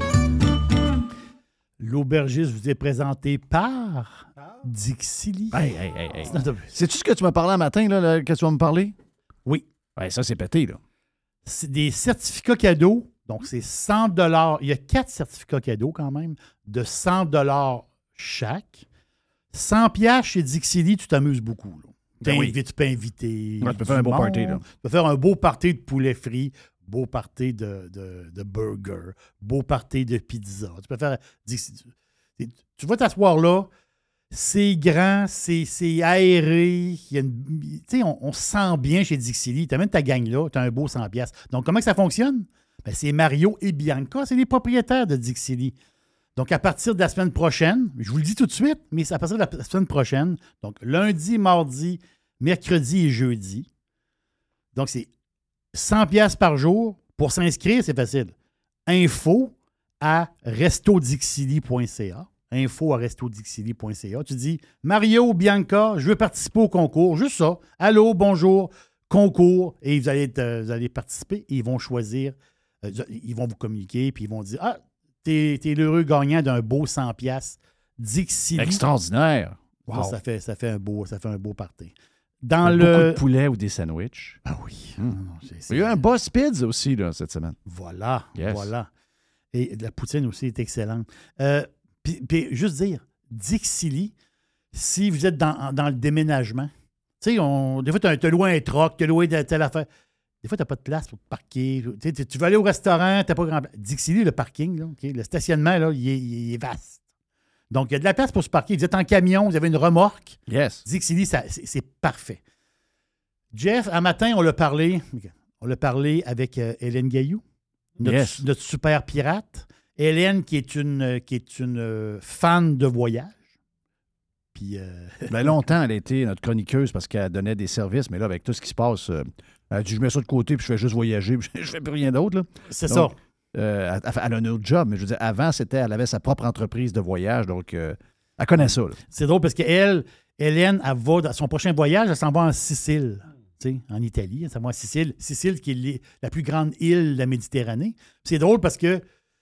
L'aubergiste vous est présenté par Dixili. Hey. Sais-tu ce que tu m'as parlé un matin, là, que tu vas me parler? Oui. Ouais, ça, c'est pété, là. C'est des certificats cadeaux. Donc, c'est 100 $. Il y a 4 certificats cadeaux quand même, de 100 $ chaque. 100 $ chez Dixili, tu t'amuses beaucoup. Là. Ben oui. Tu peux inviter. Ouais, tu peux faire un beau party, là. Tu peux faire un beau party de poulet frit, beau party de burger, beau party de pizza. Tu peux faire. Tu vas t'asseoir là, c'est grand, c'est aéré. On se sent bien chez Dixili. Tu amènes ta gang là, tu as un beau 100 $. Donc, comment que ça fonctionne? Ben, c'est Mario et Bianca, c'est les propriétaires de Dixili. Donc, à partir de la semaine prochaine, je vous le dis tout de suite, mais c'est à partir de la semaine prochaine, donc lundi, mardi, mercredi et jeudi. Donc, c'est 100 $ par jour. Pour s'inscrire, c'est facile. Info à restodixili.ca. Info à restodixili.ca. Tu dis, Mario, Bianca, je veux participer au concours. Juste ça. Allô, bonjour, concours. Et vous allez participer et ils vont choisir, ils vont vous communiquer, puis ils vont dire, ah, t'es l'heureux gagnant d'un beau 100 $ Dixili. Extraordinaire. Wow. Ça fait un beau party. Beaucoup de poulet ou des sandwichs. Ah oui. Il y a eu un Boss Pids aussi là, cette semaine. Voilà. Yes. Voilà. Et la poutine aussi est excellente. Puis juste dire, Dixili, si vous êtes dans le déménagement, Tu sais, des fois, tu as loué un troc, tu as loué telle affaire. Des fois, tu n'as pas de place pour te parquer. Tu veux aller au restaurant, tu n'as pas grand place. Dixie, le parking, là, okay, le stationnement, là, il est vaste. Donc, il y a de la place pour se parquer. Vous êtes en camion, vous avez une remorque. Yes. Dixie, c'est parfait. Jeff, un matin, on l'a parlé avec Hélène Gailloux, notre super pirate. Hélène, qui est une fan de voyage. Puis, longtemps, elle a été notre chroniqueuse parce qu'elle donnait des services, mais là, avec tout ce qui se passe, elle dit, je mets ça de côté puis je fais juste voyager, puis je fais plus rien d'autre. Là. C'est donc, ça. Elle a un autre job, mais je veux dire, avant, elle avait sa propre entreprise de voyage, donc elle connaît ça. Là. C'est drôle parce qu'elle, Hélène, elle va dans son prochain voyage, elle s'en va en Sicile, en Italie. Elle s'en va en Sicile. Sicile, qui est la plus grande île de la Méditerranée. C'est drôle parce que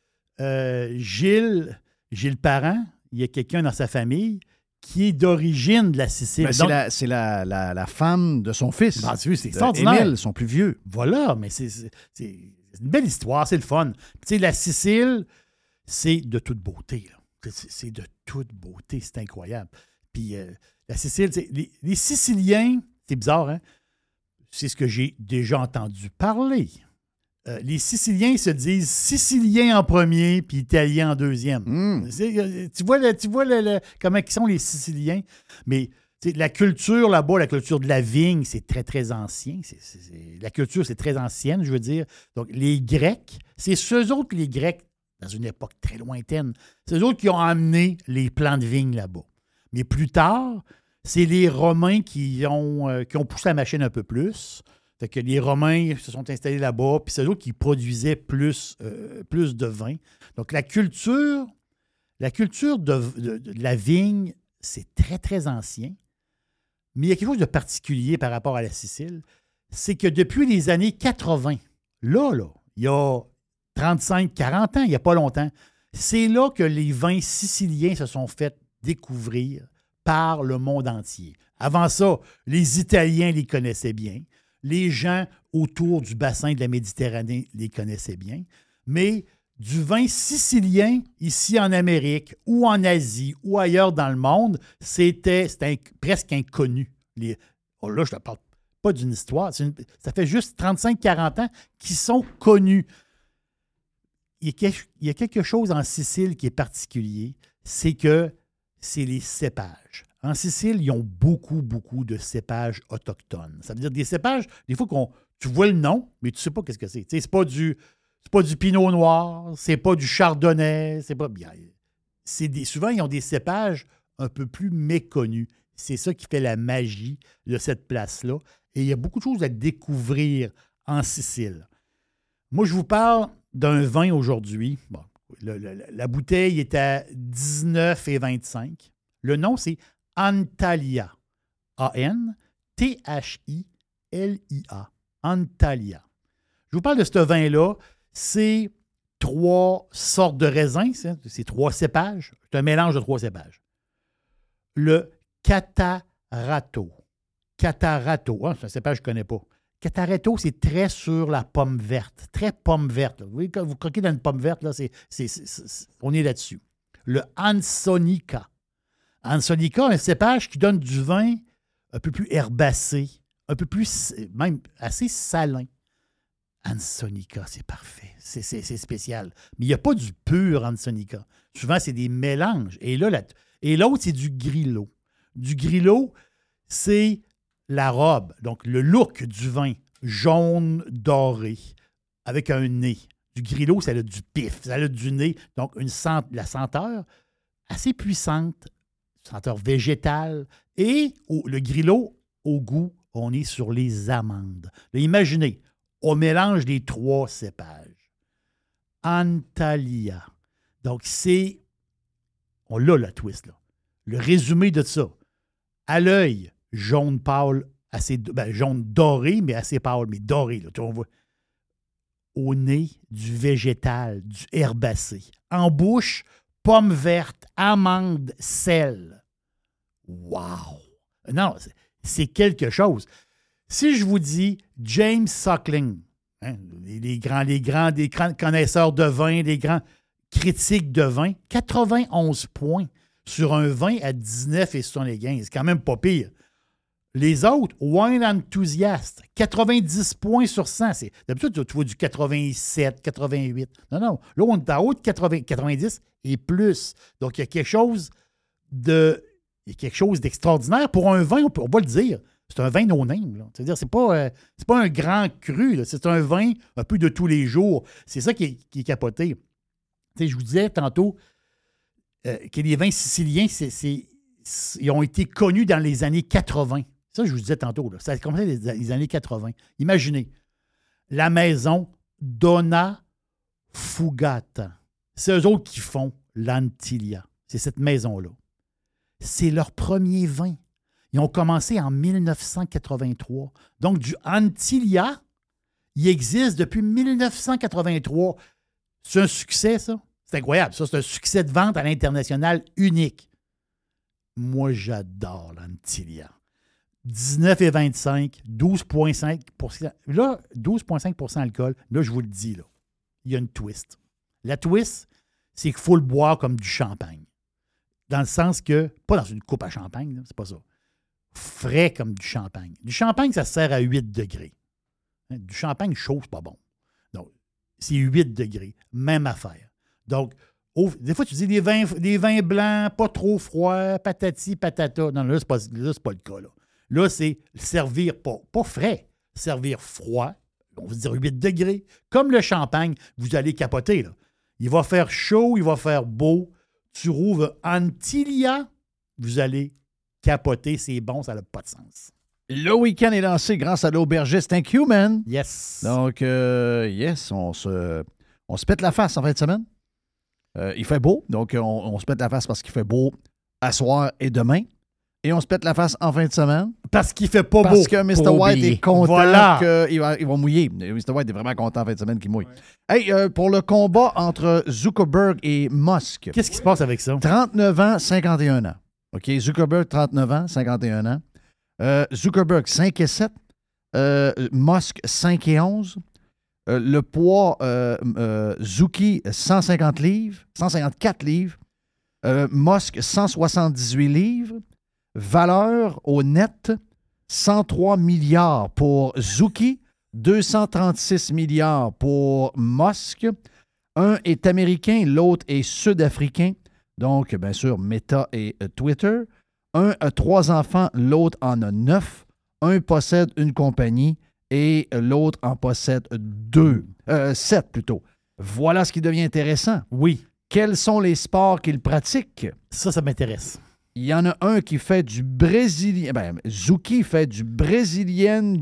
Gilles Parent, il y a quelqu'un dans sa famille qui est d'origine de la Sicile. Ben, c'est la femme de son fils. Ben, c'est extraordinaire. Émile, son plus vieux. Voilà, mais c'est une belle histoire, c'est le fun. Tu sais, la Sicile, c'est de toute beauté. Là. C'est de toute beauté, c'est incroyable. Puis la Sicile, les Siciliens, c'est bizarre, hein? C'est ce que j'ai déjà entendu parler. Les Siciliens se disent Siciliens en premier puis Italiens en deuxième. Tu vois comment ils sont les Siciliens. Mais la culture là-bas, la culture de la vigne, c'est très, très ancien. La culture, c'est très ancienne, je veux dire. Donc, les Grecs, c'est eux autres, les Grecs, dans une époque très lointaine, c'est eux autres qui ont amené les plants de vigne là-bas. Mais plus tard, c'est les Romains qui ont poussé la machine un peu plus. Fait que les Romains se sont installés là-bas, puis c'est eux qui produisaient plus de vin. Donc, la culture de la vigne, c'est très, très ancien. Mais il y a quelque chose de particulier par rapport à la Sicile, c'est que depuis les années 80, là, il y a 35, 40 ans, il n'y a pas longtemps, c'est là que les vins siciliens se sont fait découvrir par le monde entier. Avant ça, les Italiens les connaissaient bien. Les gens autour du bassin de la Méditerranée les connaissaient bien. Mais du vin sicilien, ici en Amérique ou en Asie ou ailleurs dans le monde, c'était presque inconnu. Là, je ne te parle pas d'une histoire. Ça fait juste 35-40 ans qu'ils sont connus. Il y a quelque chose en Sicile qui est particulier, c'est que c'est les cépages. En Sicile, ils ont beaucoup, beaucoup de cépages autochtones. Ça veut dire des cépages, des fois, tu vois le nom, mais tu ne sais pas qu'est-ce que c'est. C'est pas du pinot noir, c'est pas du chardonnay, c'est pas bien. Souvent, ils ont des cépages un peu plus méconnus. C'est ça qui fait la magie de cette place-là. Et il y a beaucoup de choses à découvrir en Sicile. Moi, je vous parle d'un vin aujourd'hui. Bon, la bouteille est à 19,25. Le nom, c'est Antalya. A-N-T-H-I-L-I-A. Antalya. Je vous parle de ce vin-là. C'est 3 sortes de raisins. C'est 3 cépages. C'est un mélange de 3 cépages. Le Catarato. Catarato. C'est un cépage que je ne connais pas. Catarato, c'est très sur la pomme verte. Très pomme verte. Vous voyez, quand vous croquez dans une pomme verte, là, on est là-dessus. Le Ansonica. Ansonica, un cépage qui donne du vin un peu plus herbacé, un peu plus, même assez salin. Ansonica, c'est parfait. C'est spécial. Mais il n'y a pas du pur Ansonica. Souvent, c'est des mélanges. Et l'autre, c'est du Grillo. Du Grillo, c'est la robe, donc le look du vin, jaune doré, avec un nez. Du Grillo, ça a du pif, ça a du nez. Donc, la senteur assez puissante, senteur végétale. Et le Grillo, au goût, on est sur les amandes. Là, imaginez, on mélange les 3 cépages. Antalya. Donc, on l'a, la twist, là. Le résumé de ça. À l'œil, jaune pâle, jaune doré, mais assez pâle, mais doré, là. On voit. Au nez, du végétal, du herbacé. En bouche, pomme verte, amande, sel. Wow! Non, c'est quelque chose. Si je vous dis James Suckling, hein, les grands connaisseurs de vin, les grands critiques de vin, 91 points sur un vin à 19,75. C'est quand même pas pire. Les autres, Wine Enthusiast, 90 points sur 100. D'habitude, tu vois du 87, 88. Non. Là, on est en haut de 90 et plus. Donc, il y a quelque chose d'extraordinaire. Pour un vin, on va le dire, c'est un vin no-name. Là. C'est-à-dire, c'est pas un grand cru. Là. C'est un vin un peu de tous les jours. C'est ça qui est capoté. Je vous disais tantôt que les vins siciliens, ils ont été connus dans les années 80. Ça, je vous disais tantôt. Là. Ça a commencé les années 80. Imaginez, la maison Donna Fugata. C'est eux autres qui font l'Antiglia. C'est cette maison-là. C'est leur premier vin. Ils ont commencé en 1983. Donc, du Antiglia, il existe depuis 1983. C'est un succès, ça? C'est incroyable. Ça, c'est un succès de vente à l'international unique. Moi, j'adore l'Antiglia. 19,25, 12,5 %. Là, 12,5 % d'alcool. Là, je vous le dis, là, il y a une twist. La twist, c'est qu'il faut le boire comme du champagne. Dans le sens que, pas dans une coupe à champagne, là, c'est pas ça. Frais comme du champagne. Du champagne, ça se sert à 8 degrés. Hein, du champagne chaud, c'est pas bon. Donc, c'est 8 degrés. Même affaire. Donc, des fois, tu dis des vins blancs, pas trop froids, patati, patata. Non, là, c'est pas le cas, là. Là, c'est servir pas frais, servir froid, on va dire 8 degrés. Comme le champagne, vous allez capoter. Là. Il va faire chaud, il va faire beau. Tu rouvres Antiglia, vous allez capoter. C'est bon, ça n'a pas de sens. Le week-end est lancé grâce à l'aubergiste Thank you, man. Yes. Donc, yes, on se pète la face en fin de semaine. Il fait beau, donc on se pète la face parce qu'il fait beau à soir et demain. Et on se pète la face en fin de semaine. Parce qu'il fait pas beau. Parce que Mr. White est content voilà. qu'il va mouiller. Mr. White est vraiment content en fin de semaine qu'il mouille. Ouais. Hey, pour le combat entre Zuckerberg et Musk. Qu'est-ce qui se passe avec ça? 39 ans, 51 ans. OK, Zuckerberg, 39 ans, 51 ans. Zuckerberg, 5 et 7. Musk, 5 et 11. Le poids, Zuki, 154 livres. Musk, 178 livres. Valeur au net, 103 milliards pour Zuki, 236 milliards pour Musk. Un est américain, l'autre est sud-africain. Donc, bien sûr, Meta et Twitter. Un a 3 enfants, l'autre en a 9. Un possède une compagnie et l'autre en possède 7 plutôt. Voilà ce qui devient intéressant. Oui. Quels sont les sports qu'il pratique? Ça m'intéresse. Il y en a un qui fait du brésilien. Zuki fait du brésilien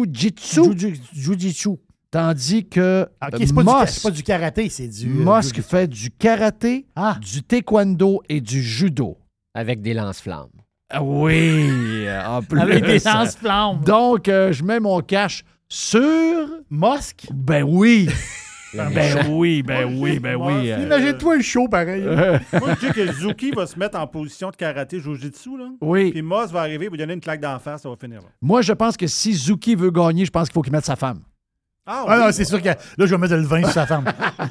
jiu-jitsu. Tandis que Musk, c'est pas du karaté, c'est du... Musk fait du karaté, du taekwondo et du judo. Avec des lance-flammes. Ah oui, en plus. Avec des lance-flammes. Donc, je mets mon cash sur... Musk? Ben oui. Ben oui. Imagine-toi le show, pareil. Moi, je dis que Zuki va se mettre en position de karaté jiu-jitsu, là. Oui. Puis Moss va arriver, il va lui donner une claque d'en face, ça va finir là. Moi, je pense que si Zuki veut gagner, je pense qu'il faut qu'il mette sa femme. Non, c'est sûr que là, je vais mettre le vin sur sa femme.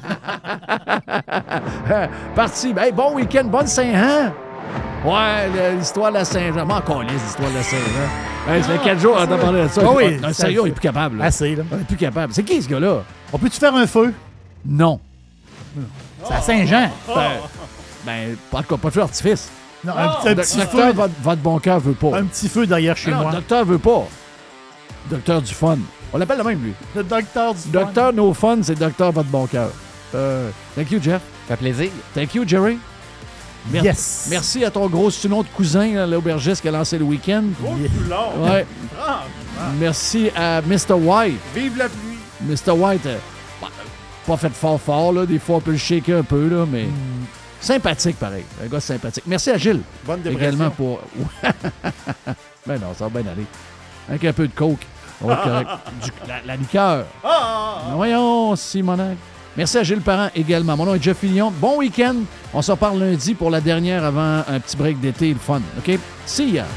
Parti. Hey, bon week-end, bonne Saint-Jean. Ouais, l'histoire de la Saint-Jean. Moi, encore l'histoire de la Saint-Jean. Hey, ça fait 4 jours à t'en parler de ça. Oh, oui. Non, sérieux, on n'est plus capable. Là. Assez, là. On n'est plus capable. C'est qui, ce gars-là? On peut-tu faire un feu? Non. C'est à Saint-Jean. En tout cas, pas de feu d'artifice. Non, un petit docteur, feu. votre bon cœur veut pas. Un petit feu derrière chez moi. Le docteur veut pas. Docteur du fun. On l'appelle le même, lui. Le docteur du fun. Docteur No Fun, c'est docteur votre bon cœur. Thank you, Jeff. Ça fait plaisir. Thank you, Jerry. Yes. Merci à ton gros surnom de cousin, là, l'aubergiste qui a lancé le week-end. Gros long. Ouais. Merci à Mr. White. Vive la pluie. Mr. White, pas fait fort, là. Des fois, on peut le shaker un peu, là, mais sympathique, pareil. Un gars sympathique. Merci à Gilles. Bonne dépression. Également pour... Ben non, ça va bien aller. Avec un peu de coke. La liqueur. Voyons, Simonac. Merci à Gilles Parent également. Mon nom est Jeff Fillion. Bon week-end. On se reparle lundi pour la dernière avant un petit break d'été, le fun. OK? See ya!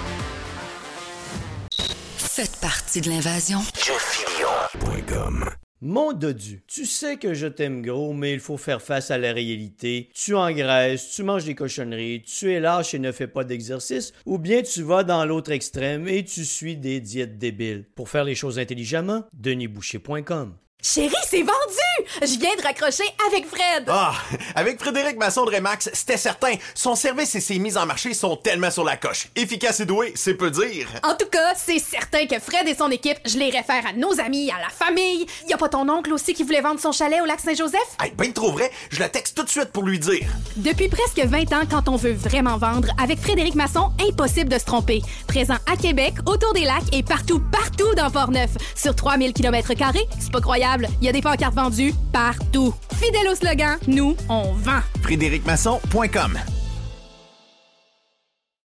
Faites partie de l'invasion. JeffFillion.com Mon dodu, tu sais que je t'aime gros, mais il faut faire face à la réalité. Tu engraisses, tu manges des cochonneries, tu es lâche et ne fais pas d'exercice, ou bien tu vas dans l'autre extrême et tu suis des diètes débiles. Pour faire les choses intelligemment, denisboucher.com. Chérie, c'est vendu! Je viens de raccrocher avec Fred! Ah! Avec Frédéric Masson de Remax, c'était certain. Son service et ses mises en marché sont tellement sur la coche. Efficace et doué, c'est peu dire. En tout cas, c'est certain que Fred et son équipe, je les réfère à nos amis, à la famille. Y a pas ton oncle aussi qui voulait vendre son chalet au lac Saint-Joseph? Hey, ben trop vrai, je le texte tout de suite pour lui dire. Depuis presque 20 ans, quand on veut vraiment vendre, avec Frédéric Masson, impossible de se tromper. Présent à Québec, autour des lacs et partout dans Port-Neuf. Sur 3000 km², c'est pas croyable. Il y a des pancartes vendues partout. Fidèle au slogan, nous, on vend. FrédéricMasson.com